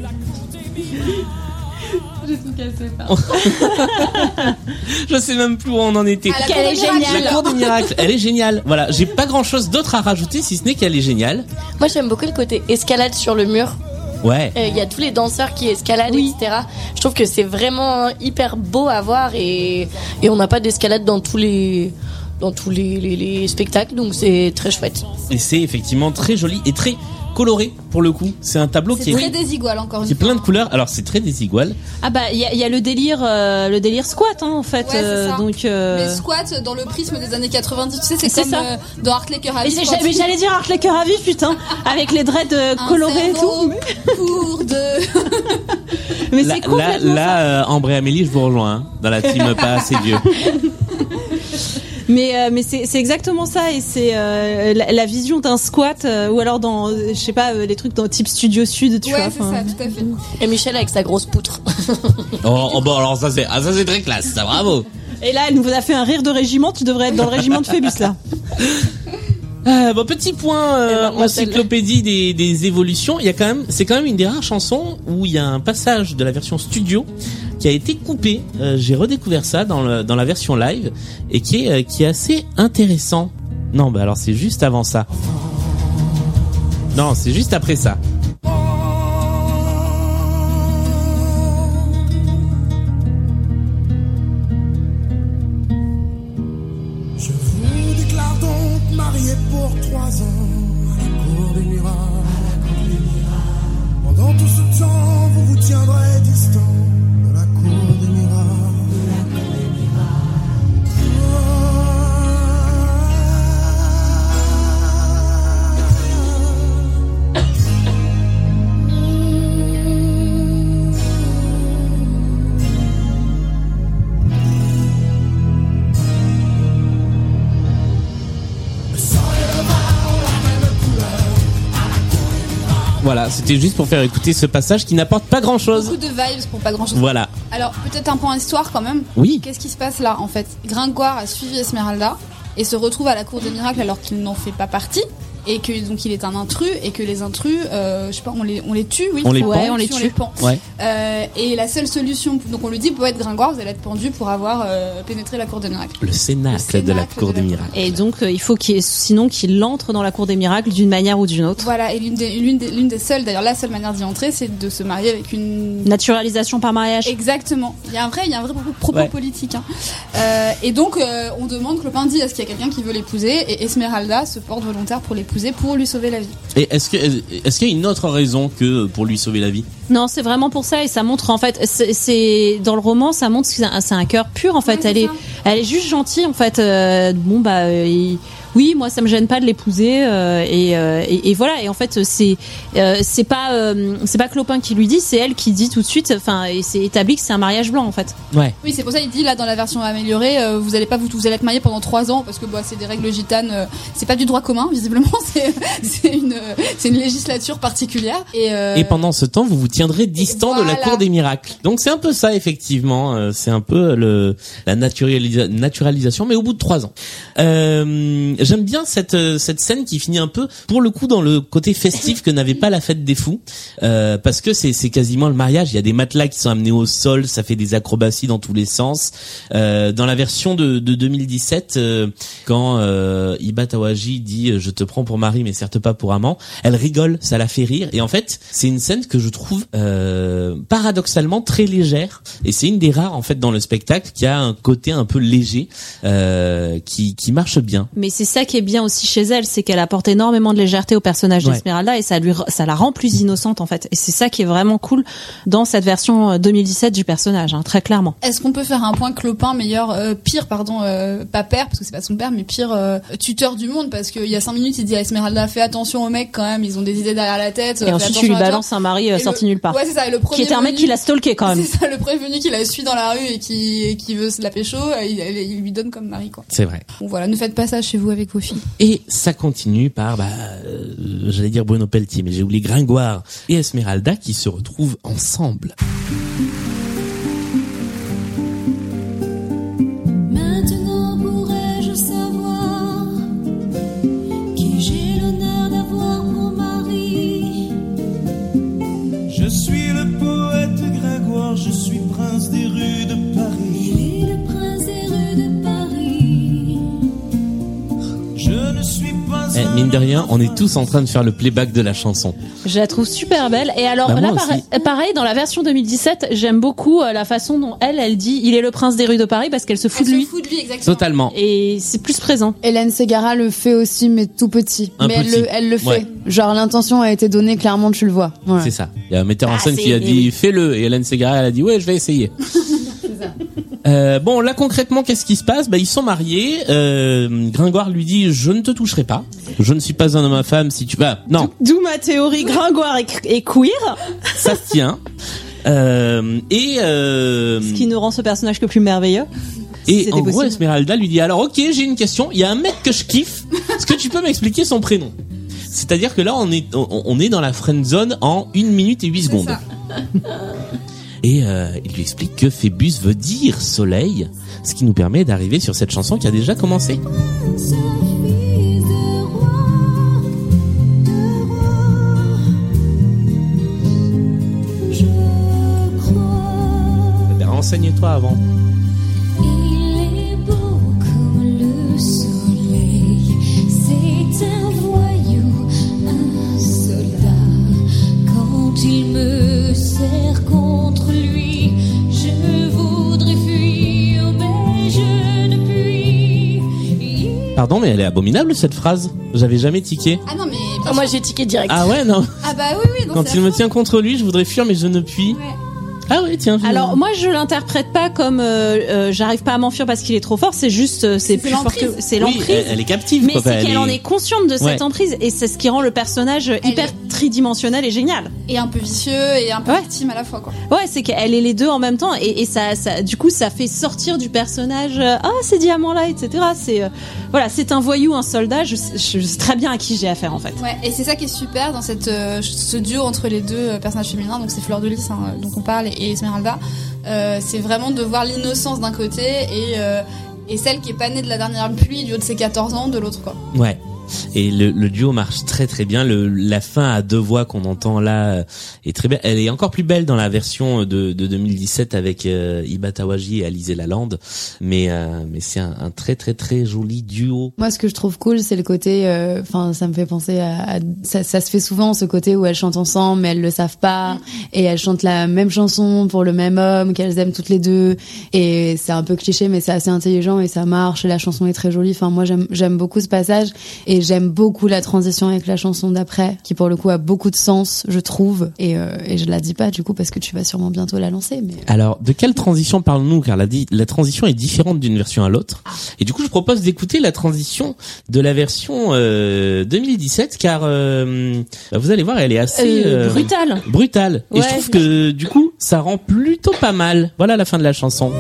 Je sais même plus où on en était. Elle est géniale. La cour des miracles, elle est géniale. Voilà, j'ai pas grand chose d'autre à rajouter si ce n'est qu'elle est géniale. Moi j'aime beaucoup le côté escalade sur le mur. Ouais. Il y a tous les danseurs qui escaladent, etc. Je trouve que c'est vraiment hyper beau à voir et on n'a pas d'escalade dans tous les spectacles, donc c'est très chouette. Et c'est effectivement très joli et très coloré pour le coup. C'est un tableau qui est très désigual encore une fois. C'est plein de couleurs. Alors c'est très désigual. Ah bah il y a le délire squat en fait. Ouais, c'est ça. Donc mais squat dans le prisme des années 90, tu sais, c'est comme dans Hartley Cœur à Vif. Mais j'allais dire Hartley Cœur à Vif, putain, avec les dreads colorés et tout. Pour deux. Mais c'est complètement là Ambre et Amélie, je vous rejoins hein, dans la team pas assez vieux. Mais c'est exactement ça et c'est la vision d'un squat ou alors dans je sais pas les trucs dans type Studio Sud, tu vois. Ouais, c'est ça, tout à fait. Et Michel avec sa grosse poutre. Bon alors ça c'est très classe, ça bravo. Et là elle nous a fait un rire de régiment, tu devrais être dans le régiment de Phébus là. Bon, petit point encyclopédie des évolutions. C'est quand même une des rares chansons où il y a un passage de la version studio qui a été coupé. J'ai redécouvert ça dans la version live et qui est assez intéressant. Non, bah alors c'est juste avant ça. Non, c'est juste après ça. Pour 3 ans à la cour des miracles. Pendant tout ce temps, vous vous tiendrez distant de la cour des miracles. Voilà, c'était juste pour faire écouter ce passage qui n'apporte pas grand-chose. Beaucoup de vibes pour pas grand-chose. Voilà. Alors, peut-être un point d'histoire quand même. Oui. Qu'est-ce qui se passe là, en fait? Gringoire a suivi Esmeralda et se retrouve à la cour des miracles alors qu'il n'en fait pas partie. Et que donc il est un intrus et que les intrus, je sais pas, on les tue, oui. On les pend. Ouais. Et la seule solution, donc on lui dit, pour être Gringoire, vous allez être pendu pour avoir pénétré la cour des miracles. Le cénacle de la cour des miracles. Et donc il faut qu'il entre dans la cour des miracles d'une manière ou d'une autre. Voilà. Et l'une des seules, d'ailleurs la seule manière d'y entrer, c'est de se marier avec une naturalisation par mariage. Exactement. Il y a un vrai propos politique. Hein. Et donc on demande, Clopin dit, est-ce qu'il y a quelqu'un qui veut l'épouser? Et Esmeralda se porte volontaire pour l'épouser, pour lui sauver la vie. Et est-ce qu'il y a une autre raison que pour lui sauver la vie? Non, c'est vraiment pour ça, et ça montre en fait, c'est dans le roman, ça montre que c'est un cœur pur en fait. Ouais, elle est juste gentille en fait. Oui, moi ça me gêne pas de l'épouser et voilà. Et en fait c'est pas Clopin qui lui dit, c'est elle qui dit tout de suite. Enfin, et c'est établi que c'est un mariage blanc en fait. Ouais. Oui, c'est pour ça il dit là dans la version améliorée, vous allez être mariés pendant 3 ans parce que c'est des règles gitanes. C'est pas du droit commun visiblement. C'est une législature particulière. Et pendant ce temps, vous vous tiendrez distant de la cour des miracles. Donc c'est un peu ça effectivement. C'est un peu la naturalisation, mais au bout de 3 ans. J'aime bien cette scène qui finit un peu, pour le coup, dans le côté festif que n'avait pas la fête des fous, parce que c'est quasiment le mariage. Il y a des matelas qui sont amenés au sol, ça fait des acrobaties dans tous les sens. Dans la version de 2017, quand Iba Tawaji dit je te prends pour mari mais certes pas pour amant, elle rigole, ça la fait rire. Et en fait, c'est une scène que je trouve paradoxalement très légère. Et c'est une des rares en fait dans le spectacle qui a un côté un peu léger, qui marche bien. Mais c'est ça qui est bien aussi chez elle, c'est qu'elle apporte énormément de légèreté au personnage d'Esmeralda et ça la rend plus innocente en fait. Et c'est ça qui est vraiment cool dans cette version 2017 du personnage, hein, très clairement. Est-ce qu'on peut faire un point Clopin pire, pas père parce que c'est pas son père, mais pire tuteur du monde, parce qu'il y a 5 minutes il dit à Esmeralda, fais attention aux mecs quand même, ils ont des idées derrière la tête. Et ensuite tu lui balances un mari sorti nulle part. Ouais, c'est ça. Et le premier qui était un mec qui l'a stalké quand même. C'est ça, le prévenu qui la suit dans la rue et qui veut se la pécho, il lui donne comme mari quoi. C'est vrai. Bon voilà, ne faites pas ça chez vous avec vos filles. Et ça continue par, j'allais dire Bruno Pelletier, mais j'ai oublié Gringoire et Esmeralda qui se retrouvent ensemble. Maintenant pourrais-je savoir qui j'ai l'honneur d'avoir pour mari? Je suis le poète Gringoire, je suis prince des rues de Paris. Il est le prince des rues de Paris. Je ne suis pas mine de rien, on est tous en train de faire le playback de la chanson. Je la trouve super belle. Et alors là, pareil, dans la version 2017, j'aime beaucoup la façon dont elle dit il est le prince des rues de Paris, parce qu'elle se fout de lui. Exactement. Totalement. Et c'est plus présent. Hélène Ségara le fait aussi, mais tout petit. Elle le fait. Ouais. Genre l'intention a été donnée, clairement tu le vois. Ouais. C'est ça. Il y a un metteur en scène qui a dit fais-le, et Hélène Ségara elle a dit ouais je vais essayer. Bon là concrètement qu'est-ce qui se passe? Ils sont mariés. Gringoire lui dit je ne te toucherai pas. Je ne suis pas un homme à femme si tu vas. Non. D'où ma théorie Gringoire et queer. Ça se tient. Ce qui nous rend ce personnage que plus merveilleux. Et en gros Esmeralda lui dit alors ok j'ai une question. Il y a un mec que je kiffe. Est-ce que tu peux m'expliquer son prénom? C'est-à-dire que là on est dans la friend zone en 1 minute et 8 secondes. Et il lui explique que Phébus veut dire soleil, ce qui nous permet d'arriver sur cette chanson qui a déjà commencé. Renseigne-toi avant. Il est beau comme le soleil, c'est un voyou, un soldat. Quand il me serre contre lui, je voudrais fuir, mais je ne puis. Pardon, mais elle est abominable cette phrase. J'avais jamais tiqué. Ah non, mais moi j'ai tiqué direct. Ah ouais, non. Ah bah oui. Donc quand il me tient contre lui, je voudrais fuir, mais je ne puis. Ouais. Ah oui, tiens. Alors moi je l'interprète pas comme j'arrive pas à m'enfuir parce qu'il est trop fort, c'est juste c'est plus fort que c'est l'emprise. Oui, elle est captive. Mais c'est qu'elle en est consciente de cette emprise et c'est ce qui rend le personnage hyper tridimensionnel et génial. Et un peu vicieux et un peu victime à la fois quoi. Ouais, c'est qu'elle est les deux en même temps et ça du coup ça fait sortir du personnage ces diamants là, etc. C'est voilà, c'est un voyou, un soldat. Je sais très bien à qui j'ai affaire en fait. Ouais, et c'est ça qui est super dans ce duo entre les deux personnages féminins. Donc c'est Fleur de Lys dont on parle et Esmeralda. C'est vraiment de voir l'innocence d'un côté et celle qui est pas née de la dernière pluie du haut de ses 14 ans de l'autre quoi. Ouais. Et le duo marche très très bien. La fin à deux voix qu'on entend là est très belle. Elle est encore plus belle dans la version de 2017 avec Iba Tawaji et Alizé Lalande. Mais c'est un très très très joli duo. Moi, ce que je trouve cool, c'est le côté. Ça me fait penser à ça se fait souvent ce côté où elles chantent ensemble, mais elles le savent pas, et elles chantent la même chanson pour le même homme qu'elles aiment toutes les deux. Et c'est un peu cliché, mais c'est assez intelligent et ça marche. Et la chanson est très jolie. Enfin, moi, j'aime beaucoup ce passage. Et j'aime beaucoup la transition avec la chanson d'après, qui pour le coup a beaucoup de sens, je trouve. Et je la dis pas du coup parce que tu vas sûrement bientôt la lancer. Mais alors, de quelle transition parlons-nous? Car la transition est différente d'une version à l'autre. Et du coup, je propose d'écouter la transition de la version 2017, car vous allez voir, elle est assez brutale. Ouais. Et je trouve que du coup, ça rend plutôt pas mal. Voilà la fin de la chanson.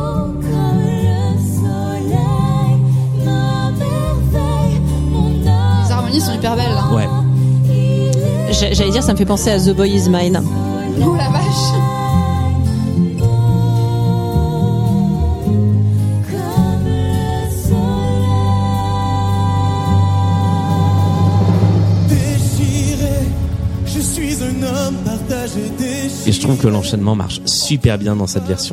Ils sont hyper belles là. Ouais. J'allais dire, ça me fait penser à The Boy Is Mine. Oh la vache. Je suis un homme partagé, et je trouve que l'enchaînement marche super bien dans cette version.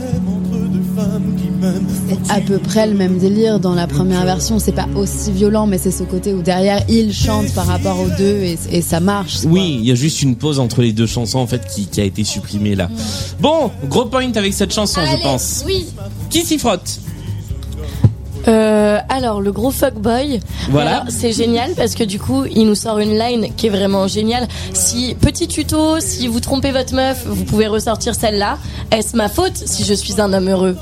C'est à peu près le même délire dans la première version. C'est pas aussi violent, mais c'est ce côté où derrière il chante par rapport aux deux et ça marche. Oui, il y a juste une pause entre les deux chansons en fait qui a été supprimée là. Bon, gros point avec cette chanson. Allez, je pense. Oui. Qui s'y frotte? Alors le gros fuckboy, voilà. C'est génial parce que du coup il nous sort une line qui est vraiment géniale. Petit tuto, si vous trompez votre meuf, vous pouvez ressortir celle-là. Est-ce ma faute si je suis un homme heureux?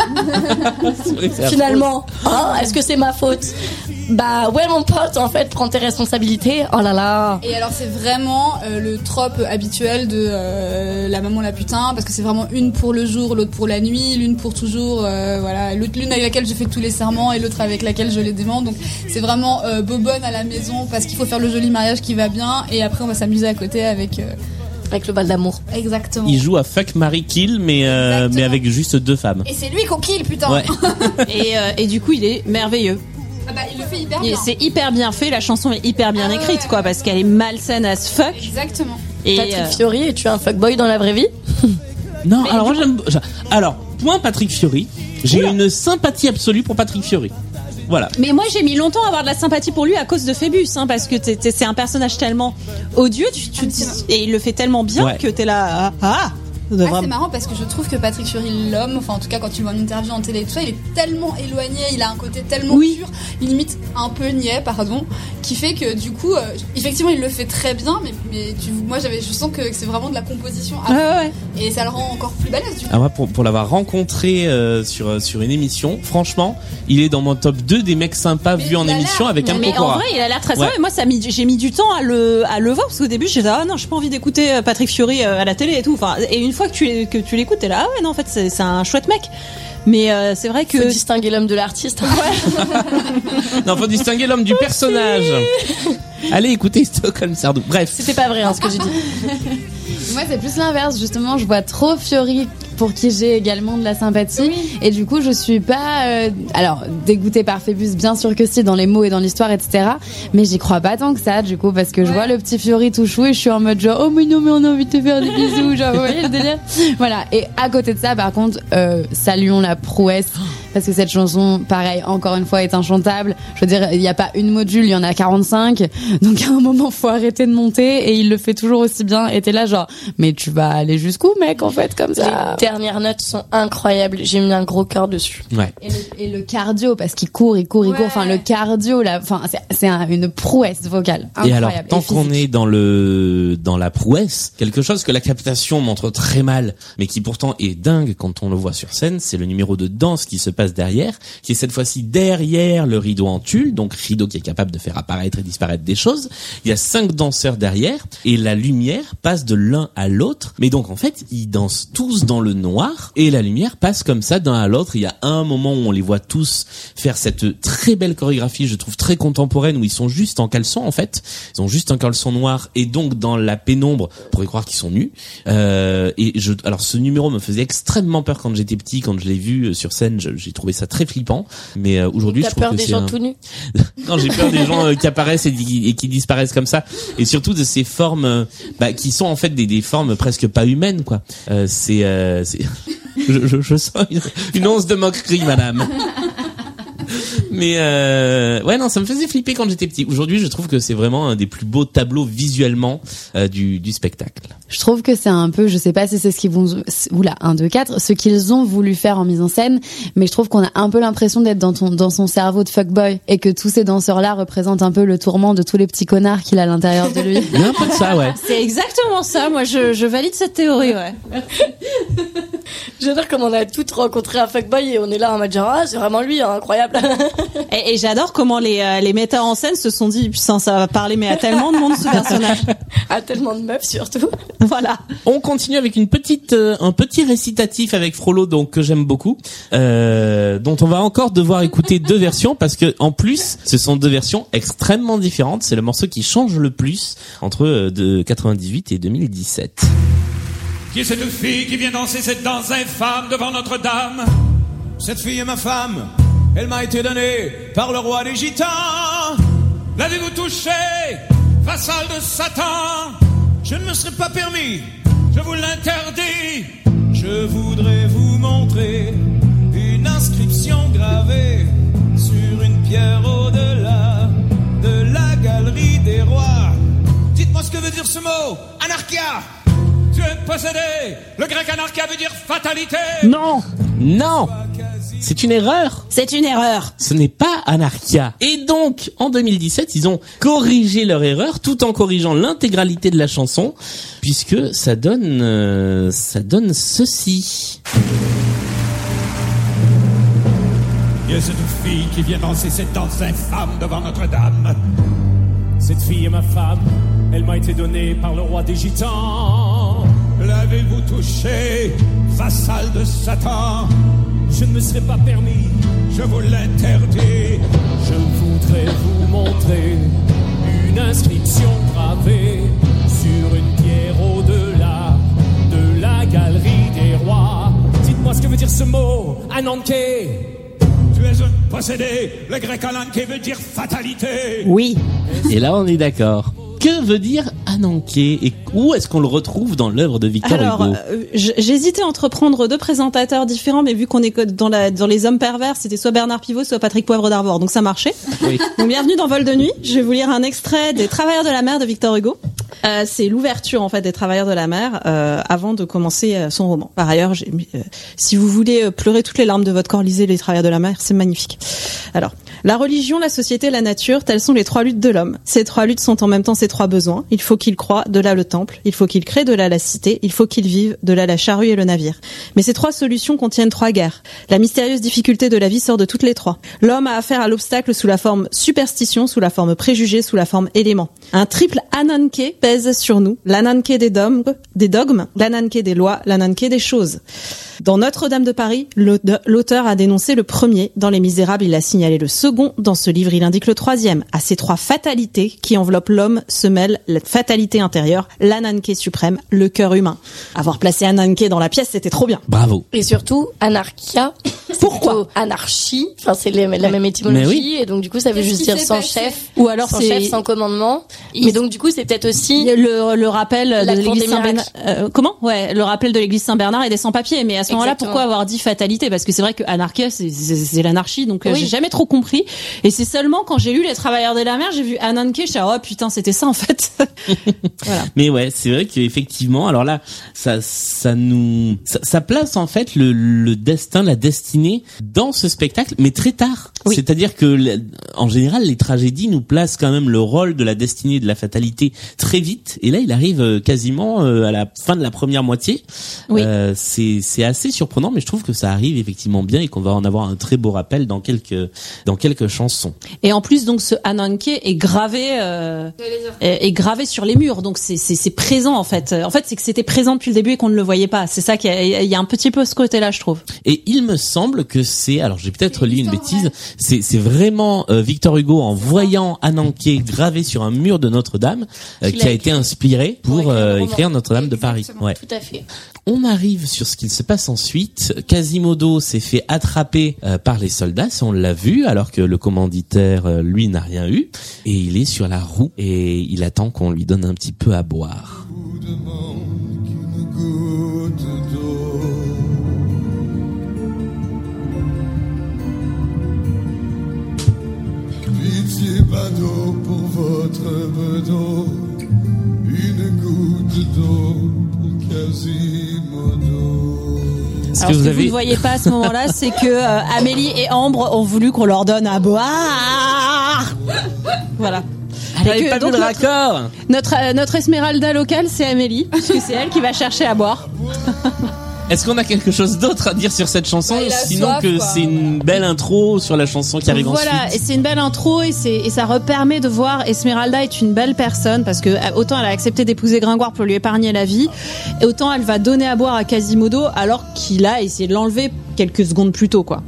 Finalement, est-ce que c'est ma faute? Bah ouais mon pote, en fait prends tes responsabilités. Oh là là. Et alors c'est vraiment le trope habituel de la maman la putain, parce que c'est vraiment une pour le jour, l'autre pour la nuit, l'une pour toujours, voilà, l'une avec laquelle je fais tous les serments et l'autre avec laquelle je les démente. Donc c'est vraiment bobonne à la maison parce qu'il faut faire le joli mariage qui va bien, et après on va s'amuser à côté avec le bal d'amour. Exactement. Il joue à Fuck, Marry, Kill, mais avec juste deux femmes. Et c'est lui qu'on kill, putain. Ouais. et du coup il est merveilleux. Ah bah, il le fait hyper bien. C'est hyper bien fait, la chanson est hyper bien écrite, quoi, parce qu'elle est malsaine as fuck. Exactement. Et Patrick Fiori, es-tu un fuckboy dans la vraie vie? Non, mais alors moi j'aime. Alors, point Patrick Fiori, j'ai une sympathie absolue pour Patrick Fiori. Voilà. Mais moi j'ai mis longtemps à avoir de la sympathie pour lui à cause de Phébus, parce que c'est un personnage tellement odieux, et il le fait tellement bien que t'es là. C'est marrant parce que je trouve que Patrick Fiori, l'homme, enfin en tout cas quand tu le vois en interview en télé et tout ça, il est tellement éloigné, il a un côté tellement pur, limite un peu niais, pardon, qui fait que du coup, effectivement il le fait très bien, mais moi je sens que c'est vraiment de la composition et ça le rend encore plus balèze du coup. Ah, moi pour l'avoir rencontré sur une émission, franchement, il est dans mon top 2 des mecs sympas vus en émission avec un Mais en vrai il a l'air très sympa, et moi j'ai mis du temps à le voir parce qu'au début j'étais non, j'ai pas envie d'écouter Patrick Fiori à la télé et tout, et une fois que tu l'écoutes, t'es là, non, en fait, c'est un chouette mec. Mais c'est vrai que... Faut distinguer l'homme de l'artiste. Non, faut distinguer l'homme du personnage. Allez, écoutez Stockholm Sardou. Bref. C'était pas vrai, ce que j'ai dit. Moi, c'est plus l'inverse, justement. Je vois trop Fiori, pour qui j'ai également de la sympathie. Et du coup, je suis pas... alors, dégoûtée par Phébus, bien sûr que si, dans les mots et dans l'histoire, etc. Mais j'y crois pas tant que ça, du coup, parce que je vois le petit Fiori tout chou et je suis en mode genre, oh mais non, mais on a envie de te faire des bisous, genre, vous voyez le délire? Voilà. Et à côté de ça, par contre, saluons la prouesse. Parce que cette chanson, pareil, encore une fois, est inchantable. Je veux dire, il n'y a pas une module, il y en a 45. Donc à un moment, faut arrêter de monter, et il le fait toujours aussi bien. Et t'es là, genre, genre, mais tu vas aller jusqu'où, mec, en fait, comme ça. Les dernières notes sont incroyables. J'ai mis un gros cœur dessus. Ouais. Et le cardio, parce qu'il court. Enfin, le cardio, là, enfin, c'est une prouesse vocale. Incroyable. Et alors, tant qu'on est dans la prouesse, quelque chose que la captation montre très mal, mais qui pourtant est dingue quand on le voit sur scène, c'est le numéro de danse qui se passe derrière, qui est cette fois-ci derrière le rideau en tulle, donc rideau qui est capable de faire apparaître et disparaître des choses. Il y a 5 danseurs derrière, et la lumière passe de l'un à l'autre, mais donc en fait, ils dansent tous dans le noir, et la lumière passe comme ça d'un à l'autre. Il y a un moment où on les voit tous faire cette très belle chorégraphie, je trouve très contemporaine, où ils sont juste en caleçon, en fait. Ils ont juste un caleçon noir, et donc dans la pénombre, on pourrait croire qu'ils sont nus. Alors ce numéro me faisait extrêmement peur quand j'étais petit, quand je l'ai vu sur scène, j'ai trouvé ça très flippant. Mais aujourd'hui, je trouve que c'est... T'as peur des gens tout nus? Non, j'ai peur des gens qui apparaissent et qui disparaissent comme ça, et surtout de ces formes, qui sont en fait des formes presque pas humaines, quoi. Je sens une once de moquerie, madame. Mais ouais, non, ça me faisait flipper quand j'étais petit. Aujourd'hui, je trouve que c'est vraiment un des plus beaux tableaux visuellement du spectacle. Je trouve que c'est un peu, je sais pas si c'est ce qu'ils vont, 1, 2, 4, ce qu'ils ont voulu faire en mise en scène, mais je trouve qu'on a un peu l'impression d'être dans son cerveau de fuckboy, et que tous ces danseurs-là représentent un peu le tourment de tous les petits connards qu'il a à l'intérieur de lui. Il y a un peu de ça, ouais. C'est exactement ça. Moi, je valide cette théorie, ouais. J'adore comme on a toutes rencontré un fuckboy et on est là en mode genre, ah, c'est vraiment lui, hein, incroyable. Et j'adore comment les metteurs en scène se sont dit, putain, ça va parler mais à tellement de monde ce personnage. À tellement de meufs surtout. Voilà. On continue avec un petit récitatif avec Frollo, donc que j'aime beaucoup, dont on va encore devoir écouter 2 versions, parce que en plus, ce sont 2 versions extrêmement différentes. C'est le morceau qui change le plus entre de 98 et 2017. Qui est cette fille qui vient danser cette danse infâme devant Notre-Dame? Cette fille est ma femme, elle m'a été donnée par le roi des gitans. L'avez-vous touchée, vassal de Satan? Je ne me serais pas permis, je vous l'interdis. Je voudrais vous montrer une inscription gravée sur une pierre au-delà de la galerie des rois. Dites-moi ce que veut dire ce mot, anarchia. Tu es possédé. Le grec anarchia veut dire fatalité. Non, c'est une erreur. C'est une erreur. Ce n'est pas anarchia. Et donc, en 2017, ils ont corrigé leur erreur tout en corrigeant l'intégralité de la chanson, puisque ça donne ceci. Il y a cette fille qui vient danser cette danse infâme devant Notre-Dame. Cette fille est ma femme, elle m'a été donnée par le roi des gitans. L'avez-vous touchée, vassal de Satan? Je ne me serais pas permis, je vous l'interdis. Je voudrais vous montrer une inscription gravée sur une pierre au-delà de la galerie des rois. Dites-moi ce que veut dire ce mot, ananké. Tu es un possédé, le grec ananké veut dire fatalité. Oui. Et là, on est d'accord. Que veut dire ananké et où est-ce qu'on le retrouve dans l'œuvre de Victor Hugo? J'hésitais à entreprendre 2 présentateurs différents, mais vu qu'on est dans les hommes pervers, c'était soit Bernard Pivot, soit Patrick Poivre d'Arvor, donc ça marchait. Oui. Donc bienvenue dans Vol de nuit. Je vais vous lire un extrait des Travailleurs de la mer de Victor Hugo. C'est l'ouverture en fait des Travailleurs de la mer avant de commencer son roman. Par ailleurs, si vous voulez pleurer toutes les larmes de votre corps, lisez les Travailleurs de la mer, c'est magnifique. Alors, la religion, la société, la nature, telles sont les 3 luttes de l'homme. Ces 3 luttes sont en même temps ses 3 besoins. Il faut qu'il croie, de là le temple. Il faut qu'il crée, de là la cité. Il faut qu'il vive, de là la charrue et le navire. Mais ces 3 solutions contiennent 3 guerres. La mystérieuse difficulté de la vie sort de toutes les 3. L'homme a affaire à l'obstacle sous la forme superstition, sous la forme préjugé, sous la forme élément. Un triple ananké pèse sur nous. L'ananké des dogmes, l'ananké des lois, l'ananké des choses. Dans Notre-Dame de Paris, l'auteur a dénoncé le premier. Dans Les Misérables, il a signalé le second. Dans ce livre, il indique le 3e. À ces 3 fatalités qui enveloppent l'homme se mêle la fatalité intérieure, l'ananké suprême, le cœur humain. Avoir placé ananké dans la pièce, c'était trop bien. Bravo. Et surtout, anarchia. Pourquoi anarchie? Enfin, c'est la même étymologie, oui. Et donc du coup, ça veut juste dire sans chef. Ou alors sans chef, sans commandement. Mais donc du coup, c'est peut-être aussi le rappel de l'église Saint-Bernard. Le rappel de l'église Saint-Bernard et des sans-papiers. Mais à ce moment-là, pourquoi avoir dit fatalité? Parce que c'est vrai que anarchia, c'est l'anarchie, donc j'ai jamais trop compris. Et c'est seulement quand j'ai lu Les Travailleurs de la mer, j'ai vu Ananke, je suis oh putain, c'était ça en fait. Voilà. Mais ouais, c'est vrai qu'effectivement, alors là, ça place en fait le destin, la destinée dans ce spectacle, mais très tard. Oui. C'est-à-dire que en général, les tragédies nous placent quand même le rôle de la destinée, de la fatalité très vite. Et là, il arrive quasiment à la fin de la première moitié. Oui. C'est assez surprenant, mais je trouve que ça arrive effectivement bien et qu'on va en avoir un très beau rappel dans quelques chansons. Et en plus, donc ce Ananke est gravé sur les murs, donc c'est présent en fait. En fait, c'est que c'était présent depuis le début et qu'on ne le voyait pas. C'est ça qu'il y a un petit peu ce côté-là, je trouve. Et il me semble que alors j'ai peut-être lu une bêtise, c'est vraiment Victor Hugo en voyant Ananke gravé sur un mur de Notre-Dame qui a été inspiré pour écrire Notre-Dame de Paris. Ouais. Tout à fait. On arrive sur ce qu'il se passe ensuite. Quasimodo s'est fait attraper par les soldats, on l'a vu, alors que le commanditaire, lui, n'a rien eu. Et il est sur la roue et il attend qu'on lui donne un petit peu à boire. Pitié badaud pour votre bedeau, une goutte d'eau pour Quasimodo. Alors, ce que vous ne voyez pas à ce moment-là, c'est que Amélie et Ambre ont voulu qu'on leur donne à boire. Voilà. J'avais pas vu le raccord. Notre Esmeralda locale, c'est Amélie, puisque c'est elle qui va chercher à boire. Est-ce qu'on a quelque chose d'autre à dire sur cette chanson, sinon soif, que c'est une belle intro sur la chanson qui arrive ensuite? Voilà, et c'est une belle intro et ça repermet de voir Esmeralda est une belle personne parce que autant elle a accepté d'épouser Gringoire pour lui épargner la vie, et autant elle va donner à boire à Quasimodo alors qu'il a essayé de l'enlever quelques secondes plus tôt, quoi.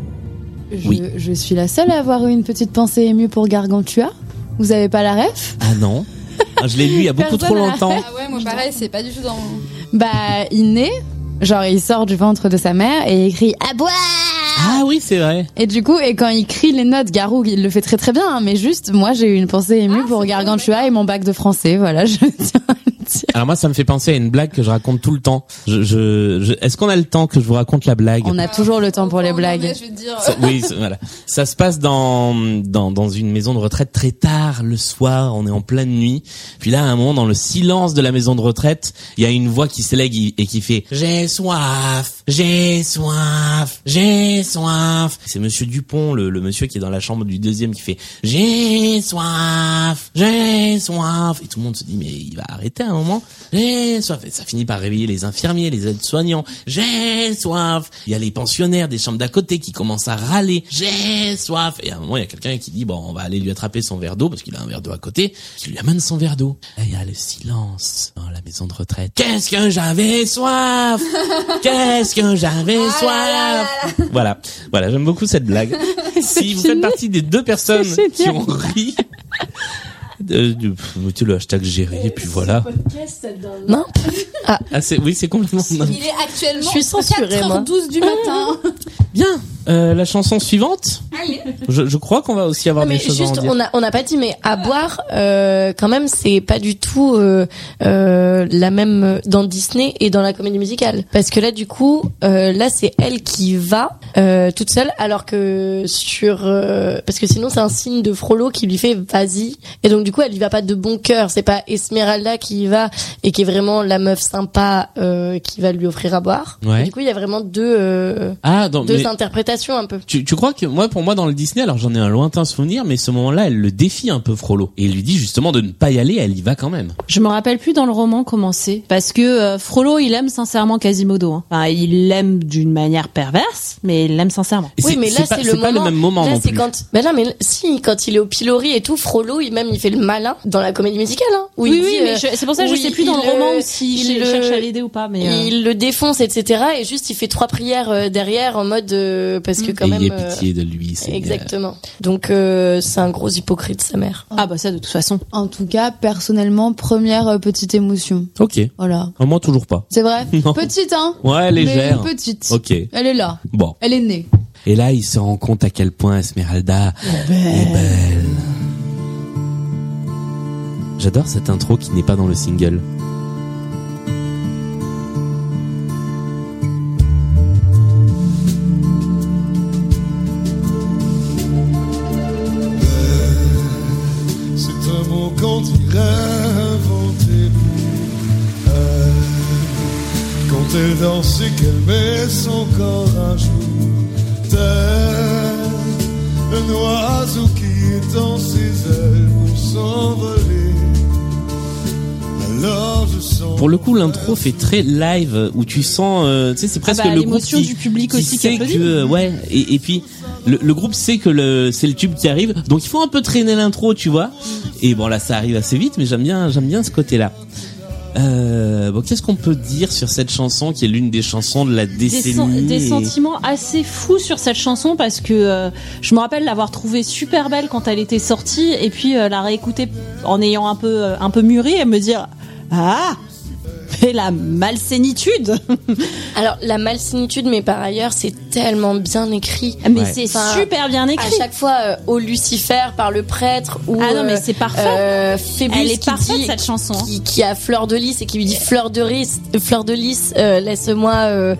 Je suis la seule à avoir eu une petite pensée émue pour Gargantua. Vous avez pas la ref? Ah non. Je l'ai lu il y a beaucoup trop longtemps. Ah ouais, moi pareil, c'est pas du tout dans... il naît, genre il sort du ventre de sa mère et il crie « à boire !» Ah oui, c'est vrai. Et du coup, et quand il crie les notes, Garou, il le fait très très bien, hein, mais juste, moi j'ai eu une pensée émue pour Gargantua et mon bac de français, voilà, je tiens à le dire. Alors moi, ça me fait penser à une blague que je raconte tout le temps. Est-ce qu'on a le temps que je vous raconte la blague? On a toujours le temps pour les blagues. Je vais te dire... Oui, voilà. Ça se passe dans une maison de retraite très tard le soir, on est en pleine nuit. Puis là, à un moment, dans le silence de la maison de retraite, il y a une voix qui s'élègue et qui fait « J'ai soif, j'ai soif, j'ai soif ». C'est Monsieur Dupont, le monsieur qui est dans la chambre du deuxième qui fait « J'ai soif, j'ai soif ». Et tout le monde se dit « Mais il va arrêter un moment. J'ai soif ». Et ça finit par réveiller les infirmiers, les aides-soignants. J'ai soif. Il y a les pensionnaires des chambres d'à côté qui commencent à râler. J'ai soif. Et à un moment, il y a quelqu'un qui dit, bon, on va aller lui attraper son verre d'eau, parce qu'il a un verre d'eau à côté, qui lui amène son verre d'eau. Là, il y a le silence dans la maison de retraite. Qu'est-ce que j'avais soif! Qu'est-ce que j'avais soif! Voilà. Voilà, j'aime beaucoup cette blague. Si vous faites partie des 2 personnes qui ont ri, mettez le hashtag géré et puis voilà. Non. C'est complètement. Il est actuellement. Je suis censurée, 4h12 du matin. Bien. La chanson suivante. Allez. Je crois qu'on va aussi avoir des choses à en dire. On n'a pas dit, mais à boire, quand même, c'est pas du tout la même dans Disney et dans la comédie musicale. Parce que là, du coup, là, c'est elle qui va toute seule, alors que parce que sinon, c'est un signe de Frollo qui lui fait vas-y. Et donc, du coup, elle y va pas de bon cœur. C'est pas Esmeralda qui y va et qui est vraiment la meuf sympa qui va lui offrir à boire. Ouais. Et du coup, il y a vraiment deux interprétations un peu. Tu crois que pour moi dans le Disney, alors j'en ai un lointain souvenir, mais ce moment-là, elle le défie un peu Frollo et il lui dit justement de ne pas y aller, elle y va quand même. Je me rappelle plus dans le roman comment c'est, parce que Frollo, il aime sincèrement Quasimodo. Hein. Enfin, il l'aime d'une manière perverse, mais il l'aime sincèrement. Oui, mais là c'est le moment. Pas le même moment là, non c'est plus. Quand il est au pilori et tout, Frollo, il fait le malin dans la comédie musicale. Hein, où il dit, mais c'est pour ça que je sais plus dans le roman si il cherche à l'aider ou pas, mais il le défonce, etc. Et juste il fait 3 prières derrière en mode parce que quand même. Il y a pitié de lui. Exactement. Donc c'est un gros hypocrite sa mère. Ah bah ça de toute façon. En tout cas, personnellement, première petite émotion. Ok. Voilà. Moi toujours pas. C'est vrai. Non. Petite hein. Ouais, légère. Mais petite. Ok. Elle est là. Bon. Elle est née. Et là, il se rend compte à quel point Esmeralda est belle. J'adore cette intro qui n'est pas dans le single. C'est un mot qu'on dirait inventé pour elle. Quand elle danse et qu'elle met son corps un jour, tel un oiseau qui étend ses ailes pour s'envoler. Alors je sens. Pour le coup, l'intro fait très live où tu sens, tu sais, c'est presque le groupe l'émotion du public qui aussi qui sait applaudit. que, ouais, et puis le groupe sait que c'est le tube qui arrive, donc il faut un peu traîner l'intro, tu vois. Et bon là, ça arrive assez vite, mais j'aime bien ce côté-là. Bon, qu'est-ce qu'on peut dire sur cette chanson qui est l'une des chansons de la décennie? Des sentiments assez fous sur cette chanson parce que je me rappelle l'avoir trouvée super belle quand elle était sortie et puis la réécouter en ayant un peu mûri et me dire mais la malsénitude. Alors la malsénitude, mais par ailleurs c'est tellement bien écrit. Mais c'est super bien écrit. À chaque fois au Lucifer par le prêtre ou non mais c'est parfait. Phébus elle est qui parfaite dit, cette chanson. Qui a Fleur de Lys et qui lui dit Fleur de Lys, laisse-moi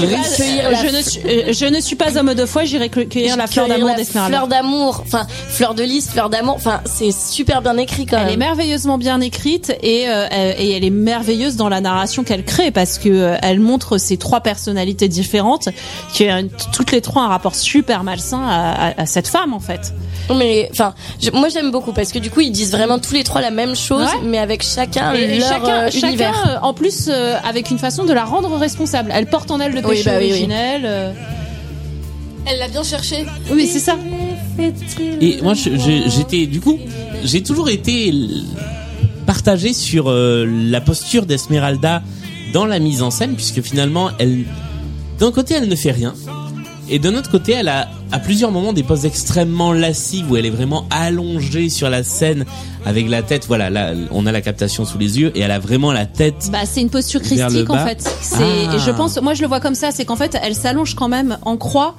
je ne suis pas homme de foi, j'irai cueillir la fleur d'amour d'Esmeralda. Fleur d'amour, enfin Fleur de Lys, fleur d'amour, enfin c'est super bien écrit quand même. Elle est merveilleusement bien écrite et elle est merveilleuse dans la narration qu'elle crée parce que elle montre ces trois personnalités différentes qui ont toutes les trois un rapport super malsain à cette femme en fait. Mais enfin, moi j'aime beaucoup parce que du coup ils disent vraiment tous les trois la même chose, mais avec chacun leur univers. Chacun, en plus, avec une façon de la rendre responsable. Elle porte en elle le péché originel. Elle l'a bien cherché. Oui, c'est ça. Et moi, j'étais, du coup, j'ai toujours été partagé sur la posture d'Esmeralda dans la mise en scène, puisque finalement, d'un côté, elle ne fait rien. Et d'un autre côté, elle a à plusieurs moments des poses extrêmement lascives où elle est vraiment allongée sur la scène avec la tête. Voilà, là, on a la captation sous les yeux et elle a vraiment la tête. C'est une posture christique en fait. Et je pense, moi je le vois comme ça, c'est qu'en fait, elle s'allonge quand même en croix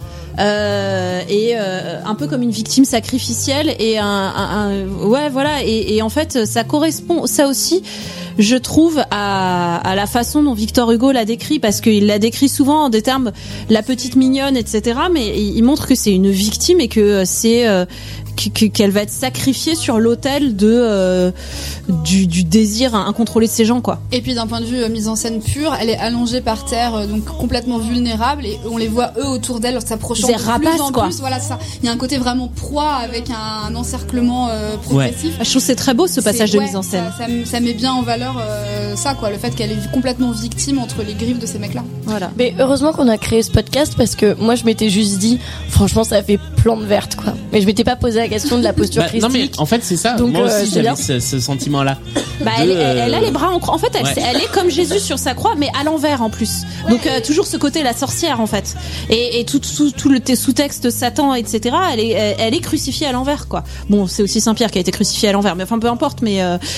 et un peu comme une victime sacrificielle et ouais voilà. Et en fait, ça correspond, ça aussi. Je trouve à la façon dont Victor Hugo l'a décrit, parce qu'il l'a décrit souvent en des termes la petite mignonne, etc. Mais il montre que c'est une victime et que c'est qu'elle va être sacrifiée sur l'autel du désir incontrôlé de ces gens, quoi. Et puis d'un point de vue mise en scène pure, elle est allongée par terre, donc complètement vulnérable, et on les voit eux autour d'elle s'approchant de plus en plus. Voilà ça. Il y a un côté vraiment proie avec un encerclement progressif. Ouais. Je trouve que c'est très beau ce passage de mise en scène. Ça met bien en valeur ça, quoi, le fait qu'elle est complètement victime entre les griffes de ces mecs-là. Voilà. Mais heureusement qu'on a créé ce podcast parce que moi je m'étais juste dit, franchement ça fait plante verte, quoi. Mais je m'étais pas posé la question de la posture christique. Non mais en fait c'est ça. Donc, moi aussi j'avais ce sentiment-là. Elle a les bras en croix. En fait, elle est comme Jésus sur sa croix, mais à l'envers en plus. Donc toujours ce côté la sorcière en fait. Et tout le sous-texte Satan, etc. Elle est crucifiée à l'envers, quoi. Bon, c'est aussi Saint-Pierre qui a été crucifié à l'envers, mais enfin peu importe. Mais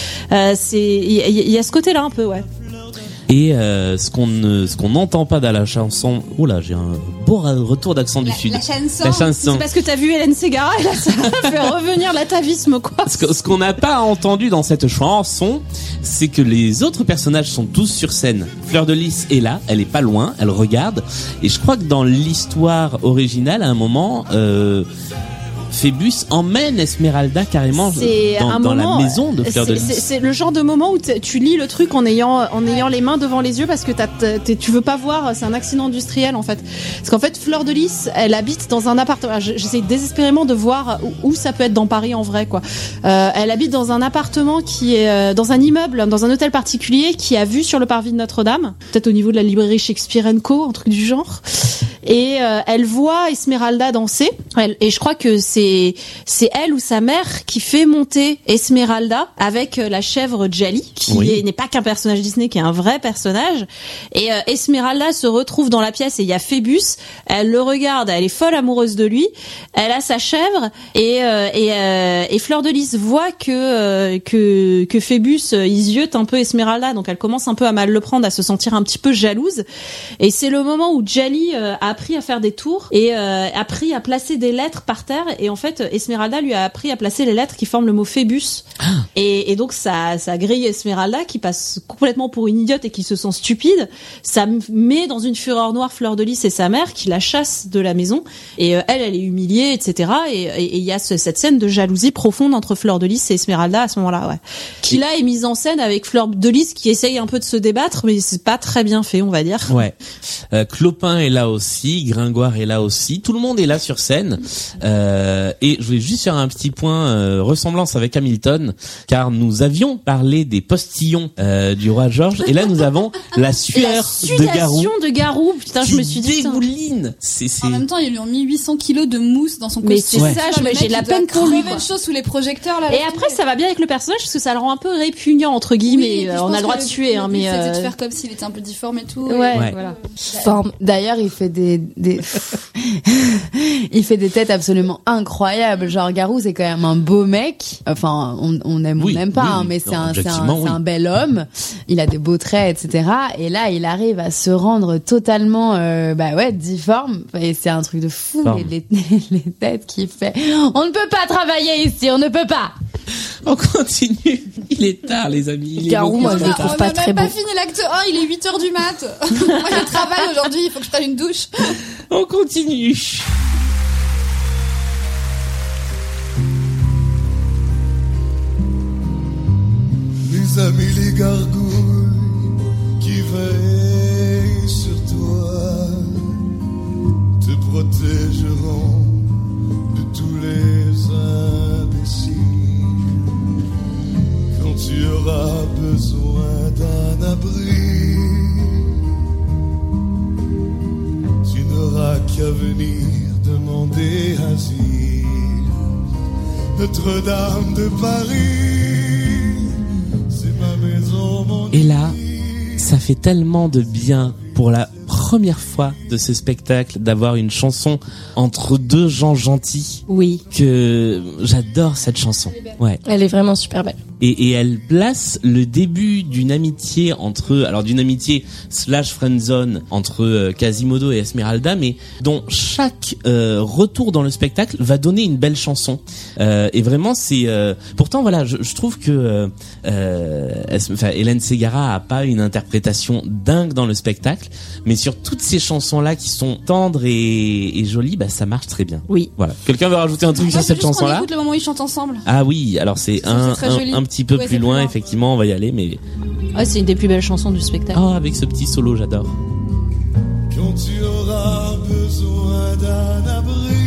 il y a ce côté-là un peu, ouais. Et ce qu'on n'entend pas dans la chanson. Oula, j'ai un beau retour d'accent du sud. La chanson. C'est parce que t'as vu Hélène Ségara et là ça fait revenir l'atavisme, quoi. Ce qu'on n'a pas entendu dans cette chanson, c'est que les autres personnages sont tous sur scène. Fleur de Lys est là, elle est pas loin, elle regarde. Et je crois que dans l'histoire originale, à un moment, Phébus emmène Esmeralda carrément dans la maison de Fleur de Lys. C'est le genre de moment où tu lis le truc en ayant les mains devant les yeux parce que tu veux pas voir, c'est un accident industriel en fait. Parce qu'en fait Fleur de Lys, elle habite dans un appartement. J'essaie désespérément de voir où ça peut être dans Paris en vrai, quoi. Elle habite dans un appartement qui est dans un immeuble, dans un hôtel particulier qui a vue sur le parvis de Notre-Dame, peut-être au niveau de la librairie Shakespeare & Co, un truc du genre. Et elle voit Esmeralda danser. Et je crois que c'est elle ou sa mère qui fait monter Esmeralda avec la chèvre Djali, qui n'est pas qu'un personnage Disney, qui est un vrai personnage. Et Esmeralda se retrouve dans la pièce et il y a Phébus. Elle le regarde, elle est folle amoureuse de lui. Elle a sa chèvre et Fleur de Lys voit que Phébus il ziote un peu Esmeralda, donc elle commence un peu à mal le prendre, à se sentir un petit peu jalouse. Et c'est le moment où Djali appris à faire des tours et appris à placer des lettres par terre. Et en fait, Esmeralda lui a appris à placer les lettres qui forment le mot Phébus. Et donc ça grille Esmeralda qui passe complètement pour une idiote et qui se sent stupide. Ça met dans une fureur noire Fleur de Lys et sa mère qui la chasse de la maison. Et elle est humiliée, etc. Et il y a cette scène de jalousie profonde entre Fleur de Lys et Esmeralda à ce moment-là, ouais. Qui là est mise en scène avec Fleur de Lys qui essaye un peu de se débattre, mais c'est pas très bien fait, on va dire. Ouais. Clopin est là aussi, Gringoire est là aussi, tout le monde est là sur scène. Et je voulais juste faire un petit point ressemblance avec Hamilton, car nous avions parlé des postillons du roi George, et là nous avons la sueur de Garou. Putain, je me suis dit dégouline. En même temps, ils lui ont mis 800 kilos de mousse dans son costume. Mais c'est ça, j'ai la peine pour lui. De choses sous les projecteurs là. Et après, ça va bien avec le personnage parce que ça le rend un peu répugnant entre guillemets. On a le droit de tuer, hein, mais c'était de faire comme s'il était un peu difforme et tout. Ouais. Voilà. D'ailleurs, il fait des il fait des têtes absolument incroyables. Genre Garou, c'est quand même un beau mec. Enfin, on aime ou on n'aime pas, mais c'est un bel homme. Il a des beaux traits, etc. Et là, il arrive à se rendre totalement, difforme. Et c'est un truc de fou. Les têtes qu'il fait. On ne peut pas travailler ici, on ne peut pas. On continue. Il est tard, les amis. Garou, moi, je le trouve pas très beau. On n'a même pas fini l'acte 1, il est 8h du mat. Moi, je travaille aujourd'hui, il faut que je prenne une douche. On continue. Les amis, les gargouilles qui veillent sur toi te protégeront de tous les imbéciles. Quand tu auras besoin d'un abri, tu n'auras qu'à venir demander asile. Notre-Dame de Paris, c'est ma maison, mon Et là, ça fait tellement de bien pour la première fois de ce spectacle d'avoir une chanson entre deux gens gentils. Oui. Que j'adore cette chanson. Ouais. Elle est vraiment super belle. Et elle place le début d'une amitié d'une amitié / friendzone entre Quasimodo et Esmeralda, mais dont chaque retour dans le spectacle va donner une belle chanson. Et vraiment, c'est pourtant voilà, je trouve que Hélène Ségara a pas une interprétation dingue dans le spectacle, mais sur toutes ces chansons là qui sont tendres et jolies, bah ça marche très bien. Oui. Voilà. Quelqu'un veut rajouter un truc sur cette chanson là? On écoute le moment où ils chantent ensemble. Ah oui, alors c'est un petit peu plus loin, effectivement, on va y aller, mais... Ouais, c'est une des plus belles chansons du spectacle. Oh, avec ce petit solo, j'adore. Quand tu auras besoin d'un abri,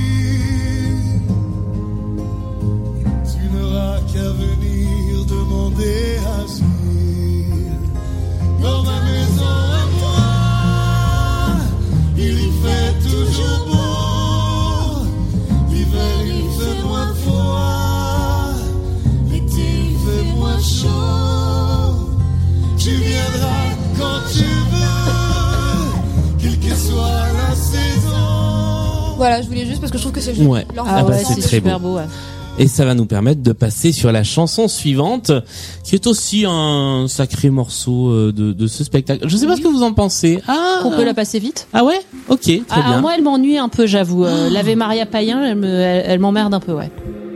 tu n'auras qu'à venir demander asile. Dans ma maison à moi, il y fait toujours beau. L'hiver, il fait moins froid. L'été, il fait moins chaud. Tu viendras quand tu veux, quelle que soit la saison. Voilà, je voulais juste parce que je trouve que c'est joli. Ouais. C'est très super beau. Ouais. Et ça va nous permettre de passer sur la chanson suivante, qui est aussi un sacré morceau de ce spectacle. Je sais pas ce que vous en pensez. On peut la passer vite. Ah ouais? Ok, très bien. Moi, elle m'ennuie un peu, j'avoue. L'Ave Maria Païen, elle m'emmerde un peu, ouais.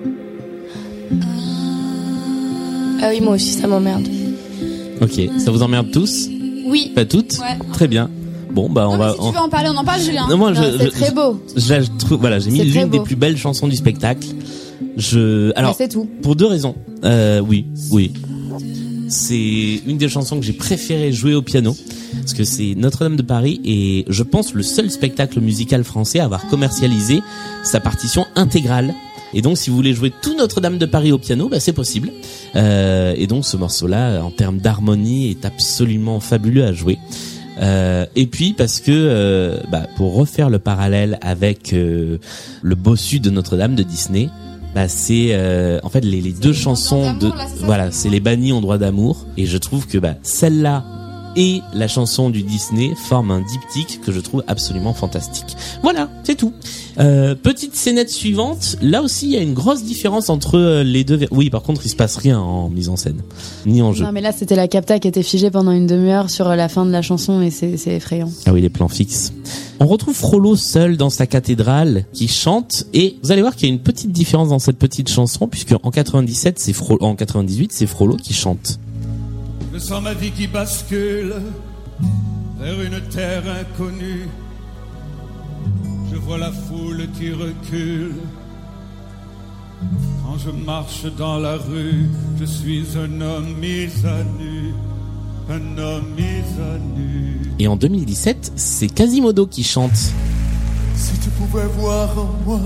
Ah oui, moi aussi, ça m'emmerde. Ok, ça vous emmerde tous? Oui. Pas toutes? Ouais. Très bien. Bon, bah, Si tu veux en parler, on en parle, Julien. Non, c'est très beau. Je trouve, voilà, j'ai mis l'une des plus belles chansons du spectacle. Alors, c'est tout. Pour deux raisons. Oui. C'est une des chansons que j'ai préféré jouer au piano. Parce que c'est Notre-Dame de Paris et je pense le seul spectacle musical français à avoir commercialisé sa partition intégrale. Et donc, si vous voulez jouer tout Notre-Dame de Paris au piano, bah, c'est possible. Et donc, ce morceau-là, en termes d'harmonie, est absolument fabuleux à jouer. Et puis parce que pour refaire le parallèle avec le bossu de Notre-Dame de Disney, c'est en fait les deux chansons de voilà, c'est Les Bannis ont droit d'amour, et je trouve que celle-là et la chanson du Disney forment un diptyque que je trouve absolument fantastique. Voilà, c'est tout. Petite scénette suivante, là aussi il y a une grosse différence entre les deux. Oui, par contre il se passe rien en mise en scène, ni en jeu. Non mais là c'était la capta qui était figée pendant une demi-heure sur la fin de la chanson et c'est effrayant. Ah oui, les plans fixes. On retrouve Frollo seul dans sa cathédrale qui chante et vous allez voir qu'il y a une petite différence dans cette petite chanson puisque en 98 c'est Frollo qui chante. Je sens ma vie qui bascule vers une terre inconnue. Je vois la foule qui recule. Quand je marche dans la rue, je suis un homme mis à nu. Un homme mis à nu. Et en 2017, c'est Quasimodo qui chante. Si tu pouvais voir en moi,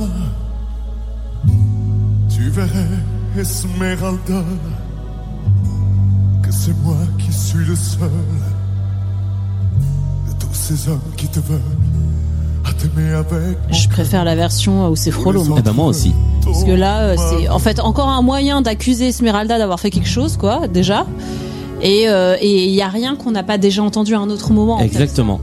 tu verrais Esmeralda, que c'est moi qui suis le seul de tous ces hommes qui te veulent à t'aimer avec. Je préfère la version où c'est Frollo. Eh ben moi aussi. Parce que là, c'est en fait encore un moyen d'accuser Esmeralda d'avoir fait quelque chose, quoi, déjà. Et il y a rien qu'on n'a pas déjà entendu à un autre moment. Exactement.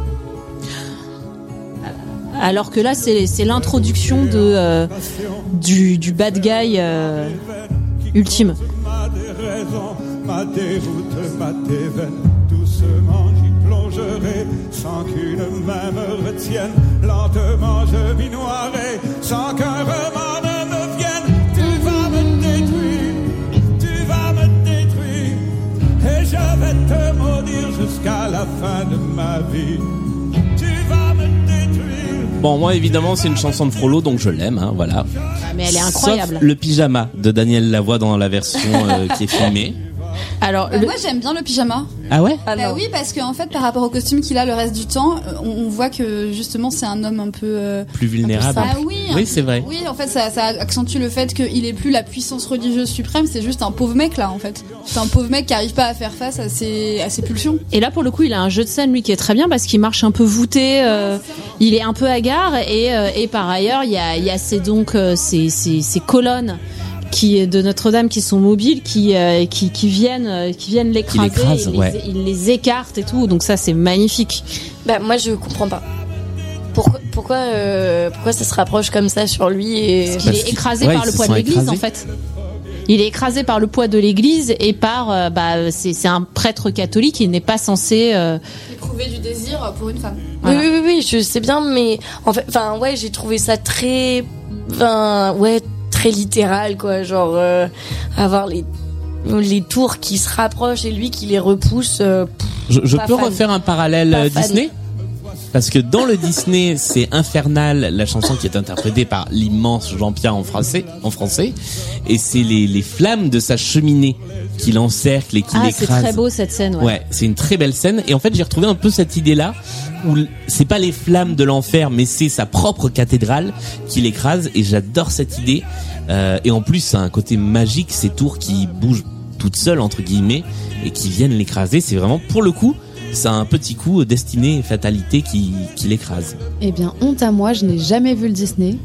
Alors que là, c'est l'introduction du bad guy ultime. Ma déroute, ma déveine, doucement j'y plongerai, sans qu'une main me retienne, lentement je m'y noierai, sans qu'un remords ne me vienne. Tu vas me détruire, tu vas me détruire, et je vais te maudire jusqu'à la fin de ma vie. Tu vas me détruire. Bon, moi évidemment c'est une chanson de Frollo donc je l'aime, hein, voilà. Mais elle est incroyable. Sauf le pyjama de Daniel Lavoie dans la version qui est filmée. Alors, moi j'aime bien le pyjama. Ah ouais? Oui, parce qu'en fait par rapport au costume qu'il a le reste du temps, on voit que justement c'est un homme un peu plus vulnérable. Oui, c'est vrai. Oui, en fait ça accentue le fait qu'il est plus la puissance religieuse suprême, c'est juste un pauvre mec là en fait. C'est un pauvre mec qui arrive pas à faire face à ses pulsions. Et là pour le coup il a un jeu de scène lui qui est très bien parce qu'il marche un peu voûté, il est un peu hagard et par ailleurs il y a ces colonnes de Notre-Dame qui sont mobiles, qui viennent l'écraser, il les écarte et tout, donc ça c'est magnifique. Bah moi je comprends pas. Pourquoi ça se rapproche comme ça sur lui et... Parce qu'il est écrasé par le poids de l'église en fait. Il est écrasé par le poids de l'église et par c'est un prêtre catholique, il n'est pas censé éprouver du désir pour une femme. Voilà. Oui, je sais bien, mais en fait, j'ai trouvé ça très littéral quoi, genre avoir les tours qui se rapprochent et lui qui les repousse. Je peux refaire un parallèle Disney, parce que dans le Disney c'est Infernal, la chanson qui est interprétée par l'immense Jean-Pierre en français, et c'est les flammes de sa cheminée qui l'encerclent et qui l'écrasent. C'est très beau cette scène. Ouais, c'est une très belle scène et en fait j'ai retrouvé un peu cette idée là où c'est pas les flammes de l'enfer mais c'est sa propre cathédrale qui l'écrase et j'adore cette idée. Et en plus, ça a un côté magique, ces tours qui bougent toutes seules entre guillemets et qui viennent l'écraser. C'est vraiment, pour le coup, ça a un petit coup destinée et fatalité qui l'écrase. Eh bien, honte à moi, je n'ai jamais vu le Disney.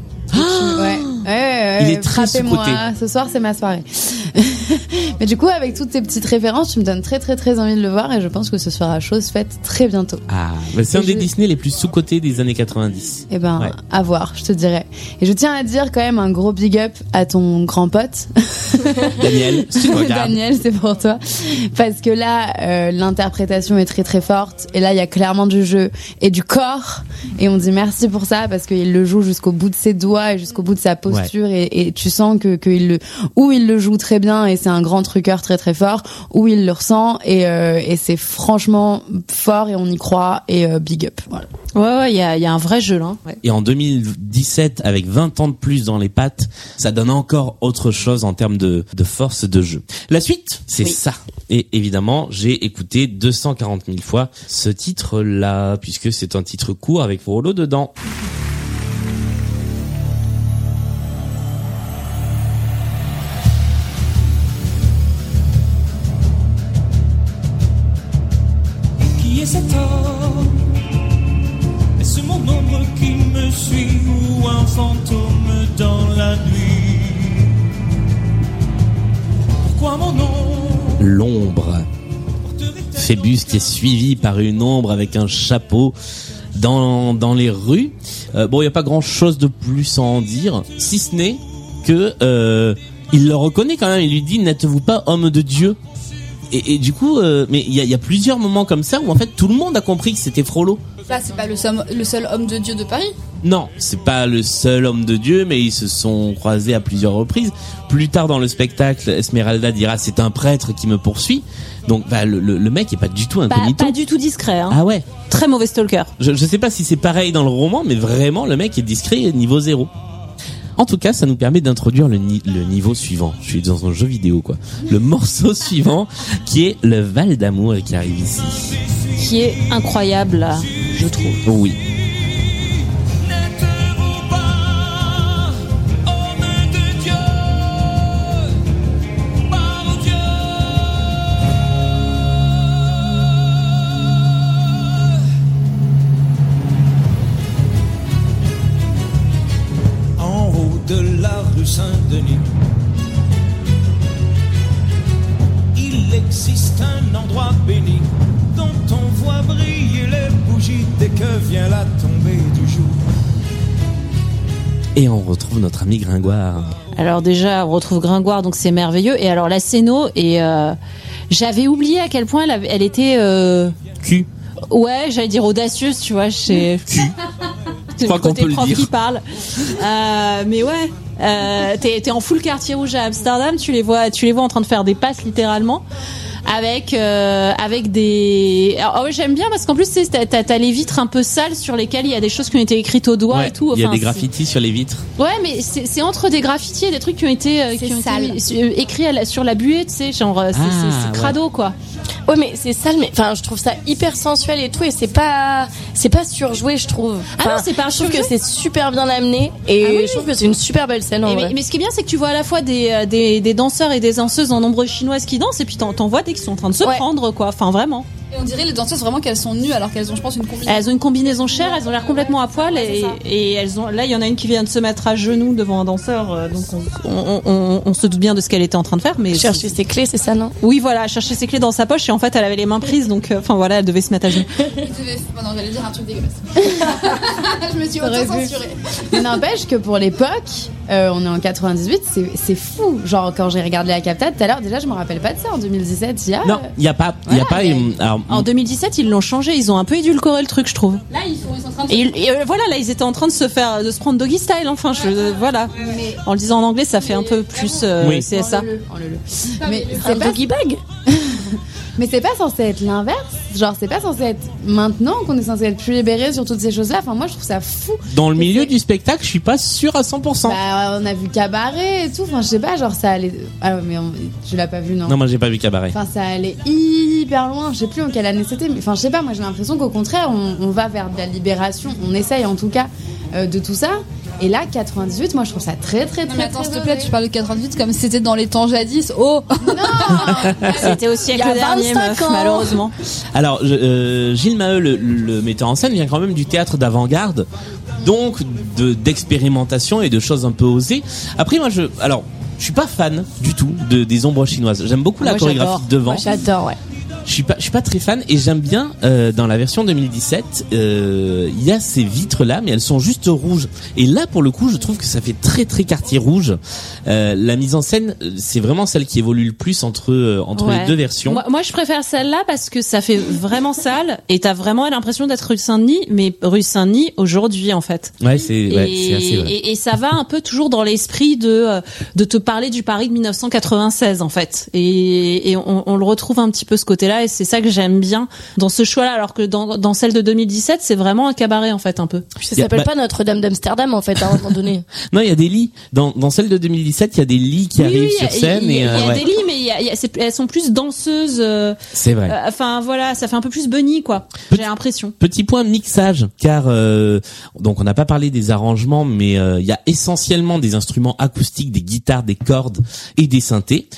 Il est très sous-coté. Ce soir, c'est ma soirée. Mais du coup, avec toutes ces petites références, tu me donnes très très très envie de le voir et je pense que ce sera chose faite très bientôt. Ah, bah c'est un des Disney les plus sous-cotés des années 90. Eh ben, à voir, je te dirais. Et je tiens à dire quand même un gros big up à ton grand pote. Daniel, Daniel, c'est pour toi. Parce que là, l'interprétation est très très forte et là, il y a clairement du jeu et du corps et on dit merci pour ça parce qu'il le joue jusqu'au bout de ses doigts et jusqu'au bout de sa posture et tu sens qu'il le joue très bien et c'est un grand truqueur très très fort, où il le ressent et c'est franchement fort et on y croit et big up. Voilà. Ouais, il y a un vrai jeu là. Ouais. Et en 2017, avec 20 ans de plus dans les pattes, ça donne encore autre chose en termes de force de jeu. La suite, c'est ça. Et évidemment, j'ai écouté 240 000 fois ce titre-là, puisque c'est un titre court avec Frollo dedans. Qui est cet homme? Est-ce mon ombre qui me suit ou un fantôme dans la nuit? Pourquoi mon nom? L'ombre. Phébus qui est suivi par une ombre avec un chapeau dans les rues. Bon, il y a pas grand-chose de plus à en dire, si ce n'est que il le reconnaît quand même. Il lui dit: n'êtes-vous pas homme de Dieu? Et du coup, mais il y a plusieurs moments comme ça où en fait tout le monde a compris que c'était Frollo. Là, c'est pas le seul homme de Dieu de Paris. Non, c'est pas le seul homme de Dieu, mais ils se sont croisés à plusieurs reprises. Plus tard dans le spectacle, Esmeralda dira: c'est un prêtre qui me poursuit. Donc le mec est pas du tout incognito. Pas du tout discret. Hein. Ah ouais. Très mauvais stalker. Je sais pas si c'est pareil dans le roman, mais vraiment le mec est discret, niveau 0. En tout cas, ça nous permet d'introduire le niveau suivant. Je suis dans un jeu vidéo, quoi. Le morceau suivant, qui est le Val d'Amour et qui arrive ici. Qui est incroyable, là, je trouve. Oui. De la rue Saint-Denis, il existe un endroit béni dont on voit briller les bougies dès que vient la tombée du jour. Et on retrouve notre ami Gringoire. Alors déjà, on retrouve Gringoire, donc c'est merveilleux. Et alors la scéno, et j'avais oublié à quel point elle était... Cul. Ouais, j'allais dire audacieuse, tu vois, chez... Cul. C'est le côté prof qui parle. Mais ouais, t'es en full quartier rouge à Amsterdam, tu les vois en train de faire des passes littéralement. Avec des... Alors, ouais, j'aime bien parce qu'en plus t'as les vitres un peu sales sur lesquelles il y a des choses qui ont été écrites au doigt, et tout. Il y a des graffitis sur les vitres. Ouais, mais c'est entre des graffitis et des trucs qui ont été écrits sur la buée, tu sais, genre c'est crado, quoi. Ouais, mais c'est sale, mais enfin je trouve ça hyper sensuel et tout, et c'est pas surjoué, je trouve. Ah non, c'est pas je trouve surjoué. que c'est super bien amené, et je trouve que c'est une super belle scène en vrai. Mais ce qui est bien, c'est que tu vois à la fois des danseurs et des danseuses en ombre chinoise qui dansent, et puis t'en vois des qui sont en train de se prendre, quoi. Enfin, vraiment. Et on dirait les danseuses vraiment qu'elles sont nues alors qu'elles ont, je pense, une combinaison. Elles ont une combinaison chère, elles ont l'air complètement à poil, et elles ont. Là, il y en a une qui vient de se mettre à genoux devant un danseur, donc on se doute bien de ce qu'elle était en train de faire. Mais chercher ses clés, c'est ça, non? Oui, voilà, chercher ses clés dans sa poche, et en fait, elle avait les mains prises, donc enfin voilà, elle devait se mettre à genoux. Non, j'allais dire un truc dégueulasse. Je me suis auto-censurée. Mais n'empêche que pour l'époque, on est en 98, c'est fou. Genre quand j'ai regardé la capta tout à l'heure, déjà je me rappelle pas de ça en 2017. Non, il y a pas. Alors, en 2017, ils l'ont changé, ils ont un peu édulcoré le truc, je trouve. Là, ils sont en train de. Et voilà, là, ils étaient en train de se prendre doggy style. Enfin, voilà. Mais... En le disant en anglais, ça fait un peu plus CSA. Mais c'est pas doggy bag. Mais c'est pas censé être l'inverse. Genre, c'est pas censé être maintenant qu'on est censé être plus libéré sur toutes ces choses-là. Enfin, moi, je trouve ça fou. Dans le milieu du spectacle, je suis pas sûr à 100%. Bah, on a vu Cabaret et tout. Enfin, je sais pas, genre, ça allait. Ah, mais tu l'as pas vu, non? Non, moi, j'ai pas vu Cabaret. Enfin, ça allait hyper loin. Je sais plus en quelle année c'était. Mais enfin, je sais pas, moi, j'ai l'impression qu'au contraire, on va vers de la libération. On essaye, en tout cas, de tout ça. Et là, 98, moi je trouve ça très très très. Mais attends, s'il te plaît, tu parles de 98 comme si c'était dans les temps jadis. Oh non. C'était au siècle dernier, meuf, malheureusement. Alors, Gilles Maheu, le metteur en scène, vient quand même du théâtre d'avant-garde, donc d'expérimentation et de choses un peu osées. Après, moi, je suis pas fan du tout des ombres chinoises. J'aime beaucoup la chorégraphie devant. Moi, j'adore, ouais. Je suis pas très fan, et j'aime bien dans la version 2017 il y a ces vitres là, mais elles sont juste rouges, et là pour le coup je trouve que ça fait très très quartier rouge. La mise en scène, c'est vraiment celle qui évolue le plus entre les deux versions. Moi je préfère celle-là parce que ça fait vraiment sale, et t'as vraiment l'impression d'être rue Saint-Denis, mais rue Saint-Denis aujourd'hui en fait. Ouais, c'est assez vrai. Et ça va un peu toujours dans l'esprit de te parler du Paris de 1996 en fait, et on le retrouve un petit peu ce côté-là. Et c'est ça que j'aime bien dans ce choix-là, alors que dans celle de 2017, c'est vraiment un cabaret en fait un peu. Ça s'appelle pas Notre-Dame d'Amsterdam en fait à un moment donné. Non, il y a des lits dans celle de 2017, il y a des lits qui arrivent sur scène. Il y a des lits, mais elles sont plus danseuses. C'est vrai. Enfin voilà, ça fait un peu plus bunny quoi. J'ai l'impression. Petit point mixage, car donc on n'a pas parlé des arrangements, mais il y a essentiellement des instruments acoustiques, des guitares, des cordes et des synthés.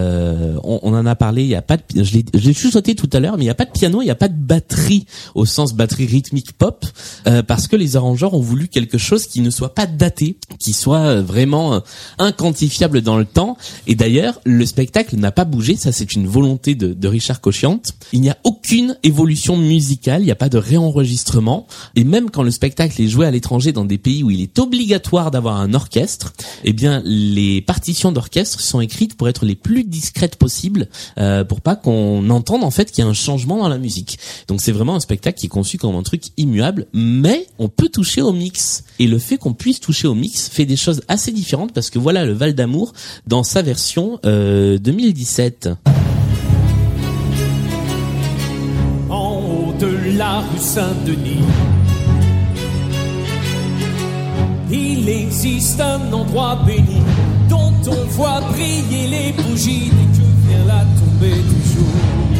On en a parlé. Il y a pas de, je l'ai sauté tout à l'heure, mais il n'y a pas de piano, il n'y a pas de batterie au sens batterie rythmique pop, parce que les arrangeurs ont voulu quelque chose qui ne soit pas daté, qui soit vraiment inquantifiable dans le temps. Et d'ailleurs, le spectacle n'a pas bougé. Ça, c'est une volonté de Richard Cochiante. Il n'y a aucune évolution musicale. Il n'y a pas de réenregistrement. Et même quand le spectacle est joué à l'étranger dans des pays où il est obligatoire d'avoir un orchestre, eh bien, les partitions d'orchestre sont écrites pour être les plus discrètes possibles, pour pas qu'on entende en fait qu'il y a un changement dans la musique. Donc c'est vraiment un spectacle qui est conçu comme un truc immuable, mais on peut toucher au mix. Et le fait qu'on puisse toucher au mix fait des choses assez différentes, parce que voilà le Val d'Amour dans sa version 2017. En haut de la rue Saint-Denis, il existe un endroit béni dont on voit briller les bougies dès que vient la tombée du jour.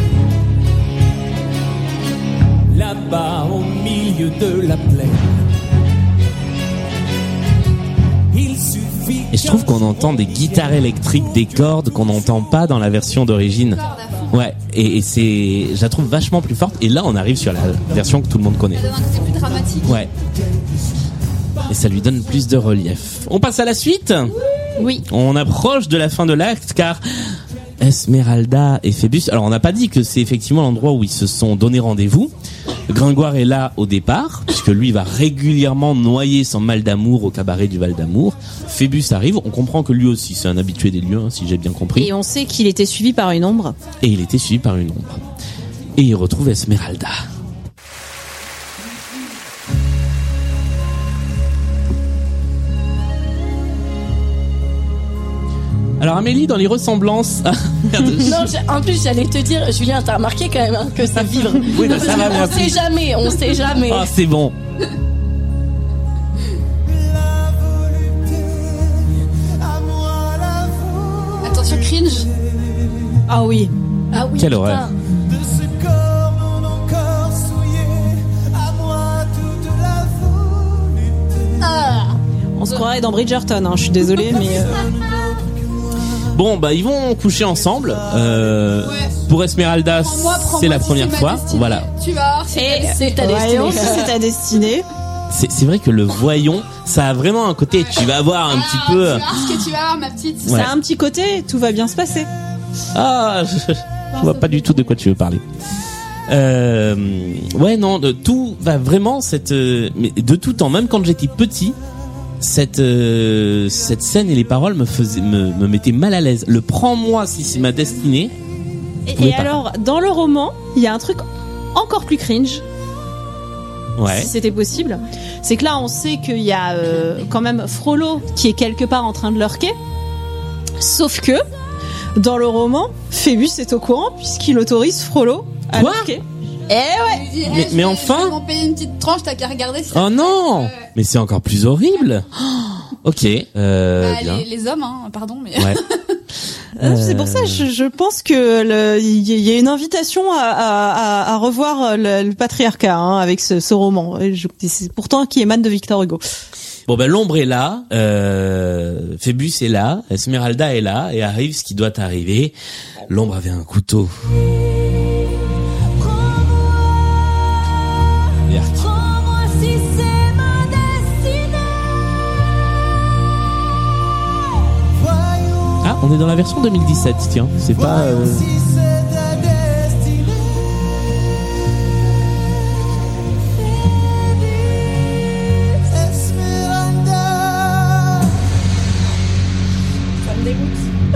Là-bas au milieu de la plaine, il suffit. Et je trouve qu'on entend des guitares électriques, des cordes qu'on n'entend pas dans la version d'origine. Ouais, et c'est, je la trouve vachement plus forte. Et là, on arrive sur la version que tout le monde connaît. Ça donne un côté plus dramatique. Ouais. Et ça lui donne plus de relief. On passe à la suite ? Oui. On approche de la fin de l'acte, car Esmeralda et Phébus, alors on n'a pas dit que c'est effectivement l'endroit où ils se sont donné rendez-vous. Gringoire est là au départ, puisque lui va régulièrement noyer son mal d'amour au cabaret du Val d'Amour. Phébus arrive, on comprend que lui aussi c'est un habitué des lieux, hein, si j'ai bien compris. Et on sait qu'il était suivi par une ombre. Et il était suivi par une ombre. Et il retrouve Esmeralda. Alors Amélie, dans les ressemblances... Non, en plus j'allais te dire, Julien, t'as remarqué quand même que c'est vivre. Oui, non, ça va, on sait jamais. Oh, c'est bon. Attention, cringe. Ah oui. Ah oui. Quelle horreur. On se croirait dans Bridgerton, hein, je suis désolée, mais... Bon, bah ils vont coucher ensemble. Pour Esmeralda, c'est la première fois. Voilà. Tu vas. C'est ta destinée. C'est ta destinée. C'est vrai que le voyons, ça a vraiment un côté. Tu vas voir un petit peu. Tu vas voir ce que tu vas voir, ma petite. Ouais. Ça a un petit côté. Tout va bien se passer. Ah, je vois pas du tout de quoi tu veux parler. Ouais, non, tout va vraiment mais de tout temps. Même quand j'étais petit. Cette scène et les paroles me mettaient mal à l'aise. Le prends-moi si c'est ma destinée. Et alors, dans le roman, il y a un truc encore plus cringe. Ouais. Si c'était possible. C'est que là, on sait qu'il y a quand même Frollo qui est quelque part en train de lurker. Sauf que, dans le roman, Phébus est au courant puisqu'il autorise Frollo à lurker. Eh ouais. Mais enfin. Je vais m'en payer une petite tranche, t'as qu'à regarder. Oh non. Mais c'est encore plus horrible. Ok. Les hommes, hein, pardon, mais. Ouais. C'est pour ça, je pense que il y a une invitation à revoir le patriarcat avec ce roman. C'est pourtant qui émane de Victor Hugo. Bon ben l'ombre est là, Phébus est là, Esmeralda est là, et arrive ce qui doit arriver. L'ombre avait un couteau. Ah, on est dans la version 2017, tiens, c'est pas... Ça me dégoûte.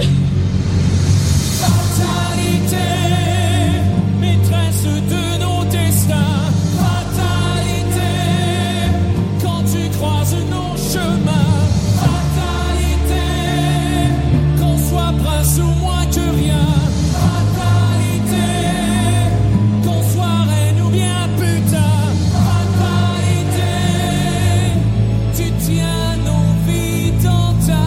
Fatalité, maîtresse de nos destins. Fatalité, quand tu croises nos chemins. Fatalité, qu'on soit prince ou moins que rien. Fatalité, qu'on soit reine ou bien putain. Fatalité, tu tiens nos vies dans ta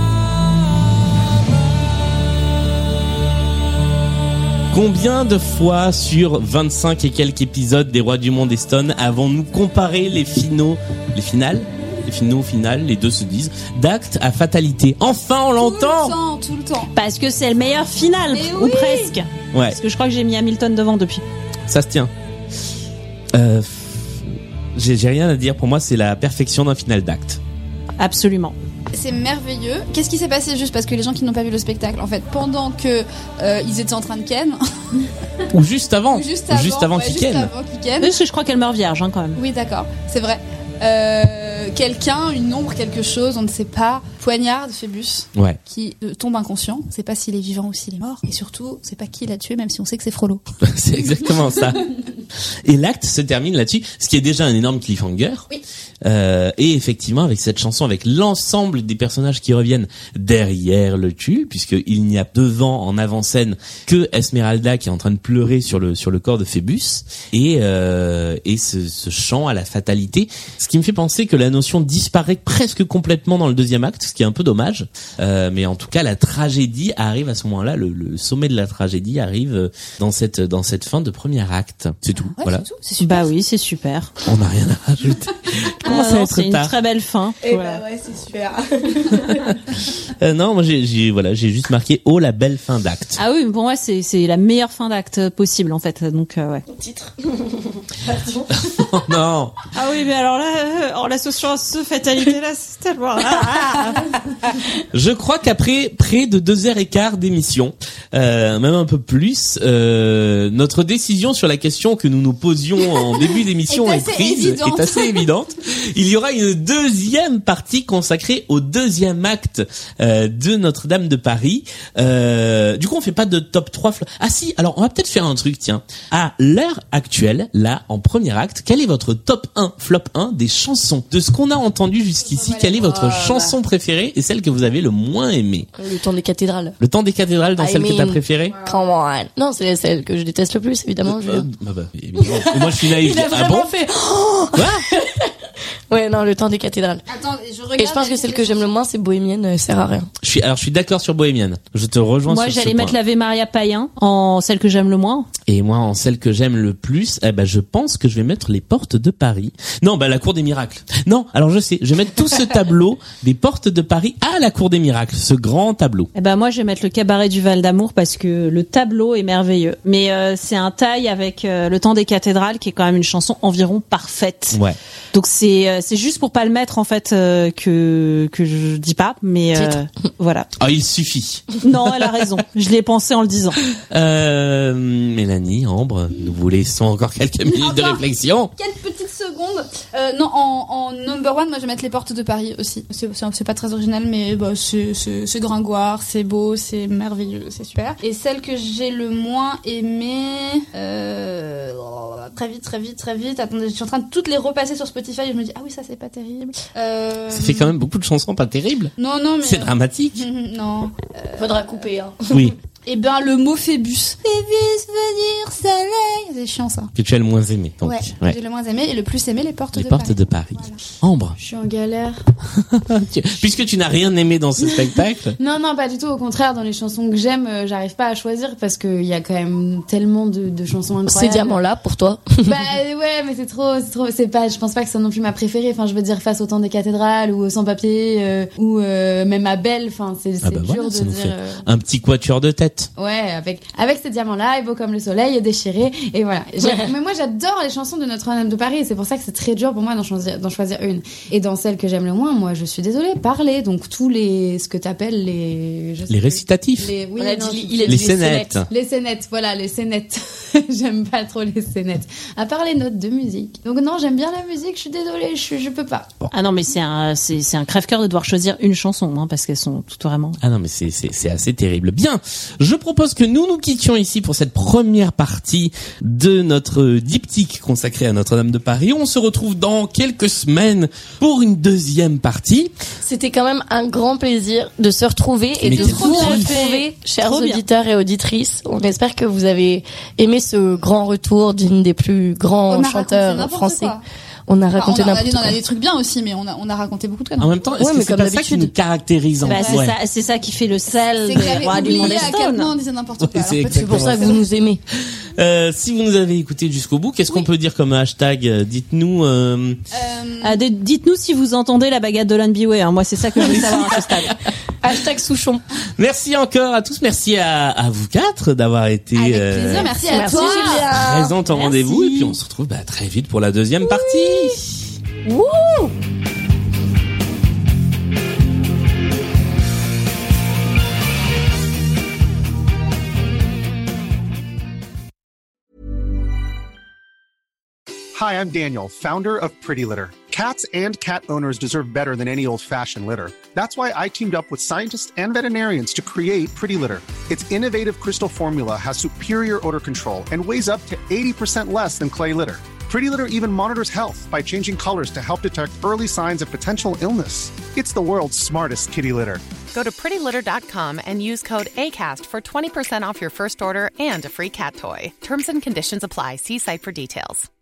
Combien de fois sur 25 et quelques épisodes des Rois du Monde et Stone avons-nous comparé les finaux, finales, les deux se disent, d'Acte à Fatalité. Enfin, on l'entend! Tout le temps. Parce que c'est le meilleur final, ou presque. Ouais. Parce que je crois que j'ai mis Hamilton devant depuis. Ça se tient. J'ai rien à dire. Pour moi, c'est la perfection d'un final d'Acte. Absolument. c'est merveilleux. Qu'est-ce qui s'est passé juste parce que les gens qui n'ont pas vu le spectacle, en fait, pendant que ils étaient en train de ken, ou juste avant qu'ils ken. Juste avant qu'ils ken. Je crois qu'elle meurt vierge quand même. Oui, d'accord, c'est vrai. Quelqu'un, une ombre, quelque chose, on ne sait pas, poignarde Phébus, qui tombe inconscient. On ne sait pas s'il est vivant ou s'il est mort. Et surtout, on ne sait pas qui l'a tué, même si on sait que c'est Frollo. C'est exactement ça. Et l'acte se termine là-dessus, ce qui est déjà un énorme cliffhanger. Oui. Et effectivement, avec cette chanson, avec l'ensemble des personnages qui reviennent derrière le tue, puisqu'il n'y a devant, en avant-scène, que Esmeralda qui est en train de pleurer sur le corps de Phébus, et ce chant à la fatalité, ce qui me fait penser que la notion disparaît presque complètement dans le deuxième acte, ce qui est un peu dommage. Mais en tout cas, la tragédie arrive à ce moment-là, le sommet de la tragédie arrive dans cette fin de premier acte. C'est tout. Ouais, voilà. C'est tout. C'est super. Bah oui, c'est super. On n'a rien à rajouter. C'est une très belle fin. Et bah ouais, c'est super. Non, moi j'ai juste marqué la belle fin d'acte. Ah oui, pour moi c'est la meilleure fin d'acte possible en fait. Donc ouais. Titre. Oh, non. Ah oui, mais alors là, l'association à ce fatalité là, c'est tellement. Je crois qu'après près de 2h15 d'émission, même un peu plus, notre décision sur la question que nous nous posions en début d'émission est assez évidente. Il y aura une deuxième partie consacrée au deuxième acte de Notre-Dame de Paris. Du coup, on fait pas de top 3 Ah si, alors on va peut-être faire un truc, tiens. À l'heure actuelle, là, en premier acte, quel est votre top 1, flop 1 des chansons? De ce qu'on a entendu jusqu'ici, quelle est votre chanson préférée et celle que vous avez le moins aimée? Le temps des cathédrales. Le temps des cathédrales dans celle que t'as préférée? Come on. Non, c'est celle que je déteste le plus, évidemment. Évidemment. Et moi, je suis naïf. Il a vraiment fait. Quoi? Ouais, non, le temps des cathédrales. Attends, je regarde. Et je pense que celle que j'aime le moins, c'est Bohémienne, elle sert à rien. Je suis d'accord sur Bohémienne. Je te rejoins sur ce point. Moi, j'allais mettre l'Ave Maria Païen en celle que j'aime le moins. Et moi, en celle que j'aime le plus, je pense que je vais mettre les Portes de Paris. Non, la Cour des Miracles. Non, alors je sais, je vais mettre tout ce tableau des Portes de Paris à la Cour des Miracles, ce grand tableau. Moi, je vais mettre le Cabaret du Val d'Amour parce que le tableau est merveilleux. Mais c'est un taille avec le temps des cathédrales qui est quand même une chanson environ parfaite. Ouais. Donc c'est juste pour pas le mettre en fait que je dis pas, mais voilà. Ah, il suffit. Non, elle a raison. Je l'ai pensé en le disant. Mélanie, Ambre, nous vous laissons encore quelques minutes de réflexion. Quelques petites secondes. Non, en number one, moi je vais mettre les Portes de Paris aussi. C'est pas très original, mais c'est gringoire, c'est beau, c'est merveilleux, c'est super. Et celle que j'ai le moins aimée, très vite. Attendez, je suis en train de toutes les repasser sur Spotify et je me dis ah oui, ça c'est pas terrible. Ça fait quand même beaucoup de chansons pas terribles. Non, mais c'est dramatique. Non. Faudra couper, hein. Oui. Et le mot Phébus. Phébus veut dire soleil. C'est chiant ça. Que tu as le moins aimé. Donc. Ouais. J'ai le moins aimé et le plus aimé les Portes de Paris. Les Portes de Paris. Voilà. Ambre. Je suis en galère. Puisque tu n'as rien aimé dans ce spectacle. Non, pas du tout. Au contraire, dans les chansons que j'aime, j'arrive pas à choisir parce qu'il y a quand même tellement de chansons incroyables. Ces diamants-là, pour toi. Ouais, mais c'est trop. Je pense pas que c'est non plus ma préférée. Enfin, je veux dire, face au temps des cathédrales ou au sans-papier ou même à Belle. Enfin, c'est dur de dire. Un petit quatuor de tête. Ouais, avec ces diamants-là, et beau comme le soleil, déchiré, et voilà. Mais moi, j'adore les chansons de Notre-Dame de Paris, c'est pour ça que c'est très dur pour moi d'en choisir une. Et dans celle que j'aime le moins, moi, je suis désolée, parler, donc tous ce que t'appelles les récitatifs. Les scénettes. Les scénettes, voilà, les scénettes. J'aime pas trop les scénettes. À part les notes de musique. Donc non, j'aime bien la musique, je suis désolée, je peux pas. Bon. Ah non, mais c'est un crève-cœur de devoir choisir une chanson, hein, parce qu'elles sont toutes vraiment... Ah non, mais c'est assez terrible. Bien, je propose que nous quittions ici pour cette première partie de notre diptyque consacré à Notre-Dame de Paris. On se retrouve dans quelques semaines pour une deuxième partie. C'était quand même un grand plaisir de se retrouver et de vous retrouver, chers auditeurs et auditrices. On espère que vous avez aimé ce grand retour d'une des plus grands chanteurs français. On a raconté n'importe quoi. On a des trucs bien aussi, mais on a raconté beaucoup de conneries. En même temps, est-ce que c'est pas ça qui nous caractérise en fait? C'est ça qui fait le sel des rois du monde Stone. On disait n'importe quoi. C'est pour ça que vous nous aimez. Si vous nous avez écouté jusqu'au bout, qu'est-ce qu'on peut dire comme hashtag? Dites-nous. Dites-nous si vous entendez la baguette de Lon Beway. Moi, c'est ça que je veux savoir à ce stade. Hashtag Souchon. Merci encore à tous. Merci à vous quatre d'avoir été avec plaisir. Merci à toi, Julien. Présente en rendez-vous. Et puis on se retrouve très vite pour la deuxième partie. Wouh! Hi, I'm Daniel, founder of Pretty Litter. Cats and cat owners deserve better than any old-fashioned litter. That's why I teamed up with scientists and veterinarians to create Pretty Litter. Its innovative crystal formula has superior odor control and weighs up to 80% less than clay litter. Pretty Litter even monitors health by changing colors to help detect early signs of potential illness. It's the world's smartest kitty litter. Go to prettylitter.com and use code ACAST for 20% off your first order and a free cat toy. Terms and conditions apply. See site for details.